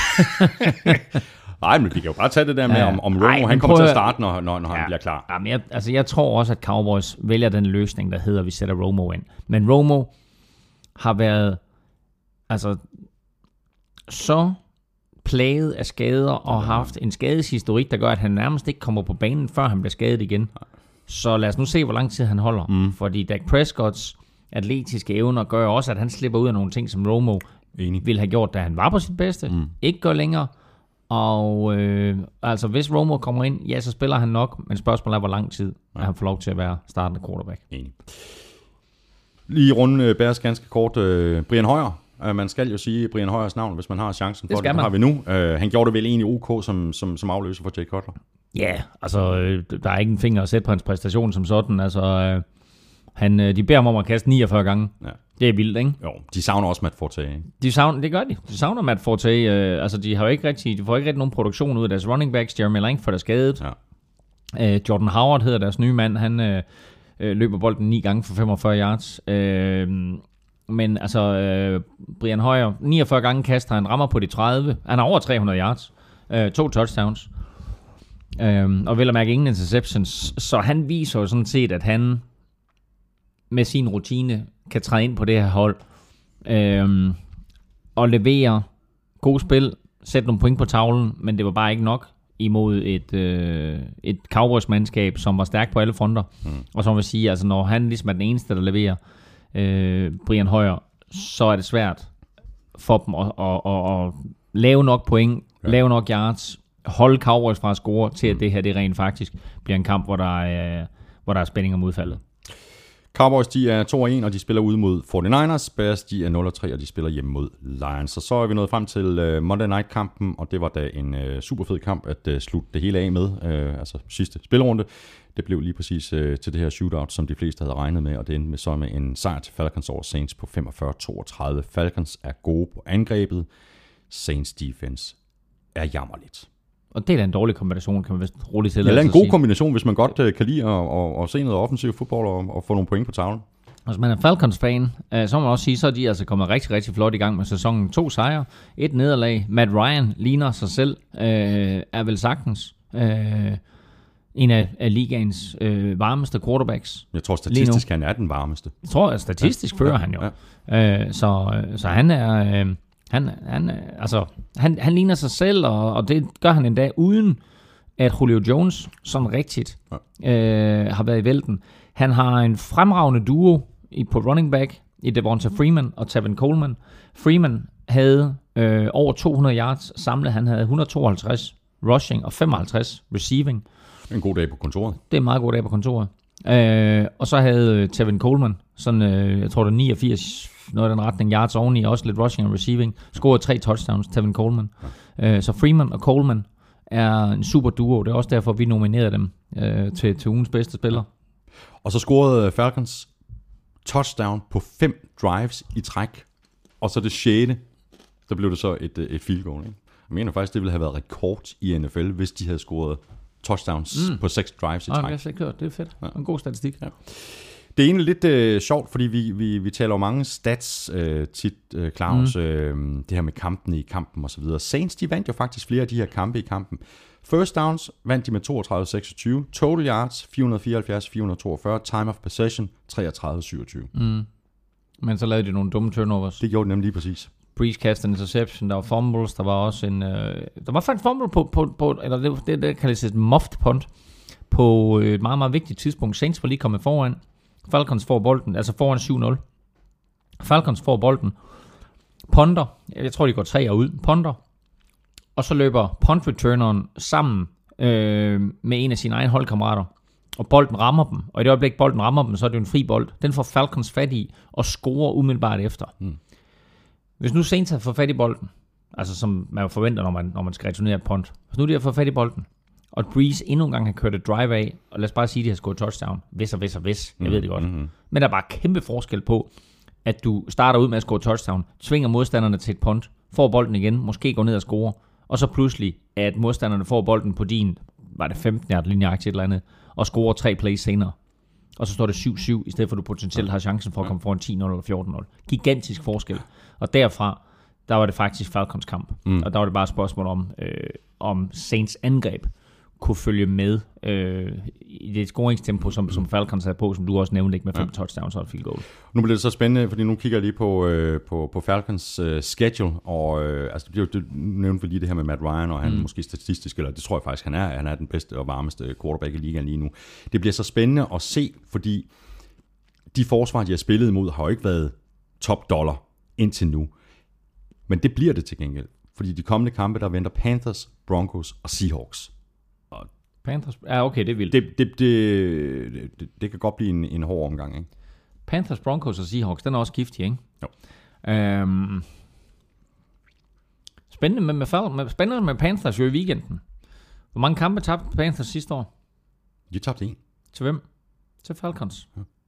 Nej, men vi kan jo bare tage det der med, ja. om, om Romo Ej, han kommer til at starte, når, når, når ja. han bliver klar. Jamen, jeg, altså, jeg tror også, at Cowboys vælger den løsning, der hedder, at vi sætter Romo ind. Men Romo har været altså så plaget af skader og har haft en skadeshistorik, der gør, at han nærmest ikke kommer på banen, før han bliver skadet igen. Så lad os nu se, hvor lang tid han holder. Mm. Fordi Dak Prescotts atletiske evner gør også, at han slipper ud af nogle ting, som Romo Enig. ville have gjort, da han var på sit bedste. Mm. Ikke gør længere. Og øh, altså, hvis Romo kommer ind, ja, så spiller han nok, men spørgsmålet er, hvor lang tid ja. han får lov til at være startende quarterback. Enig. Lige runde uh, Bærs ganske kort. Uh, Brian Hoyer. Uh, man skal jo sige Brian Hoyers navn, hvis man har chancen for det. Det, det har vi nu. Uh, han gjorde det vel egentlig OK som, som, som afløser for Jay Cutler. Ja, yeah, altså, øh, der er ikke en finger at sætte på hans præstation som sådan. Altså, øh, han, øh, de beder ham om at kaste niogfyrre gange. Ja. Det er vildt, ikke? Jo, de savner også Matt Forte, ikke? De savner, det gør de. De savner Matt Forte. Øh, altså, de har jo ikke rigtig, de får ikke rigtig nogen produktion ud af deres running backs. Jeremy Langford er skadet. Ja. Øh, Jordan Howard hedder deres nye mand. Han øh, øh, løber bolden ni gange for femogfyrre yards. Øh, men altså, øh, Brian Hoyer, niogfyrre gange kaster han, rammer på de tredive. Han har over tre hundrede yards. Øh, to touchdowns. Øh, og vel at mærke ingen interceptions. Så han viser jo sådan set, at han med sin rutine kan træde ind på det her hold øhm, og levere gode spil, sætte nogle point på tavlen, men det var bare ikke nok imod et, øh, et Cowboys-mandskab, som var stærkt på alle fronter. Mm. Og som vil sige, altså når han ligesom er den eneste, der leverer øh, Brian Hoyer, så er det svært for dem at, at, at, at lave nok point, ja. lave nok yards, holde Cowboys fra at score, til at det her det rent faktisk bliver en kamp, hvor der er, hvor der er spænding om udfaldet. Cowboys, de er to og en, og de spiller ude mod forty-niners. Bears, de er nul og tre, og de spiller hjemme mod Lions. Så så er vi nået frem til uh, Monday Night-kampen, og det var da en uh, super fed kamp at uh, slutte det hele af med. Uh, altså sidste spillerunde. Det blev lige præcis uh, til det her shootout, som de fleste havde regnet med, og det endte med så med en sejr til Falcons over Saints på femogfyrre toogtredive. Falcons er gode på angrebet. Saints defense er jammerligt. Og det er da en dårlig kombination, kan man vist roligt til. Det er en god sige. kombination, hvis man godt uh, kan lide at, at, at se noget offensiv fodbold og, og få nogle point på tavlen. Og hvis man er Falcons-fan, uh, så må man også sige, så er de altså kommet rigtig, rigtig flot i gang med sæsonen. To sejre, et nederlag. Matt Ryan ligner sig selv, uh, er vel sagtens uh, en af, af ligaens uh, varmeste quarterbacks. Jeg tror statistisk, han er den varmeste. Jeg tror, at statistisk ja. fører ja. han jo. Ja. Uh, så, så han er... Uh, Han, han, altså, han, han ligner sig selv, og, og det gør han endda uden, at Julio Jones sådan rigtigt øh, har været i vælten. Han har en fremragende duo i, på running back i Devonta Freeman og Tevin Coleman. Freeman havde øh, over to hundrede yards samlet. Han havde et hundrede og tooghalvtreds rushing og femoghalvtreds receiving. En god dag på kontoret. Det er en meget god dag på kontoret. Øh, og så havde Tevin Coleman sådan, øh, jeg tror det er niogfirs noget af den retning yards oveni, også lidt rushing og receiving. Scorede tre touchdowns, Tevin Coleman. Ja. Øh, så Freeman og Coleman er en super duo. Det er også derfor, vi nominerede dem øh, til, til ugens bedste spiller. Og så scorede Falcons touchdown på fem drives i træk. Og så det sjette, der blev det så et, et field goal. Ikke? Jeg mener faktisk, det ville have været rekord i N F L, hvis de havde scoret touchdowns mm. på seks drives i træk. Ja, det er det er fedt. Ja. En god statistik. Ja. Det er egentlig lidt øh, sjovt, fordi vi, vi, vi taler jo mange stats øh, tit, øh, Claus, mm. øh, det her med kampene i kampen og så videre. Saints, de vandt jo faktisk flere af de her kampe i kampen. First downs vandt de med toogtredive seksogtyve, total yards fire hundrede fireoghalvfjerds fire hundrede toogfyrre, time of possession treogtredive syvogtyve. Mm. Men så lavede de nogle dumme turnovers. Det gjorde de nemlig lige præcis. Breeze kastede en interception, der var fumbles, der var også en... Øh, der var faktisk fumble på, på, på eller det, det, det kaldes et muffed punt, på et meget, meget vigtigt tidspunkt. Saints var lige kommet foran. Falcons får bolden, altså foran syv nul. Falcons får bolden. Punter, jeg tror de går tre og ud. Punter. Og så løber punt returneren sammen øh, med en af sine egne holdkammerater. Og bolden rammer dem. Og i det øjeblik bolden rammer dem, så er det jo en fri bold. Den får Falcons fat i og scorer umiddelbart efter. Mm. Hvis nu Saints har fået fat i bolden, altså som man forventer, når man, når man skal returnere et punt. Hvis nu de har fået fat i bolden, og Breeze endnu en gang har kørt et drive af, og lad os bare sige, at de har scoret touchdown. Hvis og hvis og hvis. Jeg ved det godt. Mm-hmm. Men der er bare kæmpe forskel på, at du starter ud med at score touchdown, tvinger modstanderne til et punt, får bolden igen, måske går ned og scorer, og så pludselig, at modstanderne får bolden på din, var det femten yard linjeaktie et eller andet, og scorer tre plays senere. Og så står det syv syv, i stedet for at du potentielt har chancen for at komme foran ti nul eller fjorten nul. Gigantisk forskel. Og derfra, der var det faktisk Falcons kamp. Mm. Og der var det bare et spørgsmål om, øh, om Saints angreb kunne følge med øh, i det scoringstempo, som, som Falcons havde på, som du også nævnte, ikke, med fem ja. touchdowns og et field goal. Nu bliver det så spændende, fordi nu kigger jeg lige på, øh, på, på Falcons øh, schedule, og øh, altså, det bliver jo nævnt for lige det her med Matt Ryan, og han mm. måske statistisk, eller det tror jeg faktisk, han er, han er den bedste og varmeste quarterback i ligaen lige nu. Det bliver så spændende at se, fordi de forsvar, de har spillet imod, har jo ikke været top dollar indtil nu. Men det bliver det til gengæld, fordi de kommende kampe, der venter Panthers, Broncos og Seahawks. Panthers? Ja, okay, det er vildt. Det, det, det, det, det kan godt blive en, en hård omgang, ikke? Panthers, Broncos og Seahawks, den er også giftig, ikke? Jo. Øhm, spændende, med, med, med, spændende med Panthers jo i weekenden. Hvor mange kampe tabte Panthers sidste år? De tabte en. Til hvem? Til Falcons.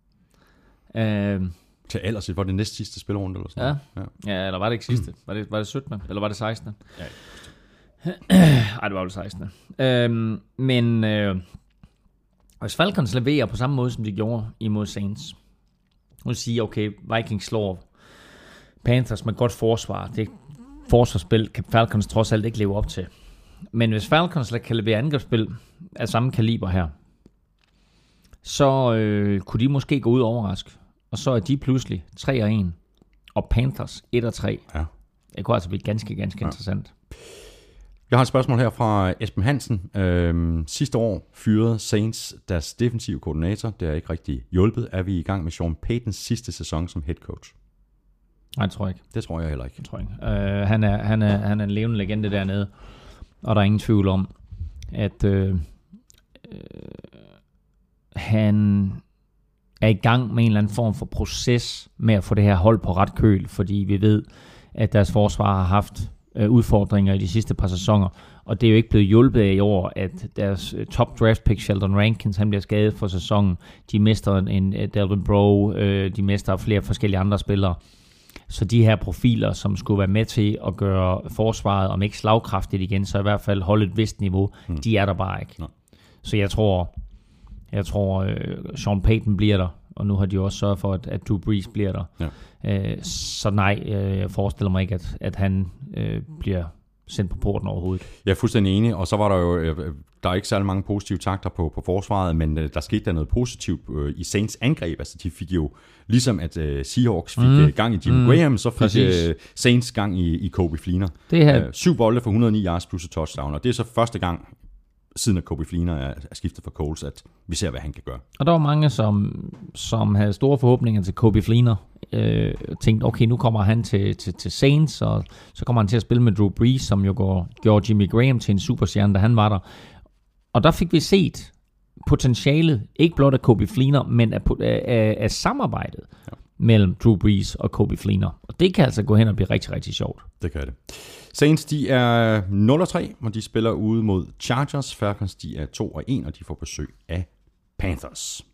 Ja. Øhm, Til allersidst, var det næst sidste spilrunde eller sådan ja. Ja. ja, eller var det ikke sidste? Var det, var det syttende? Eller var det sekstende? Ja. Ej, det var vel sekstende. Øhm, men øh, hvis Falcons leverer på samme måde, som de gjorde imod Saints, nu vil sige, okay, Vikings slår Panthers med godt forsvar. Det forsvarsspil kan Falcons trods alt ikke leve op til. Men hvis Falcons kan levere angrebsspil af samme kaliber her, så øh, kunne de måske gå ud og overraske. Og så er de pludselig tre og en, og Panthers et og tre. Ja. Det kunne altså blive ganske, ganske ja. interessant. Jeg har et spørgsmål her fra Esben Hansen. Øhm, sidste år fyrede Saints deres defensive koordinator. Det er ikke rigtig hjulpet. Er vi i gang med Sean Paytons sidste sæson som head coach? Nej, det tror jeg ikke. Det tror jeg heller ikke. Det tror jeg ikke. Øh, han, er, han, er, han er en levende legende dernede. Og der er ingen tvivl om, at øh, øh, han er i gang med en eller anden form for proces med at få det her hold på ret køl, fordi vi ved, at deres forsvar har haft øh, udfordringer i de sidste par sæsoner, og det er jo ikke blevet hjulpet af i år, at deres øh, top draft pick, Sheldon Rankins, han bliver skadet for sæsonen. De mister en uh, Delvin Breaux, øh, de mister flere forskellige andre spillere. Så de her profiler, som skulle være med til at gøre forsvaret, om ikke slagkraftigt igen, så i hvert fald holde et vist niveau, hmm. de er der bare ikke. No. Så jeg tror, jeg tror uh, Sean Payton bliver der, og nu har de også sørget for, at, at Drew Brees bliver der. Ja. Uh, så nej, uh, jeg forestiller mig ikke, at, at han uh, bliver sendt på porten overhovedet. Jeg er fuldstændig enig, og så var der jo, der er ikke særlig mange positive takter på, på forsvaret, men der skete der noget positivt i Saints angreb. Altså de fik jo, ligesom at uh, Seahawks fik mm. gang i Jimmy mm. Graham, så fik uh, Saints gang i, i Coby Fleener. Det her... uh, syv bolde for et hundrede og ni yards plus et touchdown, og det er så første gang, siden at Coby Fleener er, er skiftet fra Colts, at vi ser, hvad han kan gøre. Og der var mange, som, som havde store forhåbninger til Coby Fleener. Øh, tænkte, okay, nu kommer han til, til, til Saints, og så kommer han til at spille med Drew Brees, som jo går, gjorde Jimmy Graham til en superstjerne, da han var der. Og der fik vi set potentialet, ikke blot af Coby Fleener, men af, af, af samarbejdet ja. mellem Drew Brees og Coby Fleener. Og det kan altså gå hen og blive rigtig, rigtig sjovt. Det kan det. Saints, de er nul og tre, og de spiller ude mod Chargers. Falcons, de er to og en, og de får besøg af Panthers.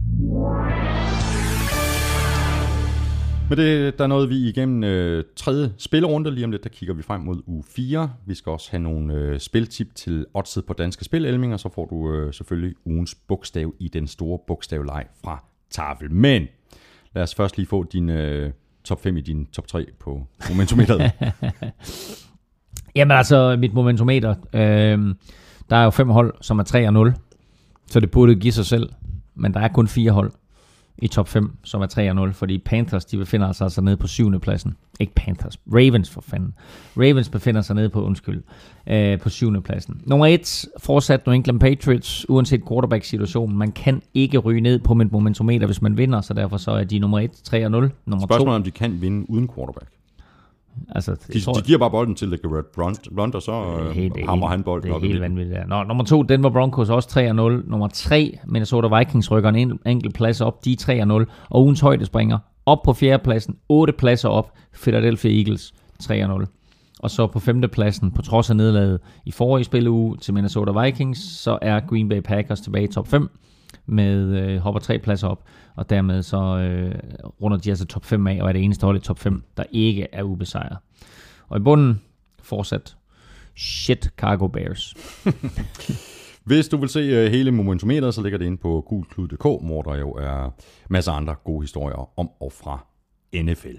Men det, der er noget, vi igennem øh, tredje spillerunde. Lige om lidt, der kigger vi frem mod uge fire. Vi skal også have nogle øh, spiltip til oddset på danske spilelminger, så får du øh, selvfølgelig ugens bogstav i den store bogstavleg fra Tafel. Men lad os først lige få din øh, top fem i din top tre på momentometeret. Jamen altså, mit momentometer, øh, der er jo fem hold, som er tre og nul, så det burde give sig selv. Men der er kun fire hold i top fem, som er tre og nul, fordi Panthers, de befinder sig altså nede på syvende pladsen. Ikke Panthers, Ravens for fanden. Ravens befinder sig nede på, undskyld, øh, på syvende pladsen. Nummer et, fortsat New England Patriots, uanset quarterback-situationen. Man kan ikke ryge ned på mit momentometer, hvis man vinder, så derfor så er de nummer et, tre og nul. Nummer Spørgsmålet om de kan vinde uden quarterback. Altså, de, tror, de giver bare bolden til Garrett Blunt, Blunt og så øh, helt, hammer han bolden op. Det er helt vanvittigt. Nå, nummer to, Denver Broncos også tre og nul. Nummer tre, Minnesota Vikings rykker en enkelt plads op, de er tre og nul. Og ugens højdespringer op på fjerdepladsen, otte pladser op, Philadelphia Eagles tre og nul. Og så på femtepladsen, på trods af nederlaget i forrige spilleuge til Minnesota Vikings, så er Green Bay Packers tilbage i top fem med øh, hopper tre pladser op, og dermed så øh, runder de altså top fem af, og er det eneste hold i top fem, der ikke er ubesejret. Og i bunden fortsat shit Chicago Bears. Hvis du vil se uh, hele momentometeret, så ligger det inde på gulklud punktum d k, hvor der jo er masser af andre gode historier om og fra N F L.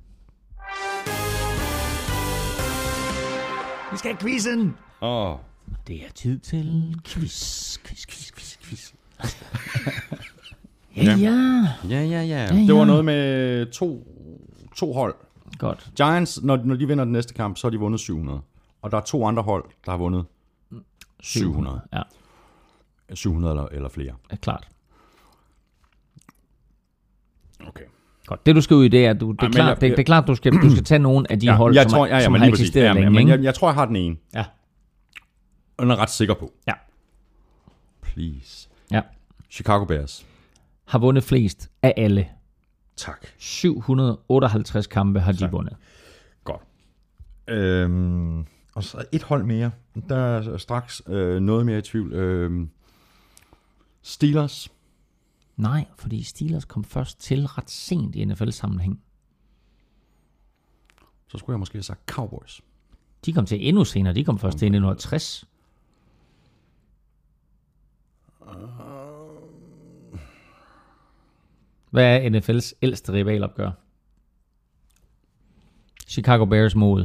Vi skal have quizzen! Oh. Det er tid til quiz, quiz, quiz, quiz, quiz. ja, ja. Ja, ja, ja. ja, ja. Det var noget med to, to hold. Godt. Giants, når, når de vinder den næste kamp, så har de vundet syv hundrede. Og der er to andre hold, der har vundet syv hundrede. Ja. syv hundrede eller, eller flere. Ja, klart. Okay. Godt. Det du skal ud i, det er, du, det er, ja, klart, jeg, det, det er klart, du skal, du skal tage nogle af de ja, hold, jeg som, tror, ja, ja, som har eksisteret ja, længe. Men jeg, jeg tror, jeg har den ene. Ja. Og den er ret sikker på. Ja. Please. Ja. Chicago Bears. Har vundet flest af alle. Tak. syv hundrede otteoghalvtreds kampe har tak. De vundet. Godt. Øhm, og så et hold mere. Der er straks øh, noget mere i tvivl. Øhm, Steelers. Nej, fordi Steelers kom først til ret sent i N F L-sammenhæng. Så skulle jeg måske have sagt Cowboys. De kom til endnu senere. De kom først til nitten tres. Hvad er N F L's ældste rivalopgør? Chicago Bears mod.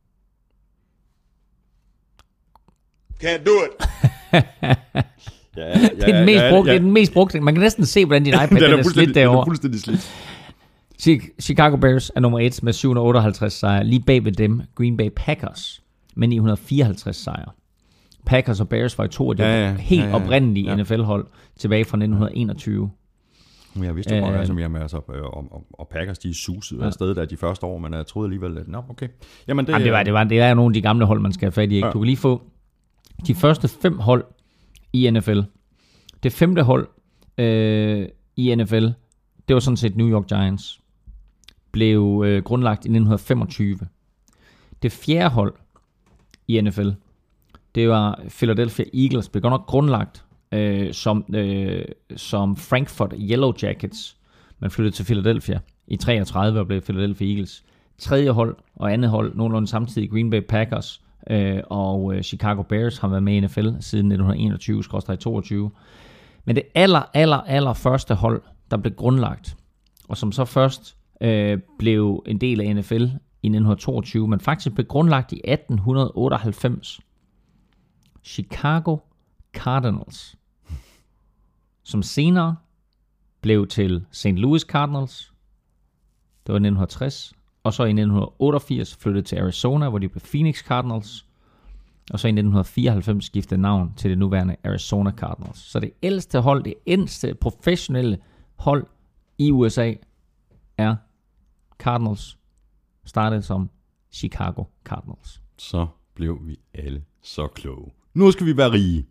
Can't do it. ja, ja, det, er den mest ja, brugte, ja. det er den mest brugte. Man kan næsten se, hvordan din iPad den er, den er slidt derovre. Den er fuldstændig slidt. Chicago Bears er nummer et med syv hundrede otteoghalvtreds sejre. Lige bag ved dem Green Bay Packers med ni hundrede fireoghalvtreds sejre. Packers og Bears var to af de ja, ja, helt ja, ja, oprindelige ja. N F L-hold tilbage fra nitten enogtyve. Jeg vidste jo godt, som jeg med altså, og, og, og Packers, de susede ja. afsted der de første år, men jeg troede alligevel, at nå, okay. Jamen, det, Jamen, det, var, det, var, det er jo nogle af de gamle hold, man skal have fat i. Ikke? Ja. Du kan lige få de første fem hold i N F L. Det femte hold øh, i N F L det var sådan set New York Giants, blev øh, grundlagt i nitten femogtyve. Det fjerde hold i N F L, det var Philadelphia Eagles, blev godt nok grundlagt øh, som, øh, som Frankfurt Yellow Jackets, man flyttede til Philadelphia i treogtredive og blev Philadelphia Eagles. Tredje hold og andet hold, nogenlunde samtidig Green Bay Packers øh, og øh, Chicago Bears har været med i N F L siden nitten enogtyve toogtyve. Men det aller, aller, aller første hold, der blev grundlagt, og som så først øh, blev en del af N F L i nitten toogtyve, men faktisk blev grundlagt i atten otteoghalvfems. Chicago Cardinals, som senere blev til Saint Louis Cardinals. Det var i nitten tres. Og så i nitten otteogfirs flyttede til Arizona, hvor de blev Phoenix Cardinals. Og så i nitten fireoghalvfems skiftede navn til det nuværende Arizona Cardinals. Så det ældste hold, det ældste professionelle hold i U S A er Cardinals. Startede som Chicago Cardinals. Så blev vi alle så kloge. Nu skal vi være rige.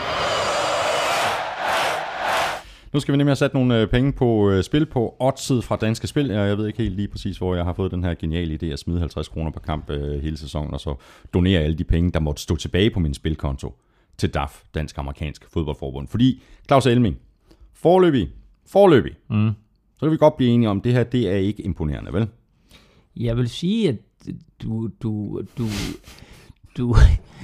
Nu skal vi nemlig have sat nogle øh, penge på øh, spil på oddset fra Danske Spil. Jeg, jeg ved ikke helt lige præcis, hvor jeg har fået den her geniale idé at smide halvtreds kroner per kamp øh, hele sæsonen, og så donere alle de penge, der måtte stå tilbage på min spilkonto til D A F, Dansk Amerikansk Fodboldforbund. Fordi, Claus Elming, forløbig, forløbig, mm. så kan vi godt blive enige om, at det her, det er ikke imponerende, vel? Jeg vil sige, at du... du, du Du,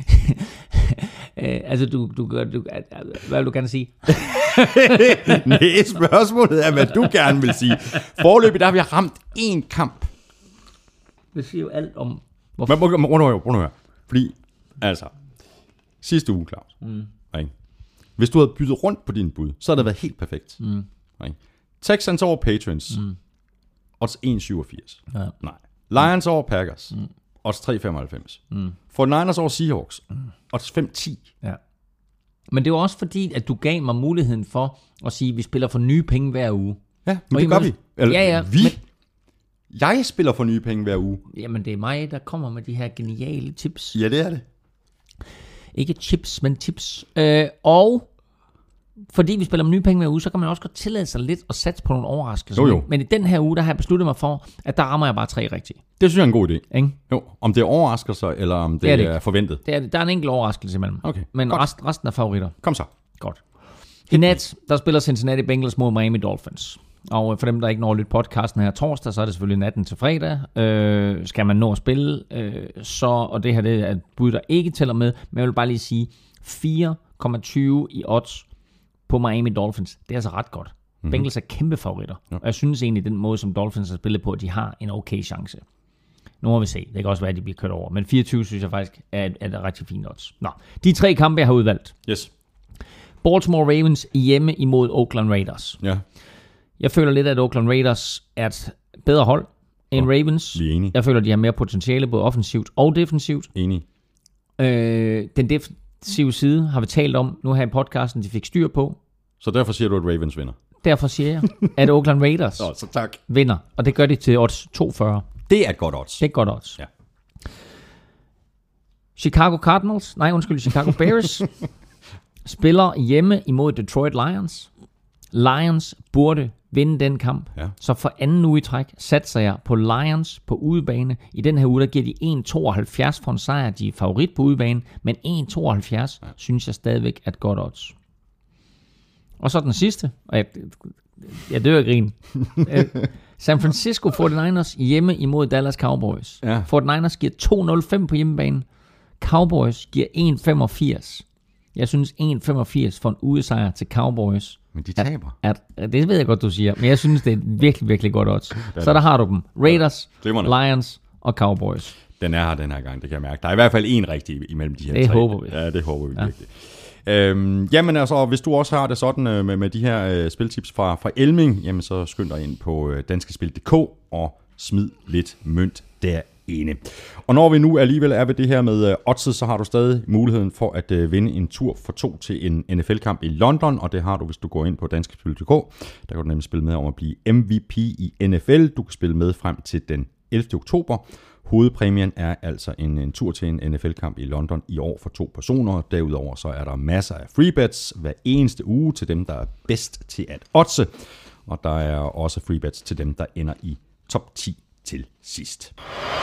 øh, altså du, du, du, hvad vil du gerne sige? Nej, spørgsmålet er, hvad du gerne vil sige. Forløbig, der har vi ramt én kamp. Det siger jo alt om... Hvorfor? Men prøv nu at høre. Fordi, altså, sidste uge, Claus. Mm. Okay. Hvis du havde byttet rundt på din bud, så havde det været helt perfekt. Mm. Okay. Texans over Patriots. Mm. Odds en komma syvogfirs. Ja. Nej. Lions over Packers. Mm. Odds tre komma femoghalvfems. Mm. For Niners over Seahawks. Mm. Odds fem komma ti. Ja. Men det var også fordi, at du gav mig muligheden for at sige, at vi spiller for nye penge hver uge. Ja, men og det gør vi. Eller, ja, ja. Vi? Men, jeg spiller for nye penge hver uge. Jamen, det er mig, der kommer med de her geniale tips. Ja, det er det. Ikke chips, men tips. Øh, og fordi vi spiller med nye penge hver uge, så kan man også godt tillade sig lidt at satse på nogle overraskelser. Jo, jo. Men i den her uge, der har jeg besluttet mig for, at der rammer jeg bare tre rigtige. Det synes jeg er en god idé. Ikke? Jo, om det er overraskelser, eller om det, det er, det er forventet. Det er, der er en enkelt overraskelse imellem. Okay, men rest, resten er favoritter. Kom så. Godt. I nat, der spiller Cincinnati Bengals mod Miami Dolphins. Og for dem, der ikke når at lytte podcasten her torsdag, så er det selvfølgelig natten til fredag. Øh, skal man nå at spille, øh, så, og det her det er et bud, der ikke tæller med, men jeg vil bare lige sige, fire komma tyve i odds på Miami Dolphins. Det er altså ret godt. Mm-hmm. Bengals er kæmpe favoritter. Ja. Og jeg synes egentlig, den måde, som Dolphins har spillet på, at de har en okay chance. Nu må vi se. Det kan også være, at de bliver kørt over. Men fireogtyve synes jeg faktisk er et, er et rigtig fint odds. Nå, de tre kampe, jeg har udvalgt. Yes. Baltimore Ravens hjemme imod Oakland Raiders. Ja. Jeg føler lidt, at Oakland Raiders er et bedre hold end ja, Ravens. Vi er enige. Jeg føler, at de har mere potentiale, både offensivt og defensivt. Enig. Øh, den defensive side har vi talt om nu her i podcasten, de fik styr på. Så derfor siger du, at Ravens vinder? Derfor siger jeg, at Oakland Raiders Nå, så tak. vinder. Og det gør de til odds to komma fyrre. Det er et godt odds. Det er et godt odds. Ja. Chicago Cardinals, nej undskyld, Chicago Bears, spiller hjemme imod Detroit Lions. Lions burde vinde den kamp. Ja. Så for anden uge i træk satser jeg på Lions på udebane. I den her uge, der giver de en komma tooghalvfjerds for en sejr. De er favorit på udebane, men en komma tooghalvfjerds ja. synes jeg stadigvæk er et godt odds. Og så den sidste, og jeg, jeg dør af grin. San Francisco forty-niners hjemme imod Dallas Cowboys. Ja. forty-niners giver to komma nul fem på hjemmebane. Cowboys giver en komma femogfirs. Jeg synes en komma femogfirs for en udesejr til Cowboys. Men de taber. At, at, det ved jeg godt, du siger. Men jeg synes, det er et virkelig, virkelig godt odds. Så der har du dem. Raiders, ja. Lions og Cowboys. Den er her den her gang, det kan jeg mærke. Der er i hvert fald en rigtig imellem de her det tre. Det håber vi. Ja, det håber vi ja. virkelig. Øhm, jamen altså, hvis du også har det sådan øh, med, med de her øh, spiltips fra, fra Elming, jamen så skynd dig ind på øh, danskespil punktum d k og smid lidt mønt derinde. Og når vi nu alligevel er ved det her med øh, oddset, så har du stadig muligheden for at øh, vinde en tur for to til en N F L-kamp i London, og det har du, hvis du går ind på danskespil punktum d k. Der kan du nemlig spille med om at blive M V P i N F L. Du kan spille med frem til den ellevte oktober. Hovedpræmien er altså en, en tur til en N F L-kamp i London i år for to personer. Derudover så er der masser af freebets hver eneste uge til dem, der er bedst til at oddse. og der er også free bets til dem, der ender i top ti til sidst.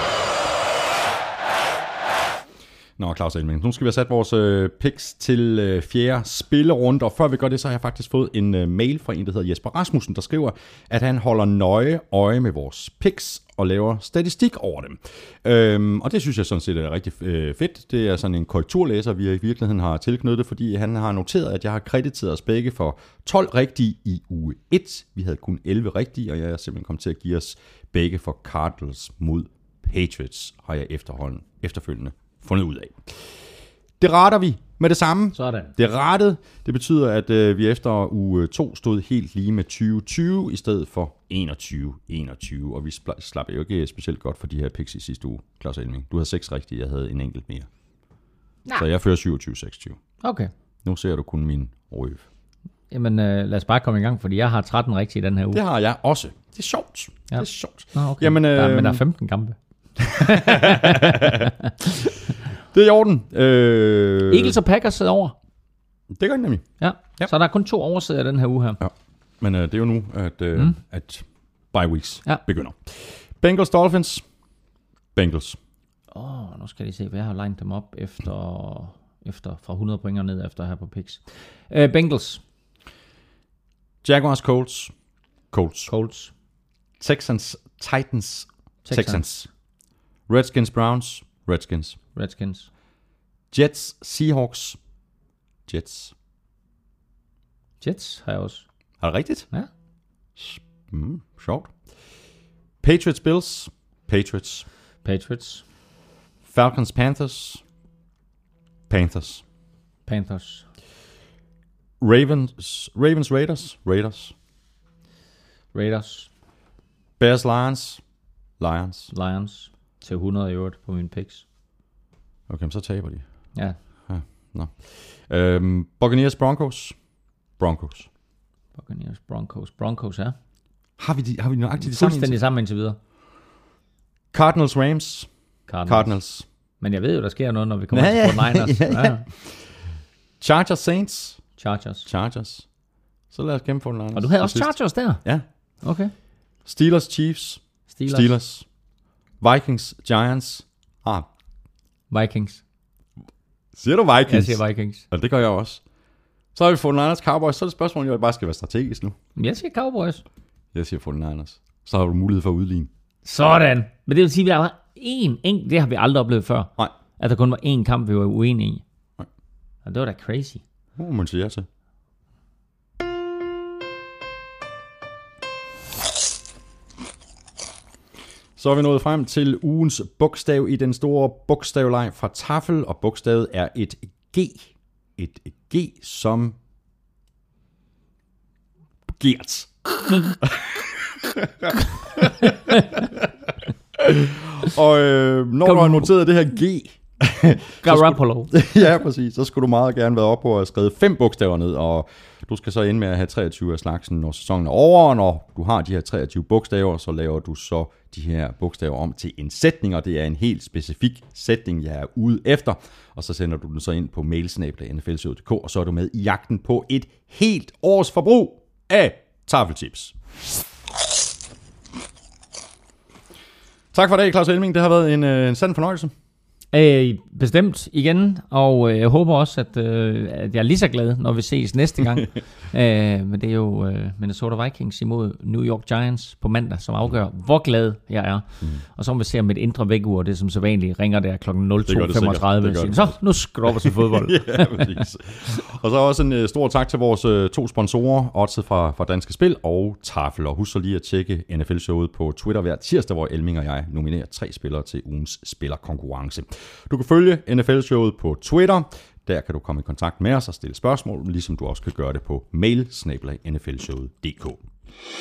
Nå, Claus Elming, nu skal vi have sat vores øh, picks til øh, fjerde spillerunde, og før vi gør det, så har jeg faktisk fået en øh, mail fra en, der hedder Jesper Rasmussen, der skriver, at han holder nøje øje med vores picks og laver statistik over dem. Øhm, og det synes jeg sådan set er rigtig øh, fedt. Det er sådan en korrekturlæser, vi i virkeligheden har tilknyttet, fordi han har noteret, at jeg har krediteret os begge for tolv rigtige i uge et. Vi havde kun elleve rigtige, og jeg er simpelthen kommet til at give os begge for Cardinals mod Patriots, har jeg efterhånden, efterfølgende fundet ud af. Det retter vi med det samme. Sådan. Det er rettet. Det betyder, at øh, vi efter uge to stod helt lige med tyve tyve i stedet for enogtyve enogtyve. Og vi slap jo ikke specielt godt for de her picks i sidste uge, Claus Elming. Du havde seks rigtige, jeg havde en enkelt mere. Nej. Så jeg fører syvogtyve seksogtyve. Okay. Nu ser du kun min røv. Jamen øh, lad os bare komme i gang, fordi jeg har tretten rigtige i den her uge. Det har jeg også. Det er sjovt. Ja. Det er sjovt. Nå, okay. Jamen, øh, der, men der er femten kampe. Det er i orden. Øh... Eagles og Packers sidder over. Det gør det nemlig. Ja. ja, så der er kun to oversider den her uge her. Ja. Men øh, det er jo nu, at, øh, mm. at bye weeks ja. begynder. Bengals Dolphins. Bengals. Åh, oh, nu skal jeg lige se, hvad jeg har lined dem op efter, efter fra hundrede point ned efter her på picks. Uh, Bengals. Jaguars Colts. Colts. Colts. Texans Titans. Texans. Texans. Redskins Browns. Redskins. Redskins. Jets Seahawks. Jets. Jets har jeg også. Er det rigtigt? Ja. Mm, sjovt. Patriots Bills. Patriots. Patriots. Falcons Panthers. Panthers. Panthers. Ravens Ravens Raiders. Raiders. Raiders. Bears Lions. Lions. Lions. Til hundrede i øvrigt på mine picks. Okay, så taber de. Ja. Ja, no. øhm, Buccaneers Broncos. Broncos. Buccaneers Broncos. Broncos, ja. Har vi, de, har vi nøjagtigt de samme? Fuldstændig sammen indtil videre. Cardinals Rams. Cardinals. Cardinals. Men jeg ved jo, der sker noget, når vi kommer ja, til Niners. Ja, ja. Chargers Saints. Chargers. Chargers. Så lad os kæmpe for Niners. Og du havde også Chargers der? Ja. Okay. Steelers Chiefs. Steelers. Steelers. Vikings Giants. Ah. Vikings. Siger du Vikings? Jeg siger Vikings. Og det gør jeg også. Så har vi fået Niners Cowboys. Så er det spørgsmålet, at det bare skal være strategisk nu. Jeg siger Cowboys. Jeg siger for Niners. Så har du mulighed for at udligne. Sådan. Men det vil sige, at vi har én enkelt. Det har vi aldrig oplevet før. Nej. At der kun var én kamp, vi var uenige i. Nej. Og det var da crazy. Hvor må man sige ja til? Så er vi nået frem til ugens bogstav i den store bogstavleg fra Tafel, og bogstavet er et G. Et G som Gert. Og øh, når du har noteret det her G, Garoppolo. Ja, præcis. Så skulle du meget gerne være oppe på at have skrevet fem bogstaver ned, og du skal så ende med at have treogtyve af slagsen, når sæsonen er over, og når du har de her treogtyve bogstaver, så laver du så de her bogstaver om til en sætning, og det er en helt specifik sætning, jeg er ude efter, og så sender du den så ind på mailsnabel n f l punktum d k, og så er du med i jagten på et helt års forbrug af tafelchips. Tak for det, Claus Elming. Det har været en, en sand fornøjelse. Øh, bestemt igen, og øh, jeg håber også, at, øh, at jeg er lige så glad, når vi ses næste gang. øh, men det er jo øh, Minnesota Vikings imod New York Giants på mandag, som afgør, hvor glad jeg er. Mm. Og så må vi se om et indre vækkeur, det som så vanligt ringer der klokken nul to femogtredive. Så nu skal du op og se fodbold. Ja, præcis. Og så også en uh, stor tak til vores uh, to sponsorer, Odset fra, fra Danske Spil og Tafel. Og husk så lige at tjekke N F L-showet på Twitter hver tirsdag, hvor Elming og jeg nominerer tre spillere til ugens spillerkonkurrence. Du kan følge N F L-showet på Twitter. Der kan du komme i kontakt med os og stille spørgsmål, ligesom du også kan gøre det på mail snabel-a n f l showet punktum d k.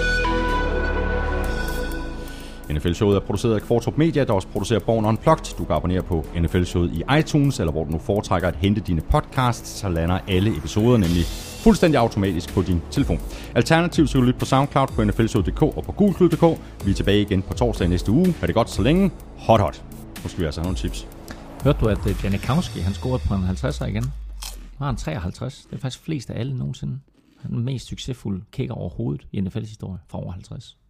N F L-showet er produceret af Kvartrup Media, der også producerer Born Unplugged. Du kan abonnere på N F L-showet i iTunes, eller hvor du nu foretrækker at hente dine podcasts, så lander alle episoder nemlig fuldstændig automatisk på din telefon. Alternativt så kan du lytte på SoundCloud, på n f l showet punktum d k og på gulklud punktum d k. Vi er tilbage igen på torsdag næste uge. Ha' det godt så længe. Hot hot. Nu skal vi altså have nogle tips. Hørte du, at Janikowski, han scorede på en halvtredser igen? Nu har han treoghalvtreds. Det er faktisk flest af alle nogensinde. Han er den mest succesfulde kicker overhovedet i N F L's historie fra over halvtreds.